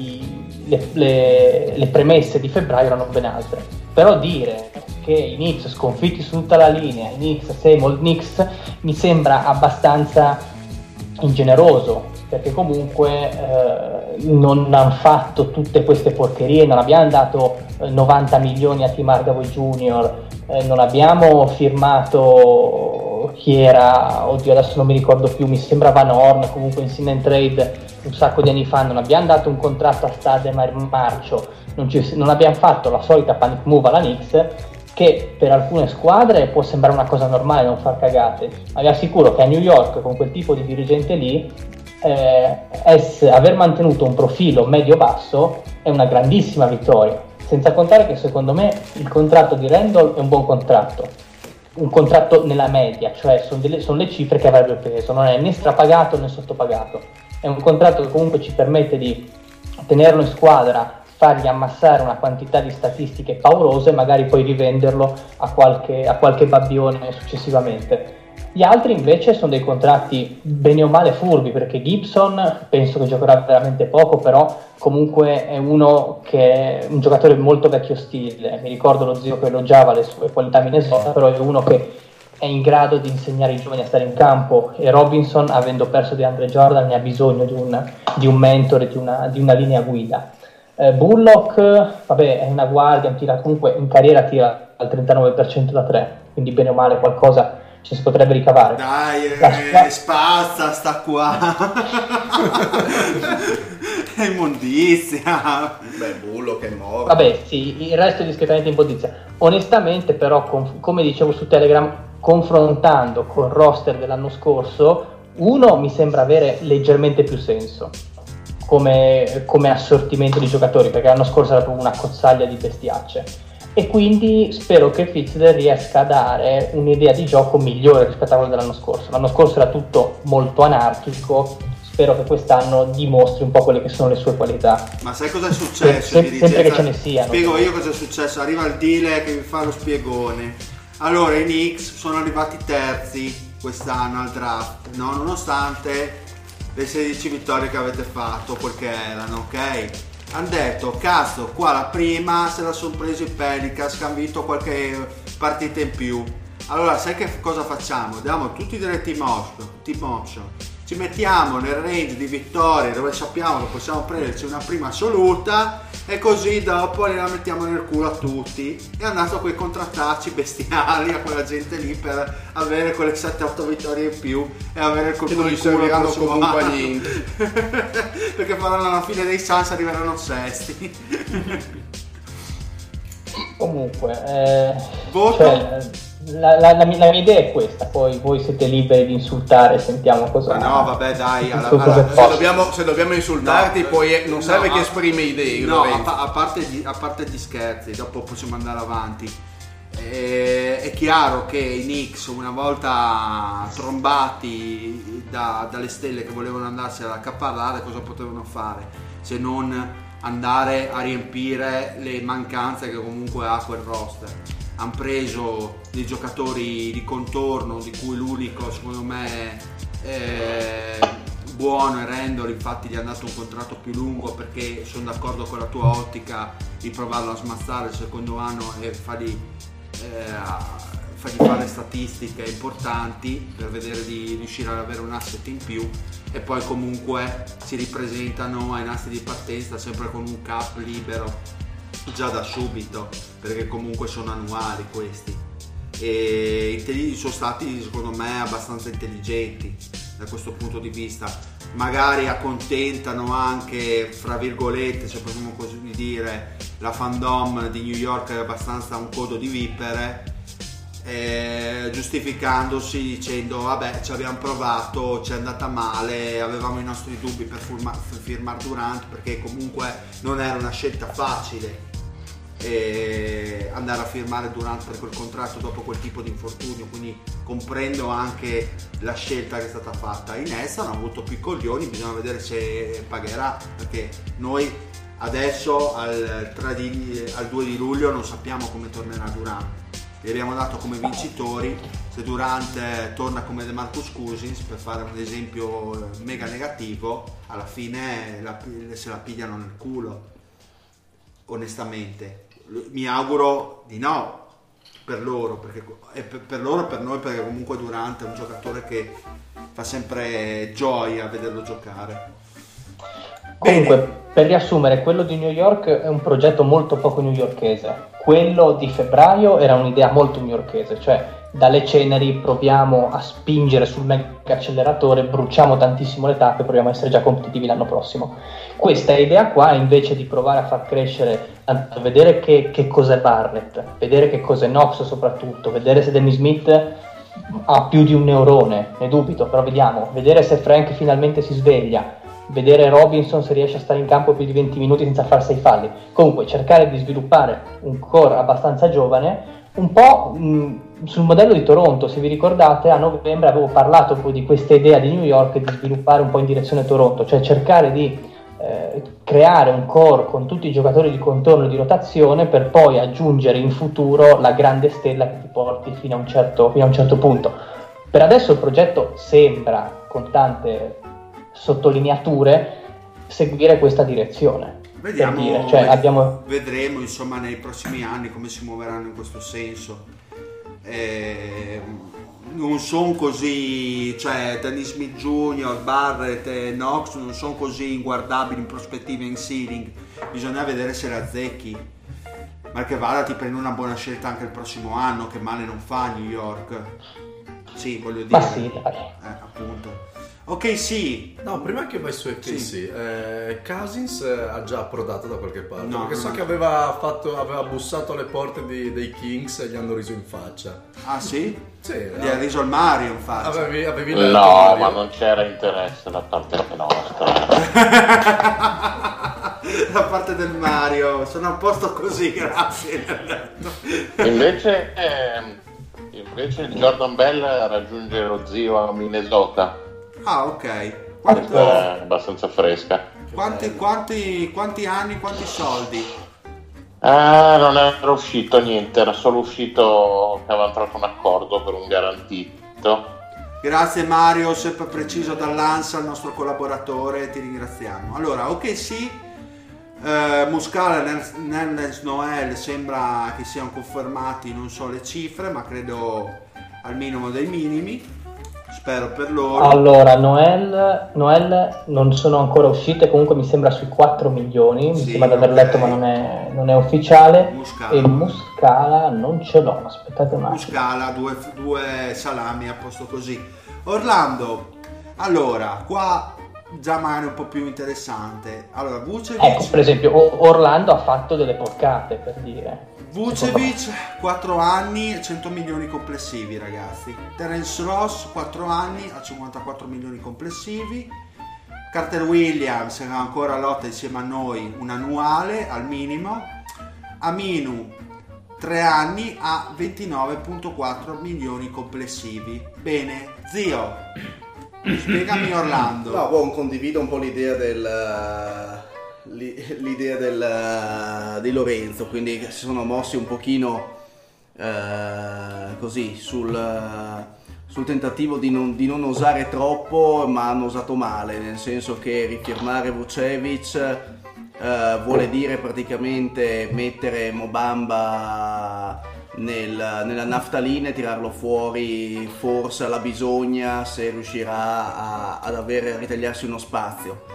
le premesse di febbraio erano ben altre, però dire che i Knicks sconfitti su tutta la linea, i Knicks, same old Knicks, mi sembra abbastanza ingeneroso, perché comunque non hanno fatto tutte queste porcherie, non abbiamo dato 90 milioni a Tim Hardaway Jr., non abbiamo firmato chi era, oddio adesso non mi ricordo più, mi sembra Van Horn, comunque in Sign and Trade un sacco di anni fa, non abbiamo dato un contratto a Stoudemire in marcio, non abbiamo fatto la solita panic move alla Knicks, che per alcune squadre può sembrare una cosa normale non far cagate, ma vi assicuro che a New York con quel tipo di dirigente lì aver mantenuto un profilo medio-basso è una grandissima vittoria, senza contare che secondo me il contratto di Randall è un buon contratto, un contratto nella media, cioè sono le cifre che avrebbe preso, non è né strapagato né sottopagato, è un contratto che comunque ci permette di tenerlo in squadra, fargli ammassare una quantità di statistiche paurose e magari poi rivenderlo a qualche babbione successivamente. Gli altri invece sono dei contratti bene o male furbi, perché Gibson penso che giocherà veramente poco, però comunque è uno che è un giocatore molto vecchio stile, mi ricordo lo zio che elogiava le sue qualità Minnesota, però è uno che è in grado di insegnare ai giovani a stare in campo, e Robinson, avendo perso DeAndre Jordan, ne ha bisogno di un mentore, di una linea guida. Bullock, vabbè, è una guardia, comunque in carriera tira al 39% da 3, quindi bene o male qualcosa ci si potrebbe ricavare. Dai, spazza, sta qua. È immondizia. Beh, Bullock è morto. Vabbè, sì, il resto è discretamente immondizia. Onestamente, però, come dicevo su Telegram, confrontando col roster dell'anno scorso, uno mi sembra avere leggermente più senso come assortimento di giocatori, perché l'anno scorso era proprio una cozzaglia di bestiacce, e quindi spero che Fizdale riesca a dare un'idea di gioco migliore rispetto a quella dell'anno scorso. L'anno scorso era tutto molto anarchico, spero che quest'anno dimostri un po' quelle che sono le sue qualità. Ma sai cosa è successo? Sempre che ce ne siano. Spiego io cosa è successo, arriva il dealer che mi fa lo spiegone. Allora i Knicks sono arrivati terzi quest'anno al draft, no? Nonostante le 16 vittorie che avete fatto, quel che erano, ok? Hanno detto, cazzo, qua la prima se la sono preso i Pelicans, che hanno vinto qualche partita in più. Allora, sai che cosa facciamo? Diamo tutti delle team option, ci mettiamo nel range di vittorie dove sappiamo che possiamo prenderci una prima assoluta, e così dopo la mettiamo nel culo a tutti. E è andato a quei contrattacci bestiali a quella gente lì per avere quelle 7-8 vittorie in più e avere il colpo di culo comunque a niente. Perché faranno alla fine dei Suns, arriveranno sesti. Comunque voto? Cioè, la mia idea è questa, poi voi siete liberi di insultare, sentiamo cosa. No, vabbè, dai, se dobbiamo insultarti, no, poi non serve che esprime idee. No, a parte gli scherzi, dopo possiamo andare avanti. È chiaro che i Knicks, una volta trombati dalle stelle che volevano andarsi ad accaparrare, cosa potevano fare se non andare a riempire le mancanze che comunque ha quel roster. Hanno preso dei giocatori di contorno, di cui l'unico secondo me buono è Randall, infatti gli hanno dato un contratto più lungo, perché sono d'accordo con la tua ottica di provarlo a smazzare il secondo anno e fargli fare statistiche importanti per vedere di riuscire ad avere un asset in più, e poi comunque si ripresentano ai nastri di partenza sempre con un cap libero già da subito, perché comunque sono annuali questi, e sono stati secondo me abbastanza intelligenti da questo punto di vista. Magari accontentano anche, fra virgolette, se possiamo così dire, la fandom di New York, è abbastanza un codo di vipere, giustificandosi dicendo vabbè, ci abbiamo provato, ci è andata male, avevamo i nostri dubbi per firmare Durant, perché comunque non era una scelta facile andare a firmare Durant per quel contratto dopo quel tipo di infortunio, quindi comprendo anche la scelta che è stata fatta. I Nets hanno avuto più coglioni, bisogna vedere se pagherà, perché noi adesso al 2 di luglio non sappiamo come tornerà Durant. Li abbiamo dato come vincitori. Se Durant torna come DeMarcus Cousins, per fare un esempio mega negativo, alla fine se la pigliano nel culo, onestamente. Mi auguro di no per loro, perché per loro e per noi, perché comunque Durant è un giocatore che fa sempre gioia a vederlo giocare. Comunque, per riassumere, quello di New York è un progetto molto poco newyorkese. Quello di febbraio era un'idea molto newyorkese, cioè dalle ceneri proviamo a spingere sul mega acceleratore, bruciamo tantissimo le tappe, proviamo a essere già competitivi l'anno prossimo. Questa idea qua, invece di provare a far crescere, a vedere che cos'è Barrett, vedere che cos'è Knox soprattutto, vedere se Danny Smith ha più di un neurone, ne dubito, però vediamo, vedere se Frank finalmente si sveglia, vedere Robinson se riesce a stare in campo più di 20 minuti senza far 6 falli. Comunque cercare di sviluppare un core abbastanza giovane, un po' sul modello di Toronto. Se vi ricordate, a novembre avevo parlato poi di questa idea di New York di sviluppare un po' in direzione Toronto, cioè cercare di creare un core con tutti i giocatori di contorno e di rotazione per poi aggiungere in futuro la grande stella che ti porti fino a un certo punto. Per adesso il progetto sembra, con tante sottolineature, seguire questa direzione. Vediamo, cioè, vedremo insomma nei prossimi anni come si muoveranno in questo senso. Non sono così, cioè Danny Smith Jr., Barrett e Knox non sono così inguardabili in prospettiva in ceiling, bisogna vedere se la azzecchi, ma che vada ti prendi una buona scelta anche il prossimo anno, che male non fa New York. Sì, voglio dire. Ma sì, dai. Appunto. Ok, sì. No, prima che vai su OKC, sì. Cousins ha già approdato da qualche parte. No, perché so che aveva bussato alle porte dei Kings e gli hanno riso in faccia. Ah sì? Sì. Gli ha riso il Mario in faccia. Avevi no, Mario. Ma non c'era interesse da parte nostra. Da parte del Mario, sono a posto così, grazie. Invece il Jordan Bell raggiunge lo zio a Minnesota. Ah, ok. Questa è abbastanza fresca. Quanti anni, quanti soldi? Non era uscito niente, era solo uscito che avevano trovato un accordo per un garantito. Grazie Mario, sempre preciso dall'ANSA, il nostro collaboratore, ti ringraziamo. Allora, ok, sì, Muscala e Nerlens Noel sembra che siano confermati, non so le cifre, ma credo al minimo dei minimi. Spero per loro. Allora, Noel non sono ancora uscite, comunque mi sembra sui 4 milioni, mi sembra di aver letto, ma non è ufficiale. Muscala. E Muscala non ce l'ho, aspettate un attimo. Muscala, due salami a posto così. Orlando, allora, qua già magari un po' più interessante. Allora, Vucevic... Ecco, per esempio, Orlando ha fatto delle porcate, per dire. Vucevic 4 anni, 100 milioni complessivi, ragazzi. Terence Ross 4 anni a 54 milioni complessivi. Carter Williams era ancora lotta insieme a noi, un annuale al minimo. Aminu 3 anni a 29,4 milioni complessivi. Bene, zio, spiegami Orlando. No, condivido un po' l'idea di Lorenzo, quindi si sono mossi un pochino così sul tentativo di non osare troppo, ma hanno osato male, nel senso che rifirmare Vucevic vuole dire praticamente mettere Mo Bamba nella naftalina e tirarlo fuori forse alla bisogna, se riuscirà a ritagliarsi uno spazio.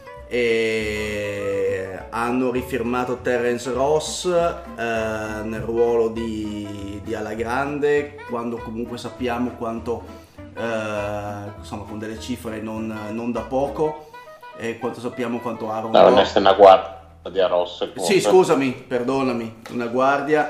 E hanno rifirmato Terence Ross nel ruolo di ala grande, quando comunque sappiamo quanto insomma, con delle cifre non da poco, e quanto sappiamo quanto Aaron Gordon è una guardia Ross. Sì, scusami, perdonami, una guardia.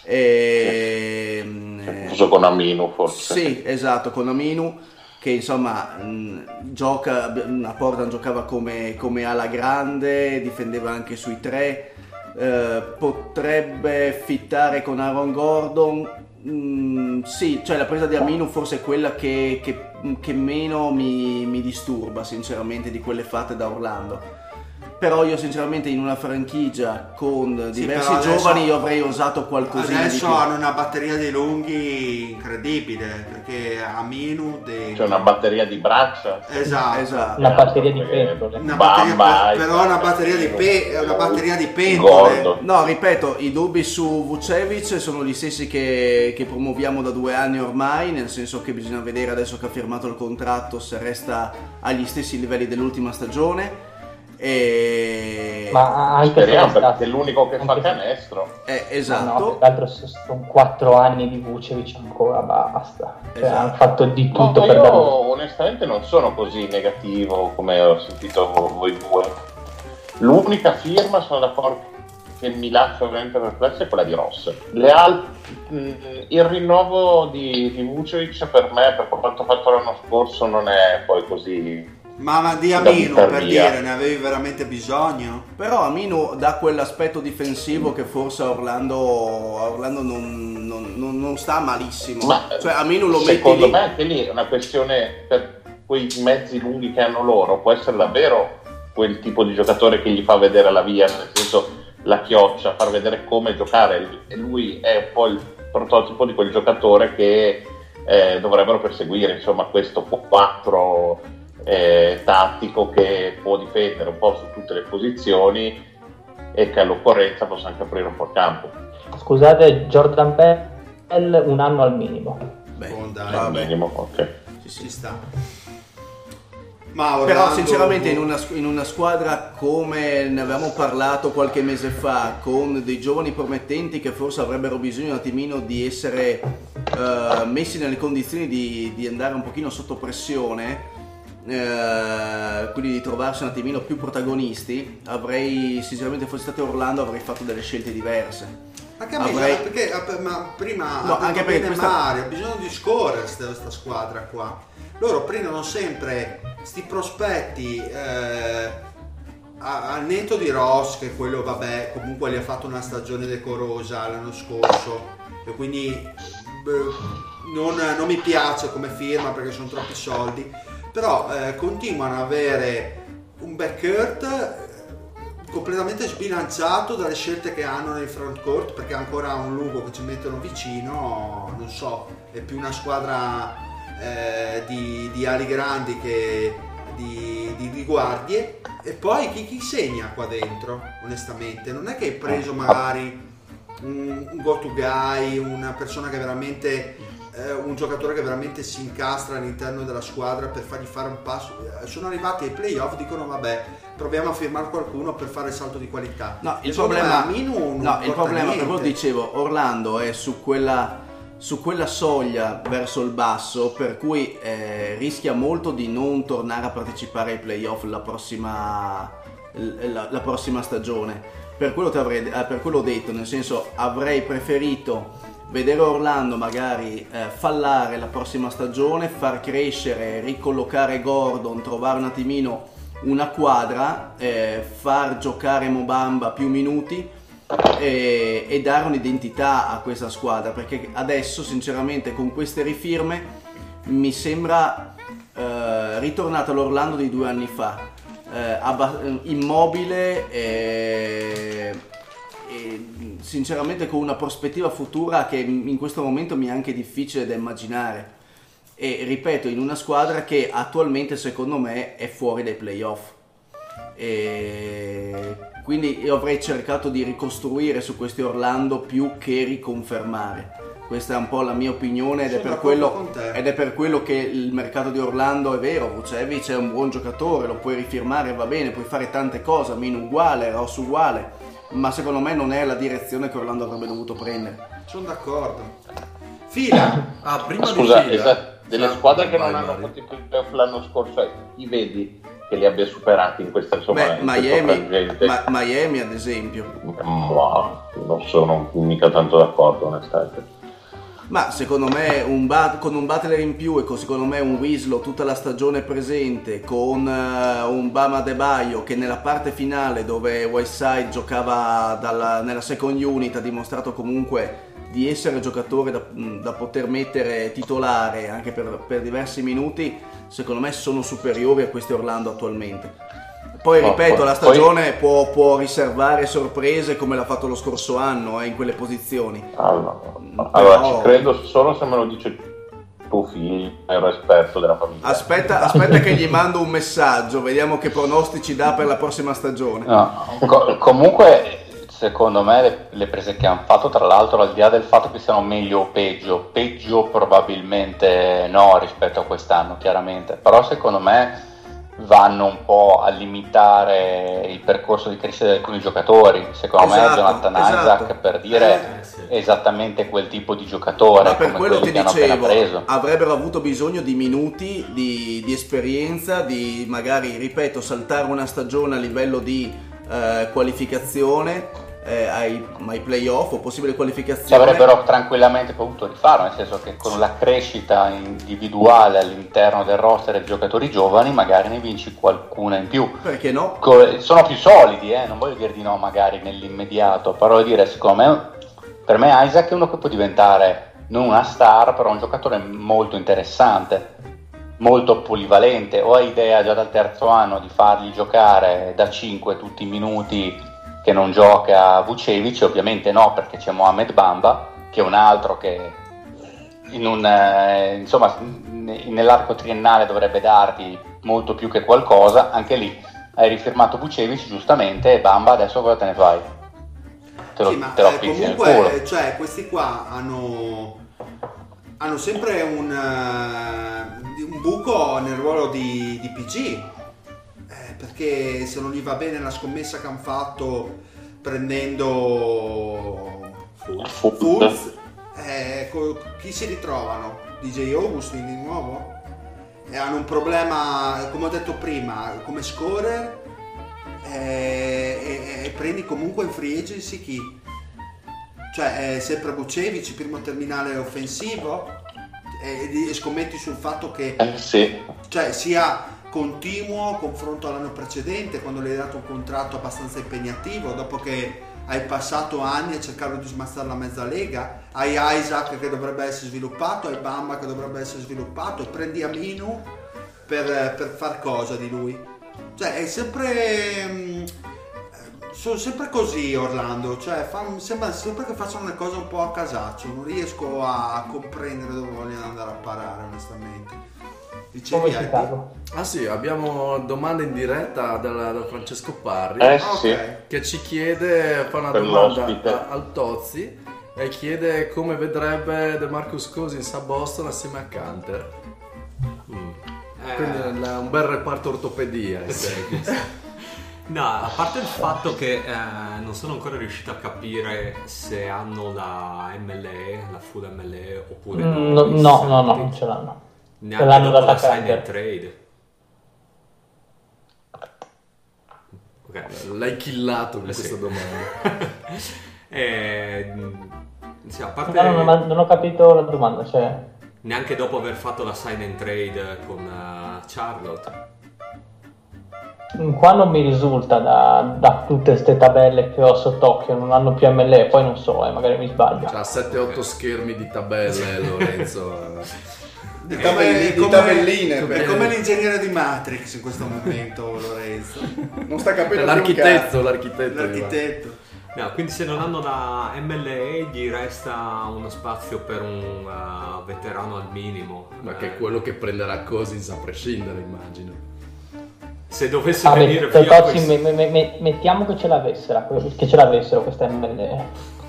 Confuso con Aminu forse. Sì, esatto, con Aminu, che insomma gioca a Portland, giocava come ala grande, difendeva anche sui tre, potrebbe fittare con Aaron Gordon. Sì, cioè la presa di Aminu forse è quella che meno mi disturba sinceramente di quelle fatte da Orlando. Però io sinceramente in una franchigia con diversi giovani io avrei osato qualcosina adesso di più. Hanno una batteria di lunghi incredibile, perché Aminu c'è una batteria di braccia. Esatto. Una batteria di pentole. Però una batteria di pentole. No, ripeto, i dubbi su Vucevic sono gli stessi che promuoviamo da 2 anni ormai, nel senso che bisogna vedere adesso che ha firmato il contratto se resta agli stessi livelli dell'ultima stagione. Ma Ma anche speriamo, perché è l'unico che fa canestro. Esatto. No, tra l'altro sono 4 anni di Vucevic ancora, basta. Cioè, Esatto. hanno fatto di tutto ma per io darlo. onestamente non sono così negativo come ho sentito voi due. L'unica firma, sono d'accordo, che mi lascia veramente perplesso è quella di Ross. Il rinnovo di Vucevic per me, per quanto fatto l'anno scorso, non è poi così. Ma di Aminu, per dire, ne avevi veramente bisogno? Però Aminu dà quell'aspetto difensivo che forse a Orlando non sta malissimo. Ma cioè Aminu lo metti secondo lì. me anche lì è una questione, per quei mezzi lunghi che hanno loro, può essere davvero quel tipo di giocatore che gli fa vedere la via, nel senso la chioccia, far vedere come giocare, e lui è un po' il prototipo di quel giocatore che dovrebbero perseguire, insomma, questo 4 tattico che può difendere un po' su tutte le posizioni e che all'occorrenza possa anche aprire un po' il campo. Scusate, Jordan Bell 1 anno al minimo. Al minimo, ok. Ci sta. Ma però sinceramente in una squadra come ne avevamo parlato qualche mese fa, con dei giovani promettenti che forse avrebbero bisogno un attimino di essere messi nelle condizioni di andare un pochino sotto pressione, quindi di trovarsi un attimino più protagonisti, avrei sinceramente, fosse stato Orlando, avrei fatto delle scelte diverse. Anche a me, perché ma prima anche perché Mario, ha bisogno di scorrere questa squadra qua. Loro prendono sempre sti prospetti al netto di Ross, che quello vabbè comunque gli ha fatto una stagione decorosa l'anno scorso e quindi non mi piace come firma perché sono troppi soldi, però continuano ad avere un backcourt completamente sbilanciato dalle scelte che hanno nel frontcourt, perché ancora un Lugo che ci mettono vicino, non so, è più una squadra di ali grandi che di guardie. E poi chi segna qua dentro, onestamente? Non è che hai preso magari un go to guy, una persona che veramente un giocatore che veramente si incastra all'interno della squadra per fargli fare un passo. Sono arrivati ai playoff, dicono vabbè, proviamo a firmare qualcuno per fare il salto di qualità. No, il problema per quello dicevo, Orlando è su quella soglia verso il basso, per cui rischia molto di non tornare a partecipare ai playoff la prossima stagione. Per quello ho detto, nel senso, avrei preferito vedere Orlando magari fallare la prossima stagione, far crescere, ricollocare Gordon, trovare un attimino una quadra, far giocare Mo Bamba più minuti e dare un'identità a questa squadra, perché adesso sinceramente con queste rifirme mi sembra ritornata l'Orlando di 2 anni fa, immobile e sinceramente con una prospettiva futura che in questo momento mi è anche difficile da immaginare, e ripeto, in una squadra che attualmente secondo me è fuori dai playoff, e quindi io avrei cercato di ricostruire su questi Orlando più che riconfermare. Questa è un po' la mia opinione ed è per quello che il mercato di Orlando è vero. Vucevic è un buon giocatore, lo puoi rifirmare, va bene, puoi fare tante cose, Aminu uguale, Ross uguale, ma secondo me non è la direzione che Orlando avrebbe dovuto prendere. Sono d'accordo. Fila. Scusa, delle squadre che non hanno fatto i playoff l'anno scorso, li vedi che li abbia superati in questa, insomma, Miami ad esempio. Non sono mica tanto d'accordo, onestamente. Ma secondo me con un Butler in più e secondo me un Winslow tutta la stagione presente, con un Bam Adebayo che nella parte finale dove Whiteside giocava nella second unit ha dimostrato comunque di essere giocatore da poter mettere titolare anche per diversi minuti, secondo me sono superiori a questi Orlando attualmente. Poi ripeto, la stagione può riservare sorprese come l'ha fatto lo scorso anno in quelle posizioni. Allora ci credo solo se me lo dice tuo figlio, è un esperto della famiglia. Aspetta che gli mando un messaggio, vediamo che pronostici dà per la prossima stagione. Comunque secondo me le prese che hanno fatto, tra l'altro, al di là del fatto che siano meglio o peggio probabilmente no rispetto a quest'anno chiaramente, però secondo me vanno un po' a limitare il percorso di crescita di alcuni giocatori. Secondo me Jonathan Isaac, per dire, è esattamente quel tipo di giocatore. Ma per come quello quelli ti che hanno appena preso. avrebbero avuto bisogno di minuti, di esperienza, di magari, ripeto, saltare una stagione a livello di qualificazione ai playoff o possibile qualificazione. Si avrebbero tranquillamente potuto rifare, nel senso che con la crescita individuale all'interno del roster dei giocatori giovani magari ne vinci qualcuna in più. Perché no? Sono più solidi, non voglio dire di no magari nell'immediato, però voglio dire, secondo me, per me Isaac è uno che può diventare non una star, però un giocatore molto interessante, molto polivalente. Ho idea già dal terzo anno di fargli giocare da 5 tutti i minuti che non gioca Vucevic, ovviamente no, perché c'è Mohamed Bamba, che è un altro che nell'arco triennale dovrebbe darti molto più che qualcosa. Anche lì hai rifirmato Vucevic giustamente, e Bamba adesso cosa te ne fai? Te lo pizzi nel culo. Cioè, questi qua hanno sempre un buco nel ruolo di PG, perché se non gli va bene la scommessa che hanno fatto prendendo Fultz, chi si ritrovano? DJ Augustin di nuovo? E hanno un problema, come ho detto prima, come scorer, e prendi comunque in free agency chi? Cioè sempre Vucevic, primo terminale offensivo, e scommetti sul fatto che cioè, sia continuo confronto all'anno precedente, quando le hai dato un contratto abbastanza impegnativo, dopo che hai passato anni a cercare di smazzare la mezza lega. Hai Isaac che dovrebbe essere sviluppato, hai Bamba che dovrebbe essere sviluppato, e prendi Aminu per far cosa di lui? Cioè è sempre sono sempre così Orlando, cioè sembra sempre che facciano le cose un po' a casaccio, non riesco a comprendere dove vogliono andare a parare, onestamente. Ah sì, abbiamo domanda in diretta da Francesco Parri, che ci chiede, fa una domanda al Tozzi e chiede come vedrebbe DeMarcus Cousins a Boston assieme a Kanter. Quindi un bel reparto ortopedia. No, a parte il fatto che non sono ancora riuscito a capire se hanno la MLE, la full MLE oppure no, non ce l'hanno. Neanche dopo la sign and trade. Okay. L'hai killato con questa domanda. Sì, a parte... non ho capito la domanda, cioè... Neanche dopo aver fatto la sign and trade con Charlotte. Qua non mi risulta da tutte queste tabelle che ho sott'occhio, non hanno più MLE, poi non so, magari mi sbaglio. C'ha 7-8 schermi di tabelle Lorenzo. Di tabelline, è come l'ingegnere di Matrix in questo momento, Lorenzo. Non sta capendo l'architetto. No, quindi se non hanno la MLE gli resta uno spazio per un veterano al minimo. Ma che è quello che prenderà Cousins a prescindere, immagino. Se dovesse venire via mettiamo che ce l'avessero questa MLE.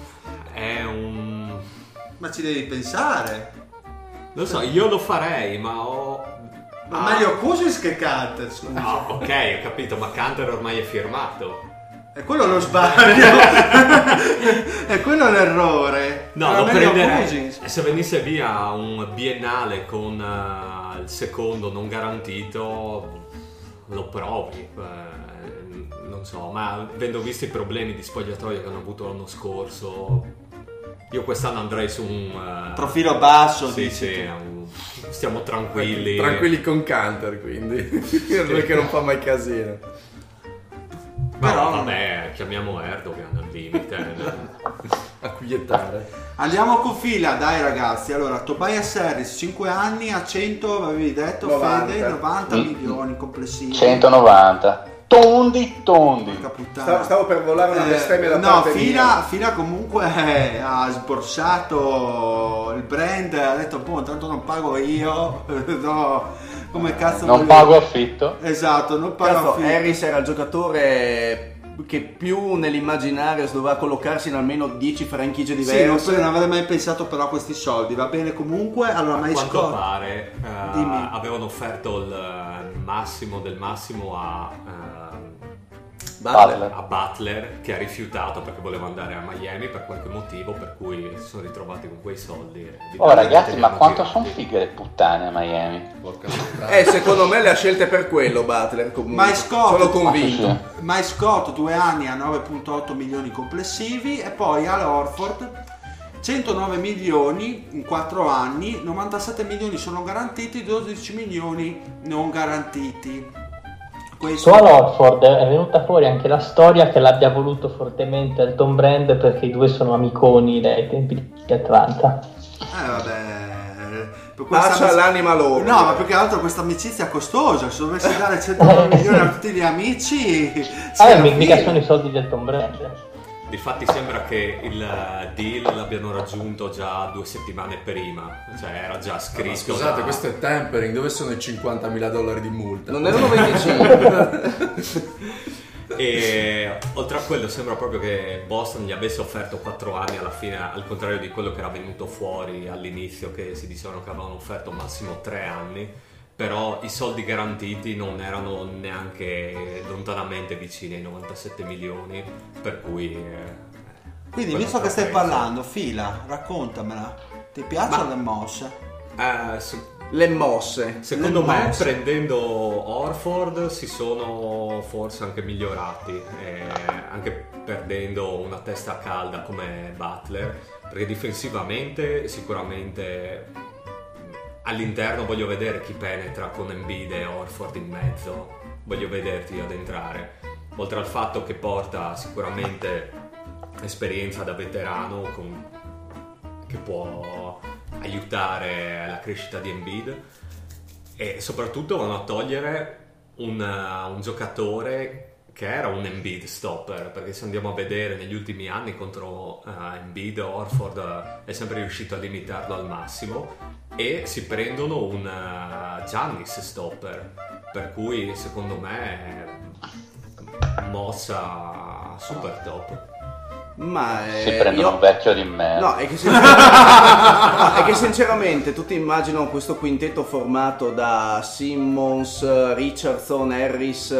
Ma ci devi pensare. Lo so, io lo farei, ma meglio Cousins che Kanter, scusa. No, ok, ho capito, ma Kanter ormai è firmato. È quello lo sbaglio. È quello l'errore. No, lo prenderei. Se venisse via un biennale con il secondo non garantito, lo provi. Non so, ma avendo visto i problemi di spogliatoio che hanno avuto l'anno scorso, io quest'anno andrei su un profilo basso. Sì, stiamo tranquilli con Kanter, quindi perché non fa mai casino. Però vabbè, chiamiamo Erdogan al limite a quietare. Andiamo con fila, dai ragazzi. Allora, Tobias Harris 5 anni a 100, avevi detto 90 milioni complessivi. 190 tondi. Stavo per volare una bestemmia da parte mia. Fila comunque ha sborsato il brand, ha detto tanto non pago io. No, come cazzo non pago affitto. Esatto, non pago affitto. Harris era il giocatore che più nell'immaginario doveva collocarsi in almeno 10 franchigie diverse. Sì, non avrei mai pensato però a questi soldi. Va bene comunque. Allora, a quanto pare avevano offerto il massimo del massimo a Butler, che ha rifiutato perché voleva andare a Miami per qualche motivo, per cui si sono ritrovati con quei soldi. Ragazzi, ma quanto sono fighe le puttane a Miami? Secondo me le ha scelte per quello Butler, comunque. Mike Scott, sono convinto. Mike Scott 2 anni a 9.8 milioni complessivi, e poi Al Horford 109 milioni in 4 anni, 97 milioni sono garantiti, 12 milioni non garantiti. Su Al Horford è venuta fuori anche la storia che l'abbia voluto fortemente Elton Brand, perché i due sono amiconi dai tempi di Atlanta. Passa l'anima loro. No, ma più che altro questa amicizia è costosa. Se dovessi dare 109 milioni a tutti gli amici, mica sono i soldi di Elton Brand. Difatti sembra che il deal l'abbiano raggiunto già 2 settimane prima, cioè era già scritto. Scusate, questo è tampering, dove sono i $50.000 di multa? Non erano 25. E oltre a quello sembra proprio che Boston gli avesse offerto 4 anni alla fine, al contrario di quello che era venuto fuori all'inizio, che si dicevano che avevano offerto massimo 3 anni. Però i soldi garantiti non erano neanche lontanamente vicini ai 97 milioni, per cui... Quindi, visto che stai parlando, Fila, raccontamela. Ti piacciono le mosse? Le mosse. Secondo me, prendendo Horford, si sono forse anche migliorati, anche perdendo una testa calda come Butler, perché difensivamente sicuramente... All'interno voglio vedere chi penetra con Embiid e Horford in mezzo, voglio vederti addentrare. Oltre al fatto che porta sicuramente esperienza da veterano che può aiutare la crescita di Embiid, e soprattutto vanno a togliere un giocatore che era un Embiid stopper, perché se andiamo a vedere negli ultimi anni contro Embiid, Horford è sempre riuscito a limitarlo al massimo, e si prendono un Giannis stopper, per cui secondo me è mossa super top. Ma si prendono un vecchio di me. No, è che sinceramente tutti immaginano questo quintetto formato da Simmons, Richardson, Harris,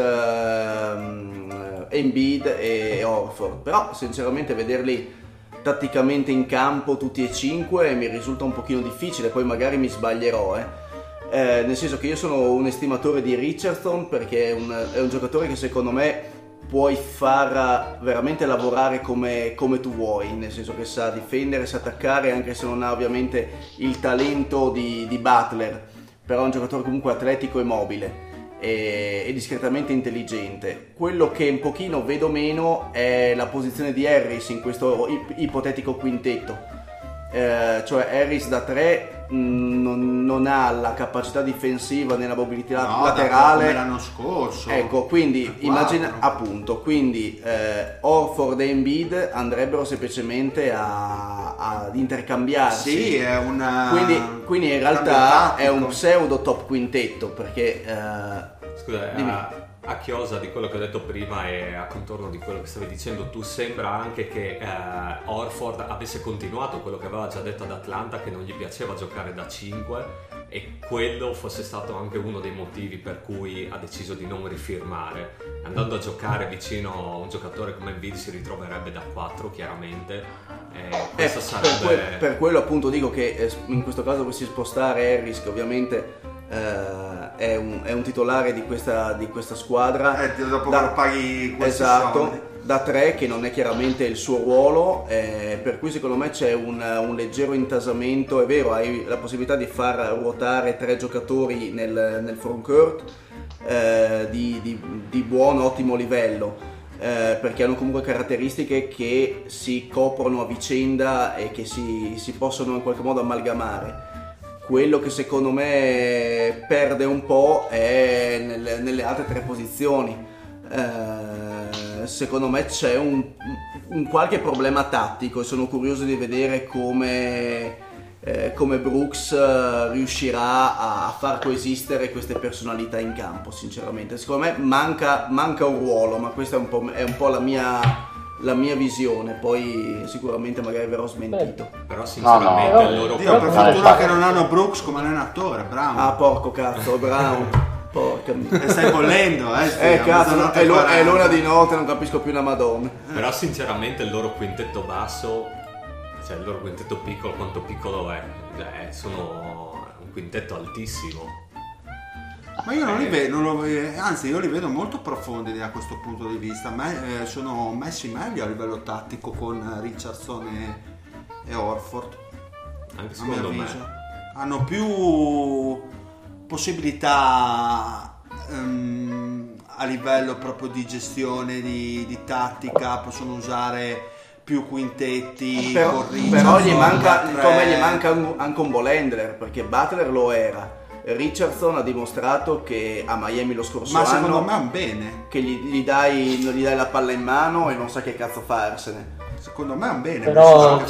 Embiid e Horford, però sinceramente vederli tatticamente in campo tutti e 5 mi risulta un pochino difficile, poi magari mi sbaglierò, nel senso che io sono un estimatore di Richardson, perché è un giocatore che secondo me puoi far veramente lavorare come tu vuoi, nel senso che sa difendere, sa attaccare, anche se non ha ovviamente il talento di Butler, però è un giocatore comunque atletico e mobile e discretamente intelligente. Quello che un pochino vedo meno è la posizione di Harris in questo ipotetico quintetto, cioè Harris da 3 non ha la capacità difensiva nella mobilità laterale come l'anno scorso, ecco, quindi immagina appunto, quindi Horford e Embiid andrebbero semplicemente ad intercambiarsi. Sì, è una quindi in realtà è un pseudo top quintetto, perché scusa, a chiosa di quello che ho detto prima e a contorno di quello che stavi dicendo tu, sembra anche che Horford avesse continuato quello che aveva già detto ad Atlanta, che non gli piaceva giocare da 5, e quello fosse stato anche uno dei motivi per cui ha deciso di non rifirmare. Andando a giocare vicino a un giocatore come Embiid si ritroverebbe da 4 chiaramente, questo sarebbe... per quello appunto dico che in questo caso dovessi spostare Harris, che ovviamente è un titolare di questa squadra, dopo che lo paghi questi esatto soldi. Da 3, che non è chiaramente il suo ruolo, per cui secondo me c'è un leggero intasamento. È vero, hai la possibilità di far ruotare 3 giocatori nel frontcourt di buon, ottimo livello, perché hanno comunque caratteristiche che si coprono a vicenda e che si possono in qualche modo amalgamare. Quello che secondo me perde un po' è nelle altre 3 posizioni. Secondo me c'è un qualche problema tattico, e sono curioso di vedere come Brooks riuscirà a far coesistere queste personalità in campo. Sinceramente, secondo me manca un ruolo, ma questa è un po' la mia visione, poi sicuramente magari verrò smentito. Però sinceramente per fortuna che non hanno Brooks come allenatore, Brown. Ah, porco cazzo, Brown. Porca mia. Stai bollendo, cazzo, è l'ora di notte, non capisco più una madonna. Però sinceramente il loro quintetto basso, cioè il loro quintetto piccolo, quanto piccolo è, sono un quintetto altissimo. Ma io non li vedo, anzi io li vedo molto profondi da questo punto di vista. Sono messi meglio a livello tattico con Richardson e Horford. Anche secondo me hanno più possibilità a livello proprio di gestione di tattica, possono usare più quintetti. Però gli manca anche un ball handler, perché Butler lo era. Richardson ha dimostrato che a Miami lo scorso anno, ma secondo me è un bene, che gli dai la palla in mano e non sa che cazzo farsene. Secondo me è un bene. Però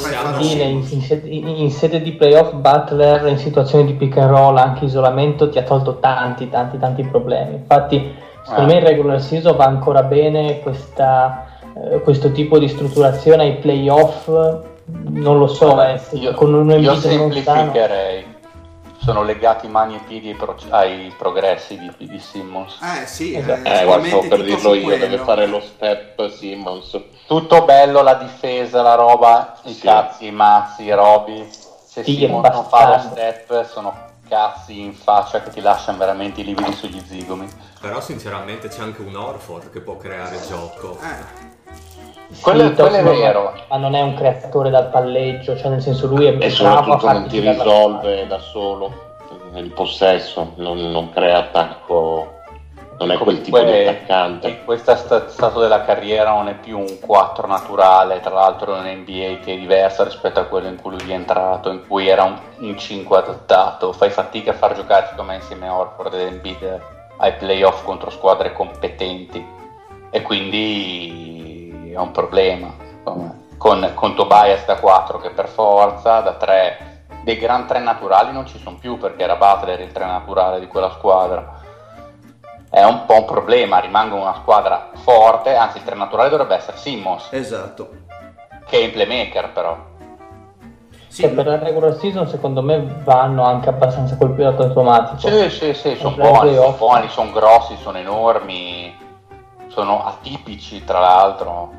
in sede di playoff Butler in situazioni di pick and roll, anche isolamento, ti ha tolto tanti problemi. Infatti secondo me in regular season va ancora bene questo tipo di strutturazione ai playoff. Non lo so, con un io semplificherei. Sono legati mani e piedi ai progressi di Simmons. Sì, guarda, stavo per dirlo io, deve fare lo step Simmons. Tutto bello, la difesa, la roba, i cazzi, i mazzi, i robi. Se Simmons non fa lo step, sono cazzi in faccia che ti lasciano veramente i lividi sugli zigomi. Però sinceramente c'è anche un Horford che può creare gioco. Quello è vero, ma non è un creatore dal palleggio, cioè nel senso lui è e soprattutto non ti risolve da solo nel possesso, non crea attacco, non è quel tipo di attaccante. In questo stato della carriera non è più un 4 naturale, tra l'altro in NBA che è diversa rispetto a quello in cui lui è entrato, in cui era un 5 adattato. Fai fatica a far giocare secondo me insieme a Horford e Embiid ai playoff contro squadre competenti, e quindi è un problema con Tobias da 4 che per forza da 3, dei gran 3 naturali non ci sono più, perché era Butler il 3 naturale di quella squadra. È un po' un problema, rimanga una squadra forte, anzi il 3 naturale dovrebbe essere Simmons, esatto, che è in playmaker però. Sì, per la regular season secondo me vanno anche abbastanza col pilota automatico. Sì, sono buoni, sono grossi, sono enormi, sono atipici tra l'altro.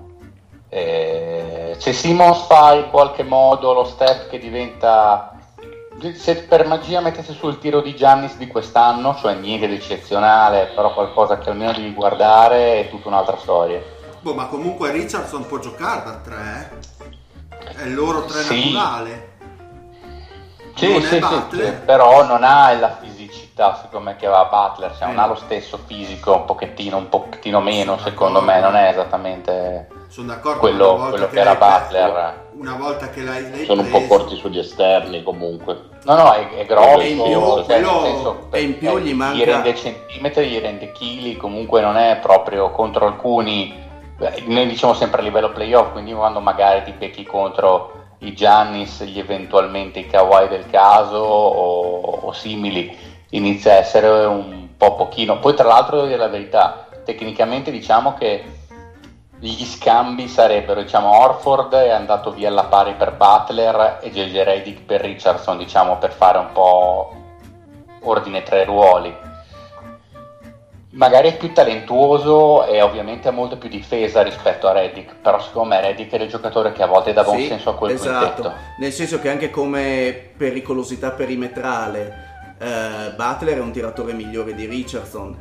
Se Simmons fa in qualche modo lo step che diventa, se per magia mettesse sul tiro di Giannis di quest'anno, cioè niente di eccezionale, però qualcosa che almeno devi guardare, è tutta un'altra storia. Ma comunque Richardson può giocare da 3, è il loro 3 naturale. Sì, però non ha la fisicità secondo me che aveva Butler, cioè non ha lo stesso fisico, un pochettino meno, secondo me non è esattamente sono d'accordo, quello che era Butler. Una volta che l'hai sono preso, un po' corti sugli esterni comunque. No, è grosso, e in più gli manca, gli rende centimetri, gli rende chili, comunque non è proprio contro alcuni, noi diciamo sempre a livello playoff, quindi quando magari ti becchi contro i Giannis, gli eventualmente i Kawhi del caso o simili, inizia a essere un po' pochino. Poi tra l'altro devo dire la verità, tecnicamente diciamo che gli scambi sarebbero, diciamo, Horford è andato via alla pari per Butler e JJ Redick per Richardson, diciamo, per fare un po' ordine tra i ruoli. Magari è più talentuoso e ovviamente ha molto più difesa rispetto a Redick, però secondo me Redick è il giocatore che a volte dà buon senso a quel quintetto. Nel senso che anche come pericolosità perimetrale Butler è un tiratore migliore di Richardson.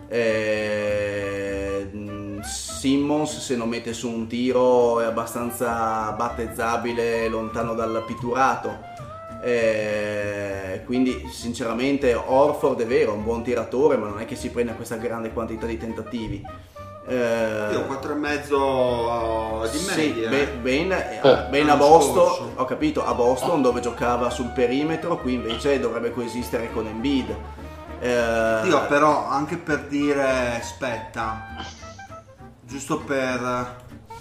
Simmons, se non mette su un tiro, è abbastanza battezzabile lontano dal pitturato. Quindi sinceramente Horford è vero, è un buon tiratore, ma non è che si prenda questa grande quantità di tentativi. Io 4,5 di media. Ben a Boston, ho capito, a Boston dove giocava sul perimetro, qui invece dovrebbe coesistere con Embiid. Io però anche per dire, aspetta, giusto per...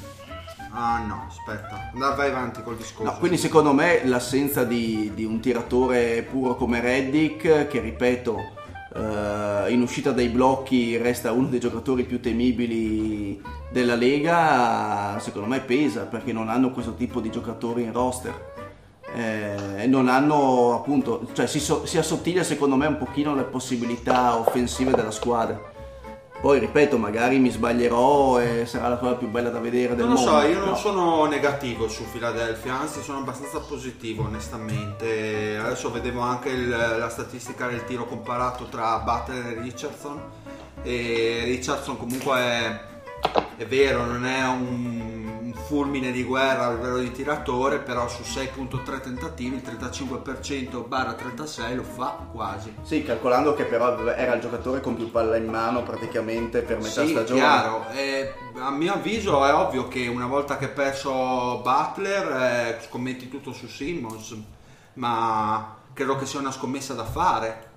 vai avanti col discorso. No, quindi secondo me l'assenza di un tiratore puro come Redick, che ripeto in uscita dai blocchi resta uno dei giocatori più temibili della Lega, secondo me pesa, perché non hanno questo tipo di giocatori in roster. non hanno appunto, cioè si assottiglia secondo me un pochino le possibilità offensive della squadra. Poi ripeto, magari mi sbaglierò e sarà la cosa più bella da vedere del mondo. Non lo so, io non sono negativo su Philadelphia, anzi sono abbastanza positivo onestamente. Adesso vedevo anche la statistica del tiro comparato tra Butler e Richardson, e Richardson comunque è vero, non è un fulmine di guerra a livello di tiratore, però su 6.3 tentativi il 35%/36 lo fa quasi. Sì, calcolando che però era il giocatore con più palla in mano praticamente per metà stagione. Sì, chiaro. A mio avviso è ovvio che una volta che hai perso Butler scommetti tutto su Simmons, ma credo che sia una scommessa da fare.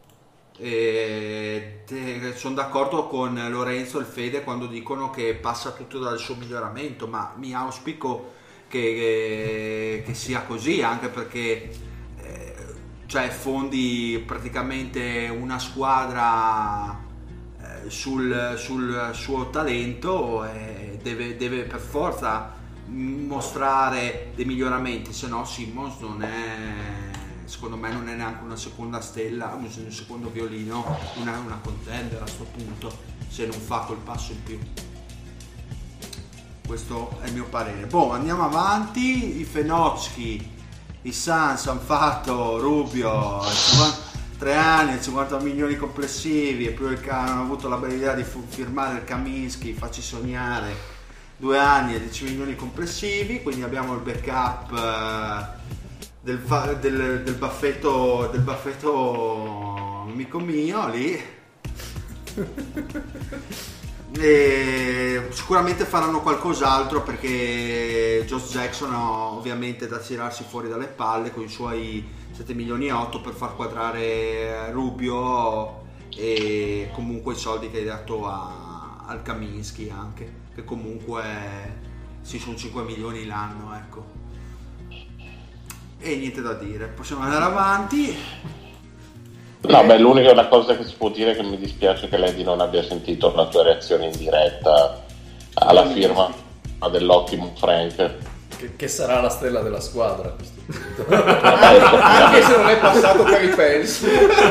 Sono d'accordo con Lorenzo e il Fede quando dicono che passa tutto dal suo miglioramento, ma mi auspico che sia così, anche perché cioè fondi praticamente una squadra sul suo talento, deve per forza mostrare dei miglioramenti, se no Simmons secondo me non è neanche una seconda stella, un secondo violino, una contender a sto punto, se non fa quel passo in più. Questo è il mio parere. Andiamo avanti. I Fenotsky, i Suns hanno fatto Rubio 3 anni, 50 milioni complessivi, e più hanno avuto la bella idea di firmare il Kaminsky, facci sognare, 2 anni e 10 milioni complessivi, quindi abbiamo il backup del baffetto amico mio lì. E sicuramente faranno qualcos'altro, perché Josh Jackson ha ovviamente da tirarsi fuori dalle palle con i suoi 7 milioni e 8 per far quadrare Rubio, e comunque i soldi che hai dato al Kaminsky anche, che comunque sono 5 milioni l'anno, ecco. E niente da dire, possiamo andare avanti. No, l'unica cosa che si può dire è che mi dispiace che Lady non abbia sentito la tua reazione in diretta alla firma dell'ottimo Frank, che sarà la stella della squadra a questo punto. Anche se non è passato per i Pels.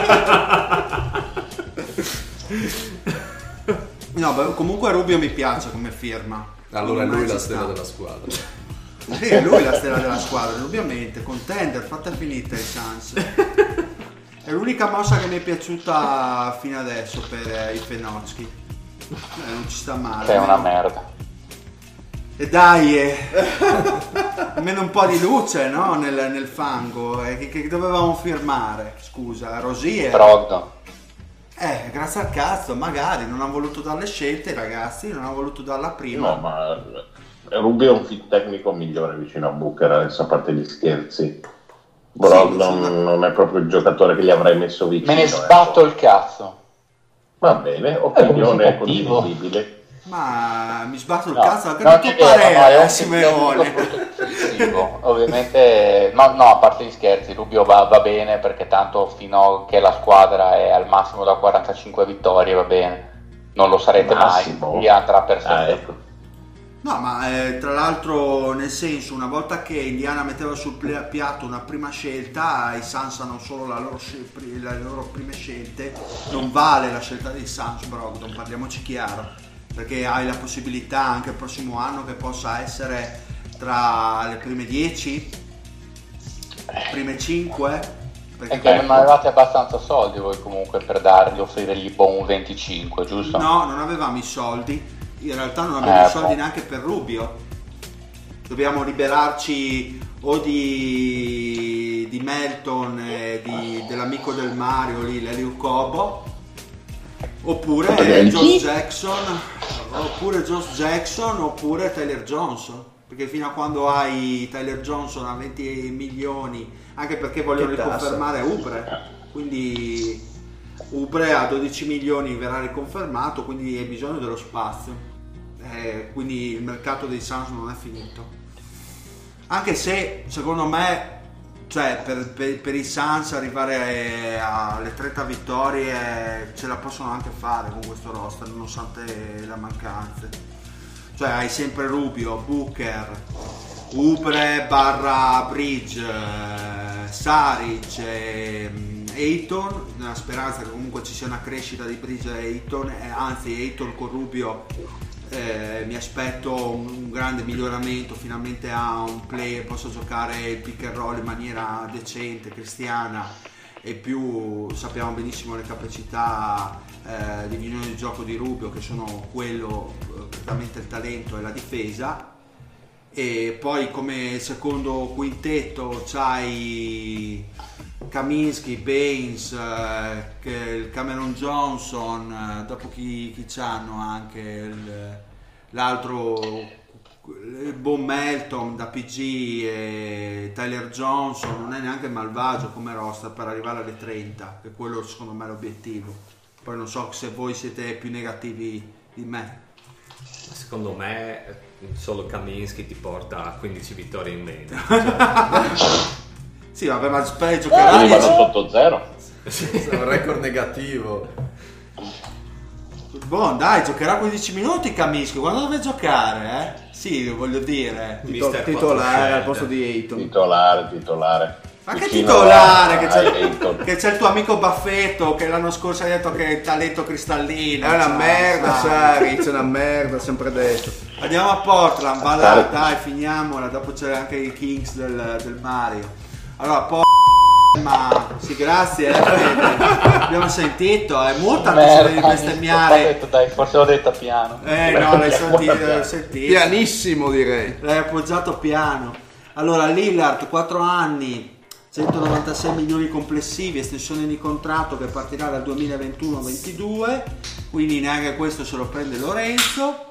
No, comunque Rubio mi piace come firma. Allora è lui la stella della squadra. Sì, lui è la stella della squadra, ovviamente. Contender, fatta finita i Suns. È l'unica mossa che mi è piaciuta fino adesso per i Fenotsky. Non ci sta male. Che è una merda. E dai, almeno un po' di luce, no? Nel fango. Che dovevamo firmare? Scusa, Rosier. Brogdon. Grazie al cazzo, magari non hanno voluto dare le scelte, ragazzi, non hanno voluto darla prima. No, ma Rubio è un fit tecnico migliore vicino a Booker, adesso a parte gli scherzi. Brogdon non è proprio il giocatore che gli avrei messo vicino. Me ne sbatto il cazzo. Va bene, opinione condivisibile. Ma mi sbatto il cazzo anche il tuo parere, Simeone. Ovviamente, no, a parte gli scherzi, Rubio va bene, perché tanto fino a che la squadra è al massimo da 45 vittorie va bene. Non lo sarete massimo. Mai, andrà per sempre. Ecco. No, ma tra l'altro, nel senso, una volta che Indiana metteva sul piatto una prima scelta, i Suns hanno solo le loro prime scelte. Non vale la scelta dei Suns, Brogdon, parliamoci chiaro, perché hai la possibilità anche il prossimo anno che possa essere tra le prime 10, prime 5. Perché non avevate abbastanza soldi voi comunque per offrirgli un 25, giusto? No, non avevamo i soldi. In realtà non abbiamo i soldi neanche per Rubio. Dobbiamo liberarci o di Melton, dell'amico del Mario lì, Lelio Cobo, oppure Josh Jackson, oppure Tyler Johnson, perché fino a quando hai Tyler Johnson a 20 milioni, anche perché vogliono riconfermare Oubre, quindi Oubre a 12 milioni verrà riconfermato, quindi hai bisogno dello spazio. Quindi il mercato dei Suns non è finito, anche se secondo me, cioè, per i Suns arrivare alle 30 vittorie ce la possono anche fare con questo roster, nonostante le mancanze. Cioè hai sempre Rubio, Booker, Oubre barra Bridge, Saric e Ayton, nella speranza che comunque ci sia una crescita di Bridge e Ayton, anzi Ayton con Rubio mi aspetto un grande miglioramento, finalmente ha un player, posso giocare il pick and roll in maniera decente, cristiana, e più sappiamo benissimo le capacità di visione di gioco di Rubio, che sono quello, praticamente il talento e la difesa. E poi come secondo quintetto c'hai Kaminsky, Baines, il Cameron Johnson, dopo chi c'hanno anche l'altro, il Bon Melton da PG e Tyler Johnson. Non è neanche malvagio come roster per arrivare alle 30, che quello secondo me è l'obiettivo. Poi non so se voi siete più negativi di me. Secondo me solo Kaminsky ti porta a 15 vittorie in meno. Sì, vabbè, ma spero giocherà sotto 0. È un record negativo. Buon, dai, giocherà 15 minuti Kaminsky. Quando deve giocare, Sì, voglio dire. Titolare al posto di Ayton. Titolare. Ma che titolare? Che c'è il tuo amico Baffetto che l'anno scorso ha detto che è il talento cristallino. È una merda, Saric, è una merda, sempre detto. Andiamo a Portland, va là, dai, finiamola. Dopo c'è anche i Kings del Mario. Allora, ma sì, grazie, abbiamo sentito, è molto tanto di bestemmiare. Dai, forse l'ho detta piano. No, l'hai sentito. Pianissimo, direi. L'hai appoggiato piano. Allora, Lillard, 4 anni, 196 milioni complessivi, estensione di contratto che partirà dal 2021-22, quindi neanche questo se lo prende Lorenzo.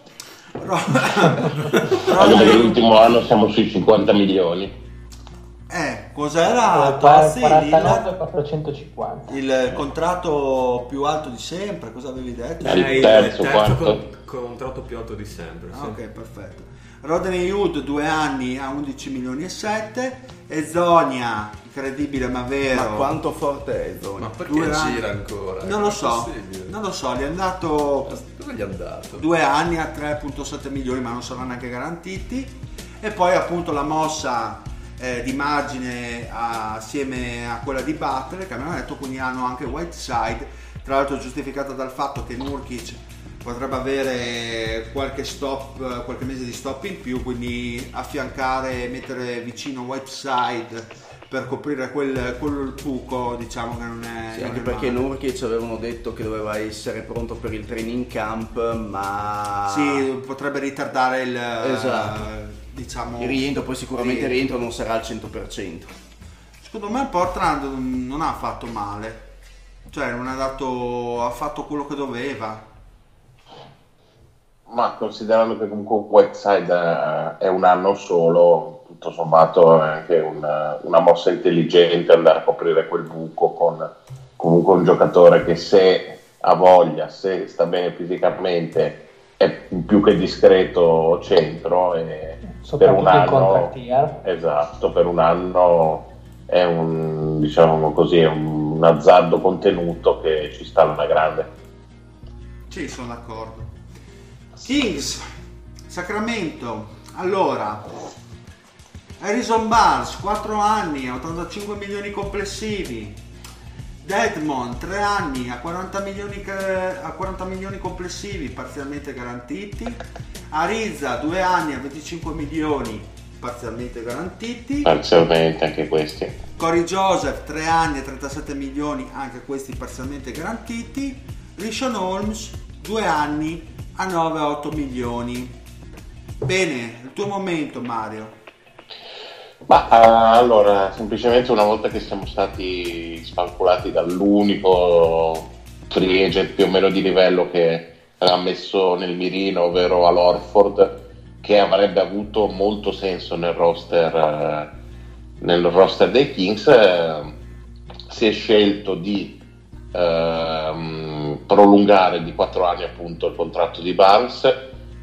Nell'ultimo anno siamo sui 50 milioni. Cos'era? 49,450. Il contratto più alto di sempre, cosa avevi detto? Il terzo contratto più alto di sempre. Sì. Ok, perfetto. Rodney Hood 2 anni a 11 milioni e 7 e Zonia, incredibile ma vero. Ma quanto forte è Zonia? Ma perché gira ancora? Non lo so, gli è andato 2 anni a 3,7 milioni, ma non saranno neanche garantiti. E poi appunto la mossa di margine assieme a quella di Butler che abbiamo detto, quindi hanno anche Whiteside, tra l'altro giustificata dal fatto che Nurkic potrebbe avere qualche mese di stop in più, quindi affiancare, mettere vicino Whiteside per coprire quel buco, diciamo che non è. Sì, anche perché Nurkic avevano detto che doveva essere pronto per il training camp, ma sì, potrebbe ritardare il il rientro, poi sicuramente il rientro non sarà al 100%. Secondo me Portland non ha fatto male, cioè non ha fatto quello che doveva. Ma considerando che comunque Whiteside è un anno solo, tutto sommato è anche una mossa intelligente andare a coprire quel buco con comunque un giocatore che, se ha voglia, se sta bene fisicamente, è più che discreto centro, e per un anno, esatto, per un anno è un, diciamo così, è un azzardo contenuto che ci sta alla grande. Sì, sono d'accordo. Kings, Sacramento, allora Harrison Barnes 4 anni a 85 milioni complessivi, Dedmon 3 anni a 40 milioni complessivi parzialmente garantiti, Ariza 2 anni a 25 milioni parzialmente garantiti, parzialmente anche questi, Corey Joseph 3 anni a 37 milioni anche questi parzialmente garantiti, Rishon Holmes 2 anni a 9-8 milioni. Bene, il tuo momento, Mario. Ma allora, semplicemente una volta che siamo stati spanculati dall'unico free agent più o meno di livello che ha messo nel mirino, ovvero Al Horford, che avrebbe avuto molto senso nel roster dei Kings, si è scelto di prolungare di 4 anni appunto il contratto di Barnes,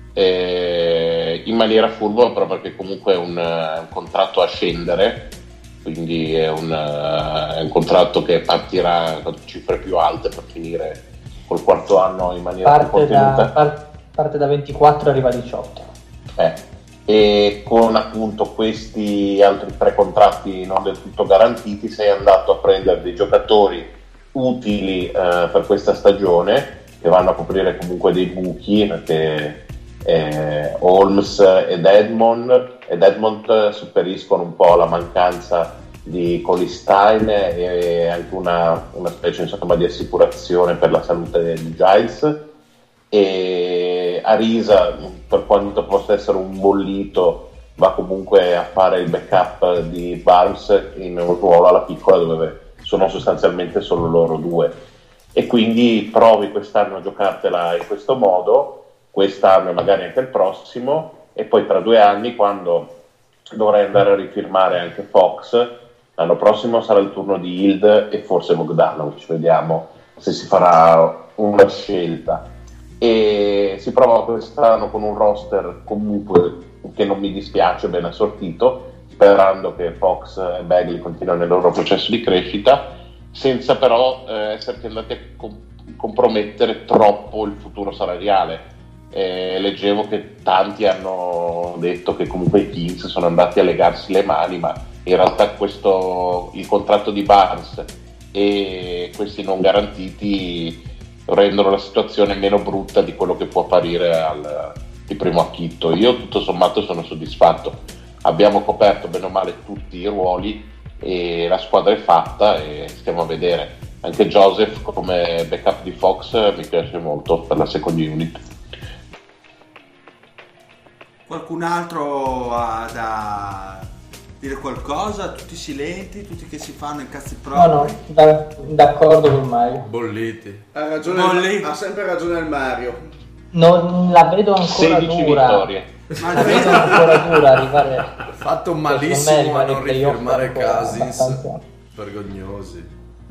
in maniera furba, però perché comunque è un contratto a scendere, quindi è un contratto che partirà con cifre più alte per finire col 4º anno in maniera più contenuta. Parte da 24 e arriva a 18. e con appunto questi altri 3 contratti non del tutto garantiti sei andato a prendere dei giocatori utili per questa stagione, che vanno a coprire comunque dei buchi, perché Holmes ed Edmond suppleriscono un po' la mancanza di Colistein e anche una specie insomma di assicurazione per la salute di Giles. E Arisa, per quanto possa essere un bollito, va comunque a fare il backup di Barnes in un ruolo alla piccola dove sono sostanzialmente solo loro 2, e quindi provi quest'anno a giocartela in questo modo, quest'anno e magari anche il prossimo, e poi tra 2 anni, quando dovrai andare a rifirmare anche Fox, l'anno prossimo sarà il turno di Hield e forse Bogdanovic, vediamo se si farà una scelta. E si prova quest'anno con un roster comunque che non mi dispiace, ben assortito, sperando che Fox e Bagley continuino nel loro processo di crescita, senza però esserti andati a compromettere troppo il futuro salariale. Leggevo che tanti hanno detto che comunque i Kings sono andati a legarsi le mani, ma in realtà il contratto di Barnes e questi non garantiti rendono la situazione meno brutta di quello che può apparire di primo acchitto. Io tutto sommato sono soddisfatto, abbiamo coperto bene o male tutti i ruoli e la squadra è fatta e stiamo a vedere. Anche Joseph come backup di Fox mi piace molto per la second unit. Qualcun altro ha da dire qualcosa? Tutti silenti, tutti che si fanno i cazzi propri. No, d'accordo con Mario. Bolliti. Ha ragione, ha sempre ragione il Mario. Non la vedo ancora 16 dura. vittorie. La vedo ancora dura arrivare. Ha fatto malissimo a non rifirmare Cousins. Vergognosi.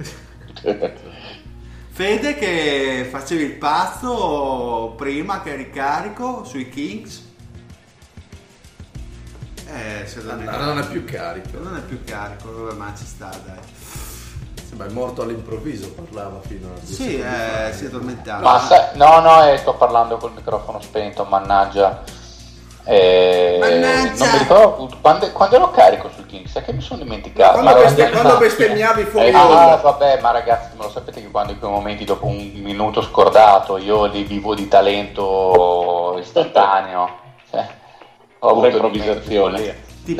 Fede, che facevi il pazzo prima che ricarico sui Kings. Non è più carico. Non è più carico, ma ci sta, dai. Ma è morto all'improvviso, parlava fino a... Sì, si è addormentato. Ma no, sto parlando col microfono spento, mannaggia. Non mi ricordo quando ero carico sul Kings, è che mi sono dimenticato. Quando bestemmiavi fuori vabbè, ma ragazzi, ma lo sapete che quando in quei momenti, dopo un minuto scordato, io li vivo di talento istantaneo, cioè, ho avuto improvvisazione.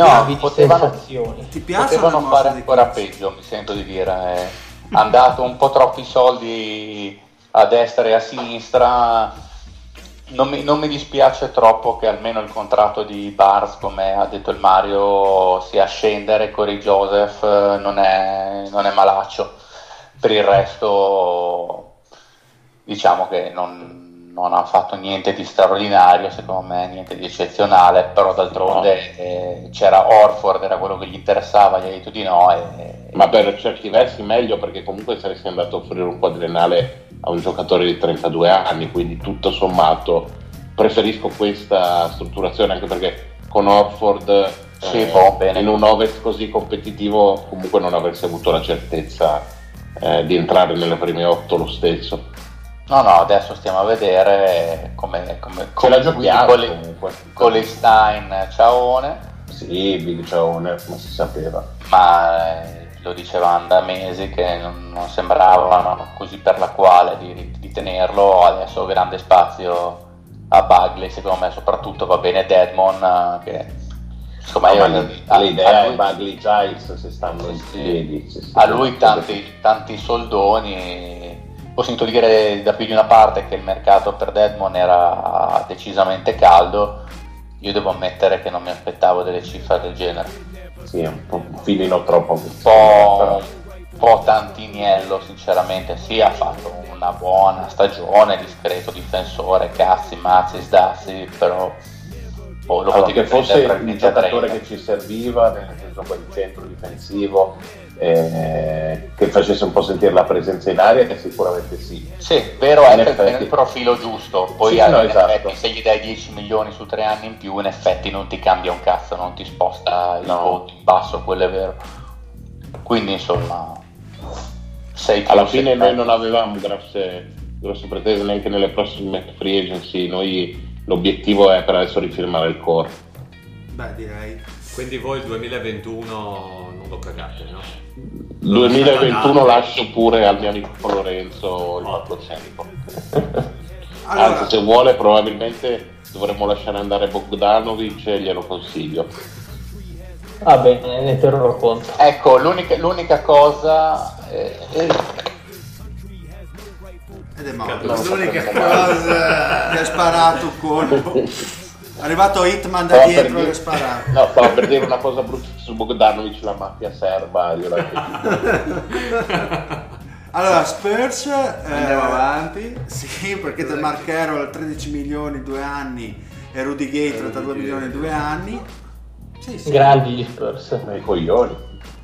Potevano fare ancora peggio, mi sento di dire. Hanno dato un po' troppi soldi a destra e a sinistra. Non mi dispiace troppo che almeno il contratto di Barnes, come ha detto il Mario, sia a scendere. Corey Joseph non è malaccio. Per il resto diciamo che non ha fatto niente di straordinario, secondo me, niente di eccezionale, però d'altronde c'era Horford, era quello che gli interessava, gli ha detto di no. Ma per certi versi meglio, perché comunque saresti andato a offrire un quadriennale a un giocatore di 32 anni, quindi tutto sommato preferisco questa strutturazione, anche perché con Horford in un Ovest così competitivo comunque non avresti avuto la certezza di entrare nelle prime 8 lo stesso. No, adesso stiamo a vedere come la giochiamo comunque. Colistein, ciaone. Sì, big ciaone, ma si sapeva. Ma lo dicevamo da mesi che non sembravano così per la quale di tenerlo. Adesso grande spazio a Bagley, secondo me soprattutto va bene Dedmon, che insomma l'idea è Bagley Giles se stanno in piedi. A lui tanti soldoni. Ho sentito dire da più di una parte che il mercato per Dedmon era decisamente caldo. Io devo ammettere che non mi aspettavo delle cifre del genere. Sì, un filino troppo. Un po' tantiniello, sinceramente. Sì, ha fatto una buona stagione, discreto difensore, cazzi, mazzi, sdazzi, però che fosse il giocatore che ci serviva, nel senso quel centro difensivo, che facesse un po' sentire la presenza in aria, che sicuramente sì. Sì, vero, è nel profilo giusto. Poi effetti, se gli dai 10 milioni su 3 anni in più, in effetti non ti cambia un cazzo, non ti sposta il voto in basso, quello è vero. Quindi insomma, alla fine noi non avevamo grosse pretese neanche nelle prossime free agency. Noi l'obiettivo è per adesso rifirmare il core. Beh, direi. Quindi voi il 2021 non lo cagate, no? 2021 lascio pure al mio amico Lorenzo il palcoscenico. Allora, anzi, se vuole probabilmente dovremmo lasciare andare Bogdanovic e glielo consiglio. Va bene, ne terrò conto. Ecco, l'unica cosa ed è morto. L'unica cosa gli ha sparato un colpo. È arrivato Hitman da dietro e gli ha sparato. No, stavo per dire una cosa brutta su Bogdanovic, la mafia serba. Allora, Spurs andiamo avanti. Sì, perché del Mark Carroll 13 milioni 2 anni e Rudy Gay 32 milioni 2 anni. Sì. Grandi gli Spurs. I coglioni.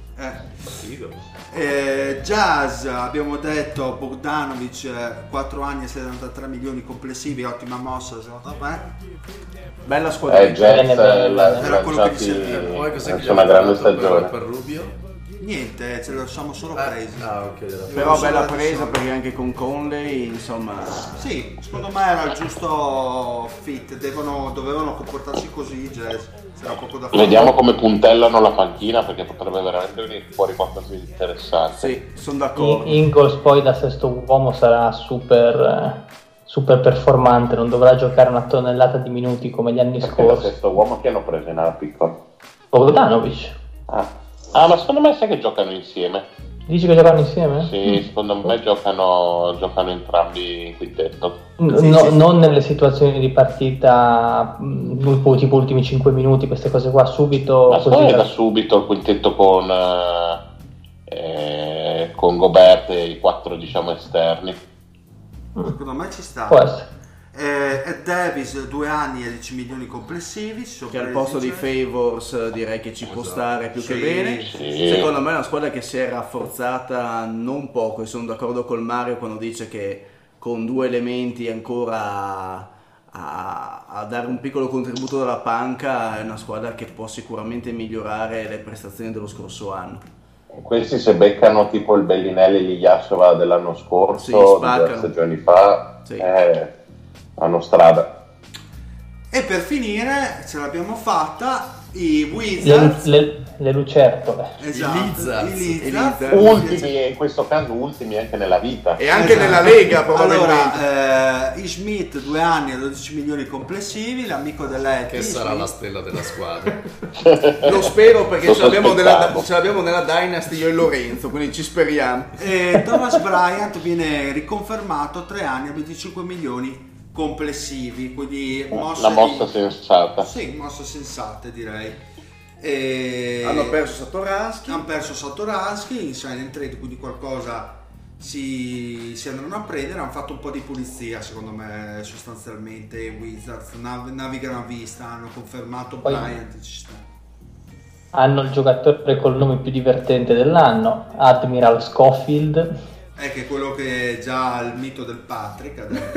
Jazz, abbiamo detto Bogdanovic 4 anni e 73 milioni complessivi, ottima mossa secondo me. Bella squadra. Jazz era quello che c'è una grande stagione per Rubio. Niente, ce lo siamo solo presi. Però bella presa perché anche con Conley, insomma. Sì, secondo me era il giusto fit, dovevano comportarsi così, Jazz. C'era poco da fare. Vediamo come puntellano la panchina perché potrebbe veramente venire fuori qualcosa di interessante. Sì, sono d'accordo. Ingles poi da sesto uomo sarà super performante, non dovrà giocare una tonnellata di minuti come gli anni scorsi. Questo uomo che hanno preso in ala piccola? Bogdanovic. Ma secondo me sai che giocano insieme. Dici che giocano insieme? Sì, secondo me giocano entrambi in quintetto. Non nelle situazioni di partita tipo ultimi 5 minuti, queste cose qua subito. Ma così da subito il quintetto con Gobert e i 4 diciamo esterni. Secondo me ci sta. Può essere. Ed Davis 2 anni e 10 milioni complessivi che al posto di Favors direi che ci può stare più che bene. Sì. Secondo me è una squadra che si è rafforzata non poco e sono d'accordo col Mario quando dice che con 2 elementi ancora a dare un piccolo contributo dalla panca è una squadra che può sicuramente migliorare le prestazioni dello scorso anno. Questi se beccano tipo il Bellinelli e l'Ilyasova dell'anno scorso, diverse stagioni fa, hanno strada. E per finire ce l'abbiamo fatta i Wizards, le lucertole, esatto, i Lizards. Ultimi, in questo caso ultimi anche nella vita e anche nella Lega probabilmente. Allora I Schmidt 2 anni e 12 milioni complessivi, l'amico dell'Etti che sarà la stella della squadra. Lo spero perché ce l'abbiamo nella Dynasty io e Lorenzo, quindi ci speriamo. E Thomas Bryant viene riconfermato 3 anni e 25 milioni complessivi, quindi mossa sensata. Sì, mossa sensate direi. Hanno perso Satoransky in sign and trade, quindi qualcosa si andranno a prendere. Hanno fatto un po' di pulizia secondo me sostanzialmente i Wizards, navigano a vista, hanno confermato poi Bryant, ci sta. Hanno il giocatore col nome più divertente dell'anno, Admiral Schofield, che è quello che è già il mito del Patrick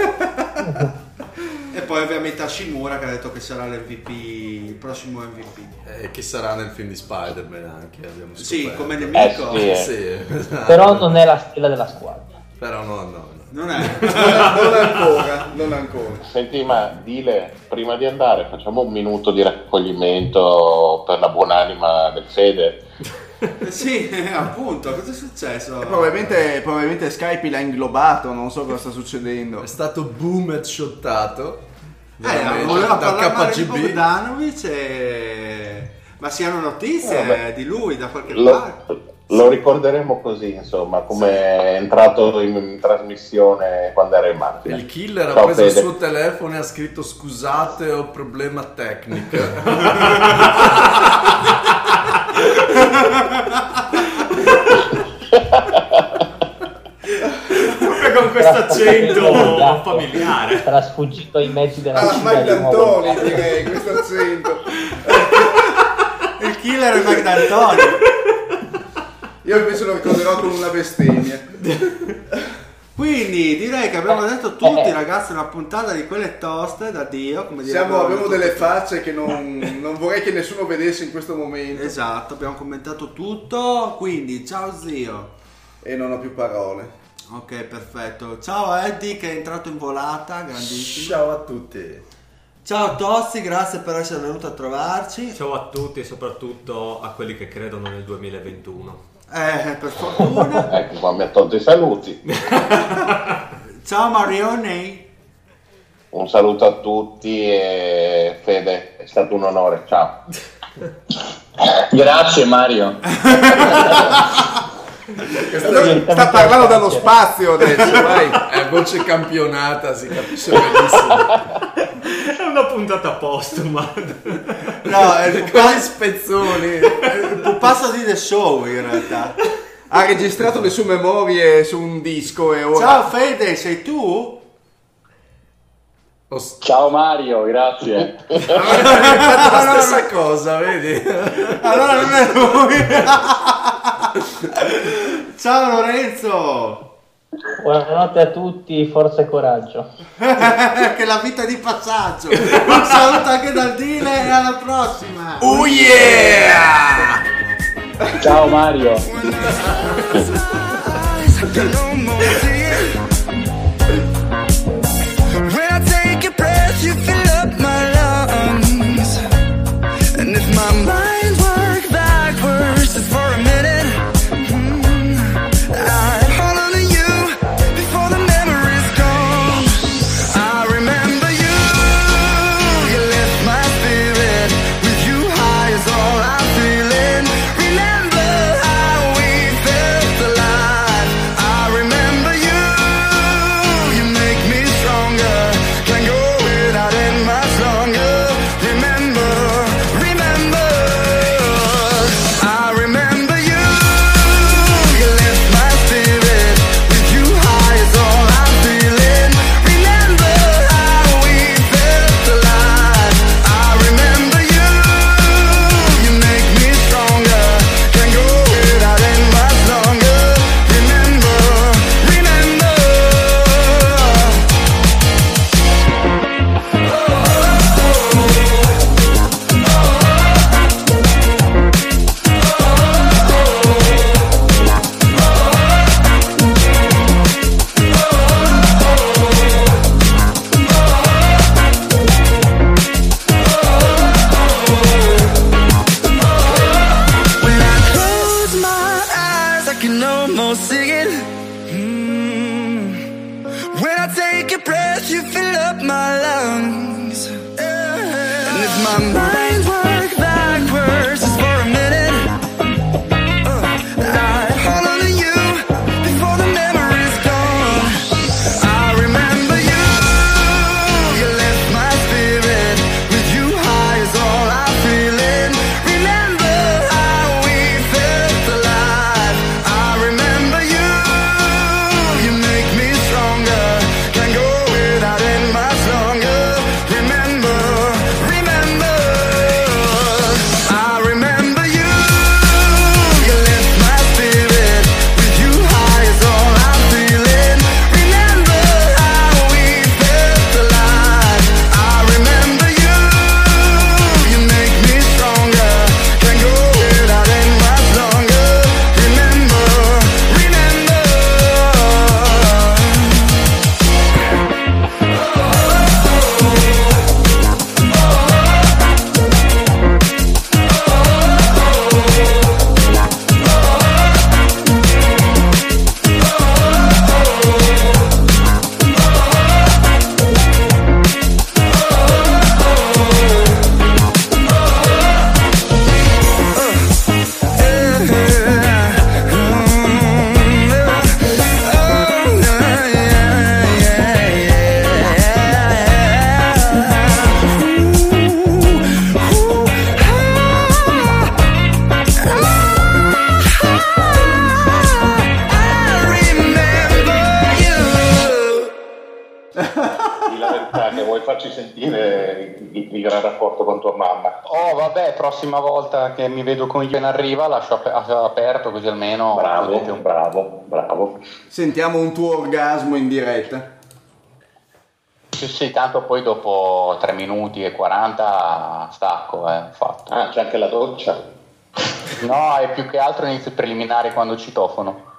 e poi ovviamente Hashimura che ha detto che sarà l'MVP, il prossimo MVP, che sarà nel film di Spider-Man anche, abbiamo scoperto. Sì, come nemico sì. Però non è la stella della squadra, però no. Non è non ancora. Senti, ma Dile, prima di andare facciamo un minuto di raccoglimento per la buonanima del Fede. Sì, appunto, cosa è successo? Probabilmente Skype l'ha inglobato, non so cosa sta succedendo. È stato boom headshottato voleva parlare di Bogdanovic ma si hanno notizie di lui da qualche parte? Lo ricorderemo così, insomma, come è entrato in trasmissione quando era in macchina. Il killer ha preso il suo telefono e ha scritto: scusate, ho problema tecnico. Proprio con questo accento familiare. Sarà sfuggito ai mezzi della città. Mike D'Antoni, direi, questo accento. Il killer è Mike D'Antoni. Io invece lo ricorderò con una bestemmia. Quindi direi che abbiamo detto tutti, ragazzi, una puntata di quelle toste da Dio, come abbiamo delle facce che non vorrei che nessuno vedesse in questo momento. Esatto, abbiamo commentato tutto, quindi ciao zio. E non ho più parole. Ok, perfetto. Ciao Eddie che è entrato in volata, grandissimo. Ciao a tutti. Ciao Tozzi, grazie per essere venuto a trovarci. Ciao a tutti e soprattutto a quelli che credono nel 2021. Per fortuna. Ecco qua mi ha tolto i saluti. Ciao Marione. Un saluto a tutti e Fede, è stato un onore, ciao. Grazie Mario. Sta parlando dallo spazio adesso, vai. È voce campionata, si capisce benissimo. È una puntata postuma. No, è il Quali spezzoni. il pupazzo di The Show in realtà. Ha registrato le sue memorie su un disco e ora... Ciao Fede, sei tu? Ciao Mario, grazie. la stessa cosa, vedi? Allora non è lui. Ciao Lorenzo. Buonanotte a tutti, forza e coraggio. Che la vita di passaggio. Un saluto anche dal Dile e alla prossima. Oh yeah! Ciao Mario. You fill up my lungs, and if my mind worked backwards just for a minute, I'd hold on to you before the memory's gone. I remember you, you lift my spirit, with you high is all I'm feeling. Remember how we felt alive. I remember you, you make me stronger, can go without it much longer. Remember, remember, I remember you, you lift my spirit, with you high is all I'm feeling. Remember how we felt alive. I remember you, you make me stronger, can go without it much longer. Remember, remember. When I close my eyes, I can almost see it. When I take a breath, you fill up my lungs. And if my mind worked backwards just for a minute, I'd hold on to you before the memory's gone. I remember you, you lift my spirit, with you high is all I'm feeling. Remember how we felt alive. I remember you, you make me stronger, can go without it much longer. Remember, remember, I remember you, you lift my spirit, with you high is all I'm feeling. Remember how we felt alive. I remember you, you make me stronger, can go without it much longer. Remember, remember. Di la verità, che vuoi farci sentire il gran rapporto con tua mamma. Oh vabbè, prossima volta che mi vedo con Ian arriva lascio aperto, così almeno Bravo, potete bravo. Sentiamo un tuo orgasmo in diretta. Sì, tanto poi dopo 3 minuti e 40 stacco, fatto. Ah, c'è anche la doccia. No, è più che altro inizio preliminare quando citofono.